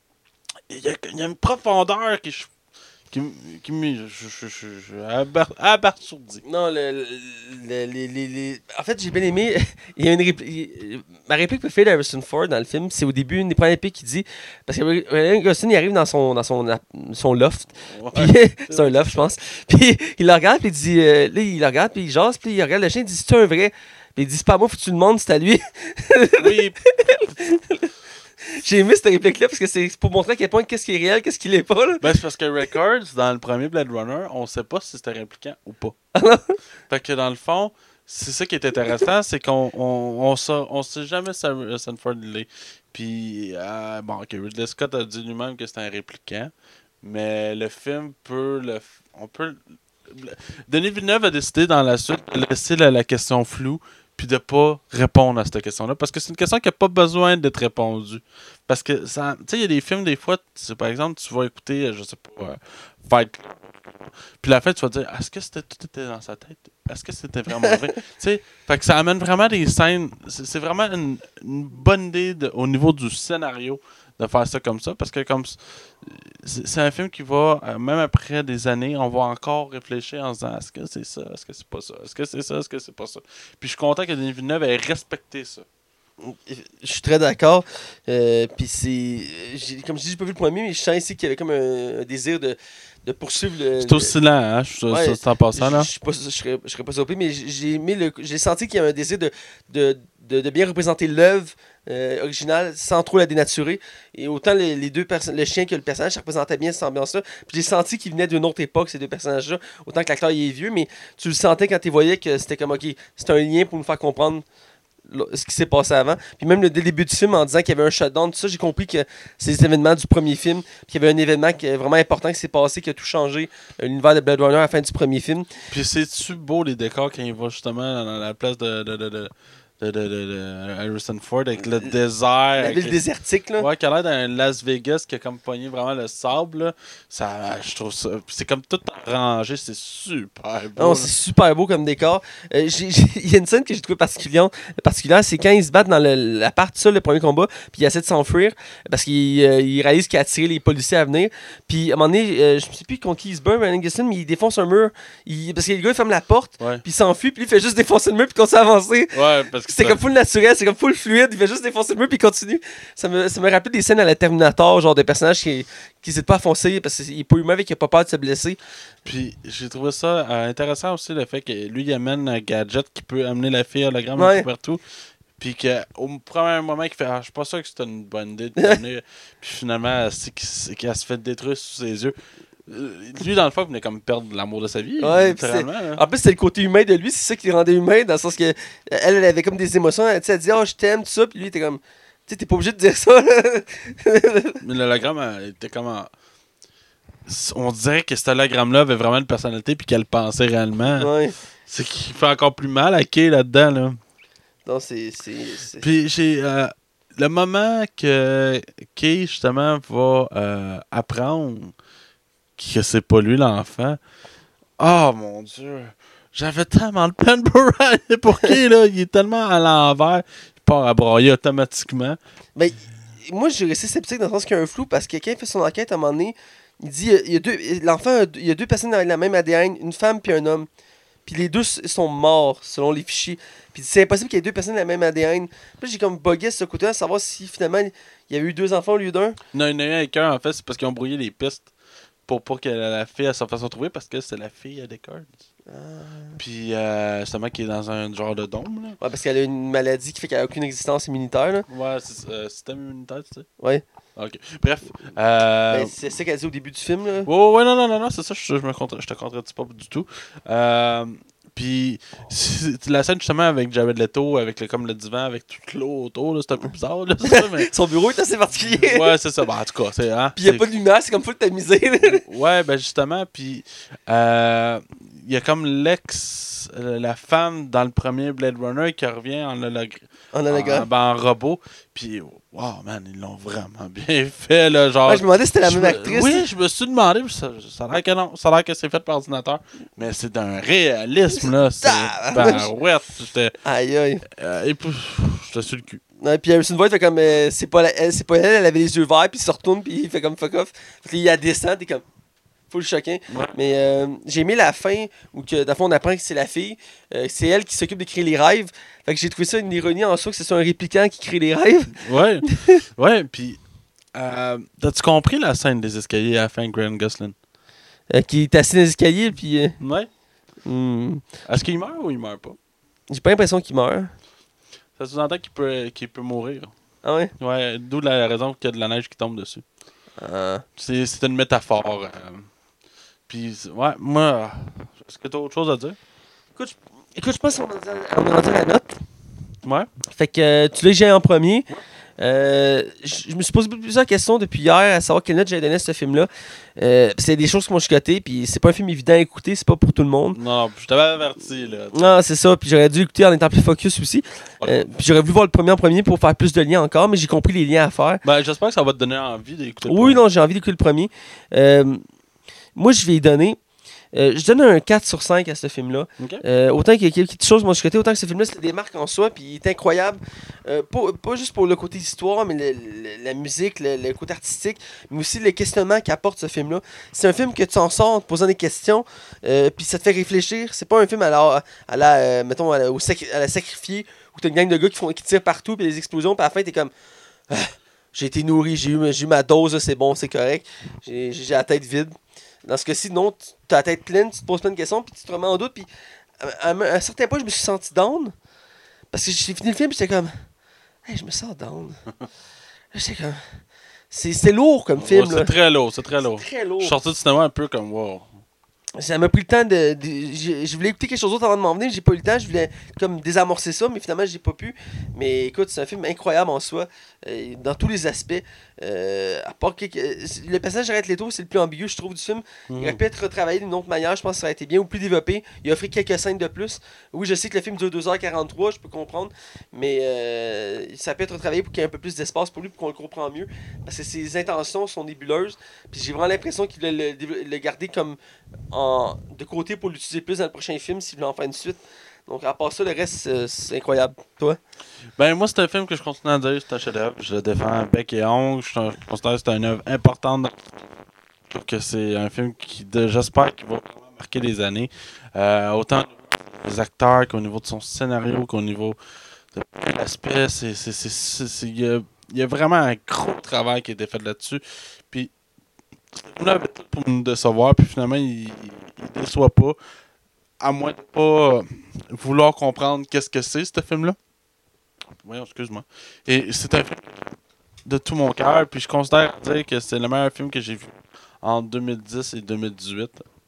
Il y a, il y a une profondeur qui. qui, qui me. Je je- je- je- abar- abasourdi. Non, le, le- le- les, les, les- En fait, j'ai bien aimé. Il y a une réplique. Ma réplique préférée d'Harrison Ford dans le film, c'est au début, une des premières répliques qu'il dit. Parce que Ryan Gosling, il arrive dans son, dans son, son loft. Ouais. Puis, c'est un loft, je pense. Puis il le regarde, puis il dit. euh, là, il le regarde, puis il jase, puis il regarde le chien, il dit, c'est un vrai. Puis il dit, c'est pas à moi, faut que tu le demandes, c'est à lui. Oui, J'ai aimé cette réplique-là, parce que c'est pour montrer à quel point qu'est-ce qui est réel, qu'est-ce qui l'est pas, là. ben c'est parce que Records, dans le premier Blade Runner, on sait pas si c'était répliquant ou pas. Fait que dans le fond, c'est ça qui est intéressant, c'est qu'on on, on, sa- on sait jamais si Harrison Ford l'est. Puis, euh, bon, ok, Ridley Scott a dit lui-même que c'était un répliquant, mais le film peut le. f- On peut. le- Denis Villeneuve a décidé dans la suite de laisser la, la question floue, puis de pas répondre à cette question-là, parce que c'est une question qui n'a pas besoin d'être répondue. Parce que, ça, tu sais, il y a des films, des fois, tu- par exemple, tu vas écouter, je sais pas, euh, Fight Club. Puis la fin, tu vas te dire, est-ce que c'était, tout était dans sa tête? Est-ce que c'était vraiment vrai? Tu sais, fait que ça amène vraiment des scènes. C'est, c'est vraiment une, une bonne idée de- au niveau du scénario de faire ça comme ça, parce que comme c'est, c'est un film qui va, euh, même après des années, on va encore réfléchir en se disant, est-ce que c'est ça? Est-ce que c'est pas ça? Est-ce que c'est ça? Est-ce que c'est pas ça? Puis je suis content que Denis Villeneuve ait respecté ça. Je suis très d'accord. Euh, Puis c'est. j'ai- Comme je dis, j'ai pas vu le premier, mais je sens ici qu'il y avait comme un, un désir de, de poursuivre le. C'est aussi lent, hein? Je Ouais, ça, c'est en passant, là. Je je suis pas- je serais, je serais pas surpris, mais j'ai j'ai aimé le. J'ai senti qu'il y avait un désir de, de, de, de bien représenter l'œuvre euh, originale sans trop la dénaturer. Et autant les, les deux personnes, le chien que le personnage, ça représentait bien cette ambiance-là. Puis j'ai senti qu'ils venaient d'une autre époque, ces deux personnages-là. Autant que l'acteur il est vieux, mais tu le sentais quand tu voyais que c'était comme, ok, c'était un lien pour nous faire comprendre là, ce qui s'est passé avant. Puis même le dès le début du film, en disant qu'il y avait un shutdown, tout ça, j'ai compris que c'est les événements du premier film. Puis qu'il y avait un événement qui est vraiment important qui s'est passé, qui a tout changé, euh, l'univers de Blade Runner à la fin du premier film. Puis c'est-tu beau les décors quand il va justement dans la place de, de, de, de, de, de, de- de Harrison Ford avec le désert. La avec ville les- désertique, là. Ouais, qui a l'air d'un Las Vegas qui a comme pogné vraiment le sable. Là. Ça, je trouve ça. Puis c'est comme tout rangé, c'est super beau. Non, là. c'est super beau comme décor. Euh, j'ai- j'ai- Il y a une scène que j'ai trouvée particulière, particulière c'est quand ils se battent dans le- l'appart, ça, le premier combat, puis ils essaient de s'enfuir, parce qu'ils euh, ils réalisent qu'il a attiré les policiers à venir. Puis à un moment donné, euh, je ne sais plus contre qui il se bat, Ryan Gosling, mais il défonce un mur. Il- parce que le gars, il ferme la porte, Ouais. puis il s'enfuit, puis lui, il fait juste défoncer le mur, puis continue à avancer. Ouais, parce que C'est comme full naturel, c'est comme full fluide, il fait juste défoncer le mur puis il continue. Ça me, ça me rappelle des scènes à la Terminator, genre de personnages qui n'hésitent pas à foncer parce qu'il est pas humain et qu'il a pas peur de se blesser. Puis j'ai trouvé ça euh, intéressant aussi le fait que lui il amène un gadget qui peut amener la fille hologramme un Ouais. peu partout. Puis qu'au premier moment, il fait ah, je suis pas sûr que c'était une bonne idée de l'amener. Puis finalement, c'est qu'il- qu'elle se fait détruire sous ses yeux. Euh, Lui, dans le fond, il venait comme perdre l'amour de sa vie. Ouais, puis littéralement. là. En plus, c'est le côté humain de lui, c'est ça qui le rendait humain, dans le sens que euh, elle, elle avait comme des émotions, elle, tu sais, elle dit oh je t'aime, tout ça, puis lui il était comme, tu sais, t'es pas obligé de dire ça, là. Mais l'hologramme, elle était comme en. on dirait que cet hologramme-là avait vraiment une personnalité puis qu'elle pensait réellement. Ouais. C'est qui fait encore plus mal à Kay là-dedans, là. Non, c'est... c'est, c'est... Puis j'ai... Euh, le moment que Kay, justement, va euh, apprendre que c'est pas lui l'enfant... Oh, mon Dieu! J'avais tellement de peine pour Ryan, pour Kay, là. Il est tellement à l'envers. Il part à brailler automatiquement. Ben, moi, je suis resté sceptique dans le sens qu'il y a un flou, parce que quand il fait son enquête, à un moment donné, il dit, il y a deux, l'enfant, a- il y a deux personnes avec la même A D N, une femme puis un homme. Puis les deux s- sont morts, selon les fichiers. Puis c'est impossible qu'il y ait deux personnes avec la même A D N. Puis j'ai comme bugué ce côté-là, savoir si finalement, il y avait eu deux enfants au lieu d'un. Non, il y en a eu avec un, en fait, c'est parce qu'ils ont brouillé les pistes pour pas que la fille elle se fasse retrouver parce que c'est la fille à Deckard. Ah. Puis, euh, justement, qui est dans un genre de dôme, là. Ouais, parce qu'elle a une maladie qui fait qu'elle a aucune existence immunitaire, là. Ouais, c'est euh, système immunitaire, tu sais. Ouais. Ok. Bref. Euh... Ben, c'est ça qu'elle dit au début du film, là. Ouais, ouais, non, non, non, non, c'est ça, je, je, me contre... je te contredis pas du tout. Euh... Puis, c'est- la scène justement avec Jared Leto, avec le, comme le divan, avec toute l'eau autour, là, c'est un peu bizarre, là, c'est ça, mais... Son bureau est assez particulier. Ouais, c'est ça. Ben, en tout cas, c'est... Hein, Puis il n'y a c'est- pas de lumière, c'est comme full tamisé. là. Ouais, ben justement, puis euh, il y a comme l'ex, euh, la femme dans le premier Blade Runner qui revient en, holog- On a le en, gars. ben, en robot, puis wow, man, ils l'ont vraiment bien fait, là, genre... Ouais, je me demandais si c'était la je même me- actrice. Oui, je me suis demandé, puis ça, ça a l'air que non, ça a l'air que c'est fait par ordinateur, mais c'est d'un réalisme, là, c'est... Ben, ouais, j'étais... Aïe aïe. Euh, et puis, j'étais sur le cul. Ouais, puis Harrison Ford fait comme euh, c'est pas la- elle, c'est pas elle, elle avait les yeux verts, puis il se retourne, puis il fait comme fuck off. Puis il descend, t'es comme full choquant. Ouais. Mais euh, j'ai aimé la fin où que dans le fond on apprend que c'est la fille, euh, c'est elle qui s'occupe de créer les rêves. Fait que j'ai trouvé ça une ironie en soi que c'est un répliquant qui crée les rêves. Ouais, ouais, puis... Euh, t'as-tu compris la scène des escaliers à la fin, Grant Gustin? Euh, qui est assis dans les escaliers, puis euh, Ouais. hmm, Est-ce qu'il meurt ou il meurt pas? j'ai pas l'impression qu'il meurt. Ça sous-entend qu'il peut, qu'il peut mourir. Ah ouais? Ouais, d'où la raison qu'il y a de la neige qui tombe dessus. Ah. C'est, c'est une métaphore. euh. Puis, c'est- ouais, moi, est-ce que t'as autre chose à dire? Écoute, je, écoute, je pense qu'on a on a rendu la note. Ouais. Fait que euh, tu l'as j'ai en premier. Euh, je je me suis posé plusieurs questions depuis hier à savoir quelle note j'avais donné à ce film-là. Euh, c'est des choses qui m'ont chicoté, puis c'est pas un film évident à écouter, c'est pas pour tout le monde. Non, je t'avais averti, là. Non, c'est ça, puis j'aurais dû écouter en étant plus focus aussi. Ouais. Euh, puis j'aurais voulu voir le premier en premier pour faire plus de liens encore, mais j'ai compris les liens à faire. Ben, j'espère que ça va te donner envie d'écouter le Oui, premier. non, j'ai envie d'écouter le premier. Euh, moi, je vais y donner. euh, je donne un quatre sur cinq à ce film-là. Ok. Euh, autant qu'il y a quelques choses de mon côté, autant que ce film-là se démarque en soi, puis il est incroyable. Euh, pas, pas juste pour le côté histoire, mais le- le- la musique, le, le côté artistique, mais aussi le questionnement qu'apporte ce film-là. C'est un film que tu en sors en te posant des questions, euh, puis ça te fait réfléchir. C'est pas un film à la, à la euh, mettons, à la, au sacri- à la sacrifier, où t'as une gang de gars qui, font, qui tirent partout, puis des explosions, puis à la fin, t'es comme... Ah, j'ai été nourri, j'ai eu, j'ai eu ma dose, là, c'est bon, c'est correct. J'ai j'ai la tête vide. Dans ce cas-ci, non, tu as la tête pleine, tu te poses plein de questions, puis tu te remets en doute. Puis à, à- à un certain point, je me suis senti down. Parce que j'ai fini le film, puis j'étais comme, hey, je me sens down. Là, j'étais comme, c'est c'est lourd comme Ouais, film. c'est là. très lourd, c'est très lourd. C'est très Je lourd. suis sorti du cinéma un peu comme wow. Ça m'a pris le temps de. de- je, je voulais écouter quelque chose d'autre avant de m'en venir, j'ai pas eu le temps, je voulais comme désamorcer ça, mais finalement j'ai pas pu. Mais écoute, c'est un film incroyable en soi, euh, dans tous les aspects. Euh, à part que, que- le personnage d'Jared Leto, c'est le plus ambigu, je trouve, du film. Il aurait pu être retravaillé d'une autre manière, je pense que ça aurait été bien, ou plus développé. Il a offert quelques scènes de plus. Oui, je sais que le film dure deux heures quarante-trois, je peux comprendre, mais euh, ça peut être retravaillé pour qu'il y ait un peu plus d'espace pour lui, pour qu'on le comprenne mieux. Parce que ses intentions sont nébuleuses. Puis j'ai vraiment l'impression qu'il voulait le, le- le garder comme en, de côté pour l'utiliser plus dans le prochain film s'il voulait en faire une suite. Donc à part ça, le reste, euh, c'est incroyable. Toi? Ben, moi, c'est un film que je continue à dire, c'est un chef-d'œuvre. Je le défends bec et ongle. Je, je considère que c'est une œuvre importante. dans- Je trouve que c'est un film qui, de- j'espère qu'il va vraiment marquer les années. Euh, autant des acteurs qu'au niveau de son scénario, qu'au niveau de plein d'aspects. C'est, c'est, c'est, c'est- c'est- il, y a, il y a vraiment un gros travail qui a été fait là-dessus. Puis, on avait tout pour nous décevoir, puis finalement, il ne déçoit pas. À moins de pas vouloir comprendre qu'est-ce que c'est, ce film-là. Voyons, excuse-moi. Et c'est un film de tout mon cœur, puis je considère dire que c'est le meilleur film que j'ai vu en deux mille dix et deux mille dix-huit.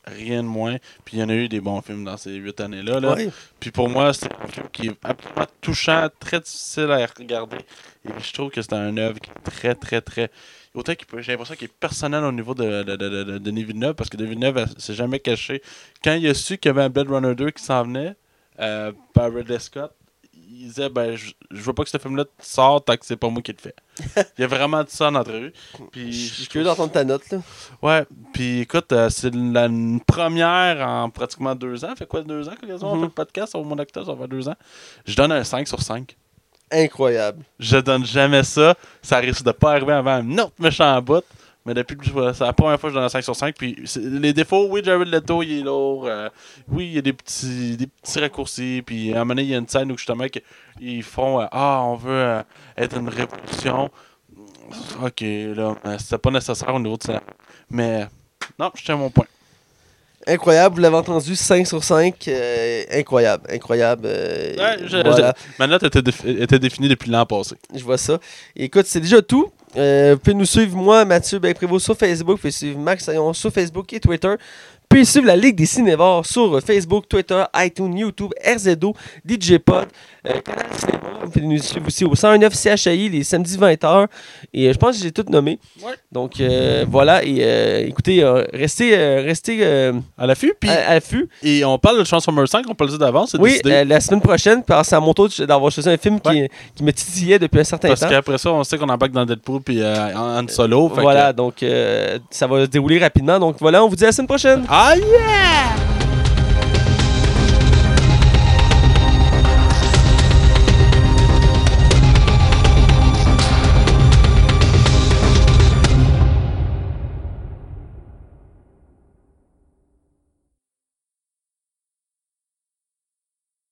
rien de moins. Puis il y en a eu des bons films dans ces huit années-là. Là. Ouais. Puis pour moi, c'est un film qui est absolument touchant, très difficile à regarder. Et je trouve que c'est un œuvre qui est très, très, très... Autant qu'il peut, j'ai l'impression qu'il est personnel au niveau de, de, de, de, de Denis Villeneuve, parce que Denis Villeneuve elle, s'est jamais caché. Quand il a su qu'il y avait un Blade Runner deux qui s'en venait, euh, par Ridley Scott, il disait ben je, je veux pas que ce film-là sorte tant que c'est pas moi qui le fais. Il a vraiment dit ça en entrevue. Puis Je suis curieux d'entendre ta note, là. Ouais, puis écoute, euh, c'est la une première en pratiquement deux ans. Ça fait quoi, deux ans que les gens ont Mhm. fait le podcast au mois d'octobre, ça va deux ans. Je donne un cinq sur cinq. Incroyable. Je donne jamais ça. Ça risque de pas arriver avant un autre méchant bout. Mais depuis que je- c'est la première fois que je donne un cinq sur cinq. Puis c'est- les défauts, oui, Jared Leto, il est lourd. euh, oui, il y a des petits, des petits raccourcis. Puis à un moment donné, il y a une scène où justement que- ils font euh, ah, on veut euh, être une révolution. Ok, là, mais c'était pas nécessaire au niveau de ça. Mais non, je tiens mon point. Incroyable, vous l'avez entendu, cinq sur cinq. euh, incroyable, incroyable. euh, Ouais, je- voilà. je- ma note était, défi- était définie depuis l'an passé. Je vois ça. Et écoute, c'est déjà tout. Euh, vous pouvez nous suivre, moi, Mathieu Prévost, sur Facebook. Vous pouvez suivre Max Saillon sur Facebook et Twitter. Vous pouvez suivre la Ligue des Cinévores sur Facebook, Twitter, iTunes, YouTube, R Z O, D J Pod, euh, Canal Cinéma. Vous pouvez nous suivre aussi au cent un neuf C H I les samedis vingt heures. Et euh, je pense que j'ai tout nommé. Ouais. Donc euh, voilà. Et euh, écoutez, euh, restez, euh, restez euh, À l'affût, puis à, à l'affût. et on parle de Transformers cinq, on peut le dire d'avance, c'est Oui, décidé. euh, la semaine prochaine, parce que c'est à mon tour de- d'avoir choisi un film qui, Ouais. qui me titillait depuis un certain Parce temps. qu'après ça, on sait qu'on embarque dans Deadpool puis euh, en, en solo. Fait Voilà, donc euh, ça va se dérouler rapidement. Donc voilà, on vous dit à la semaine prochaine. Que... Ah yeah!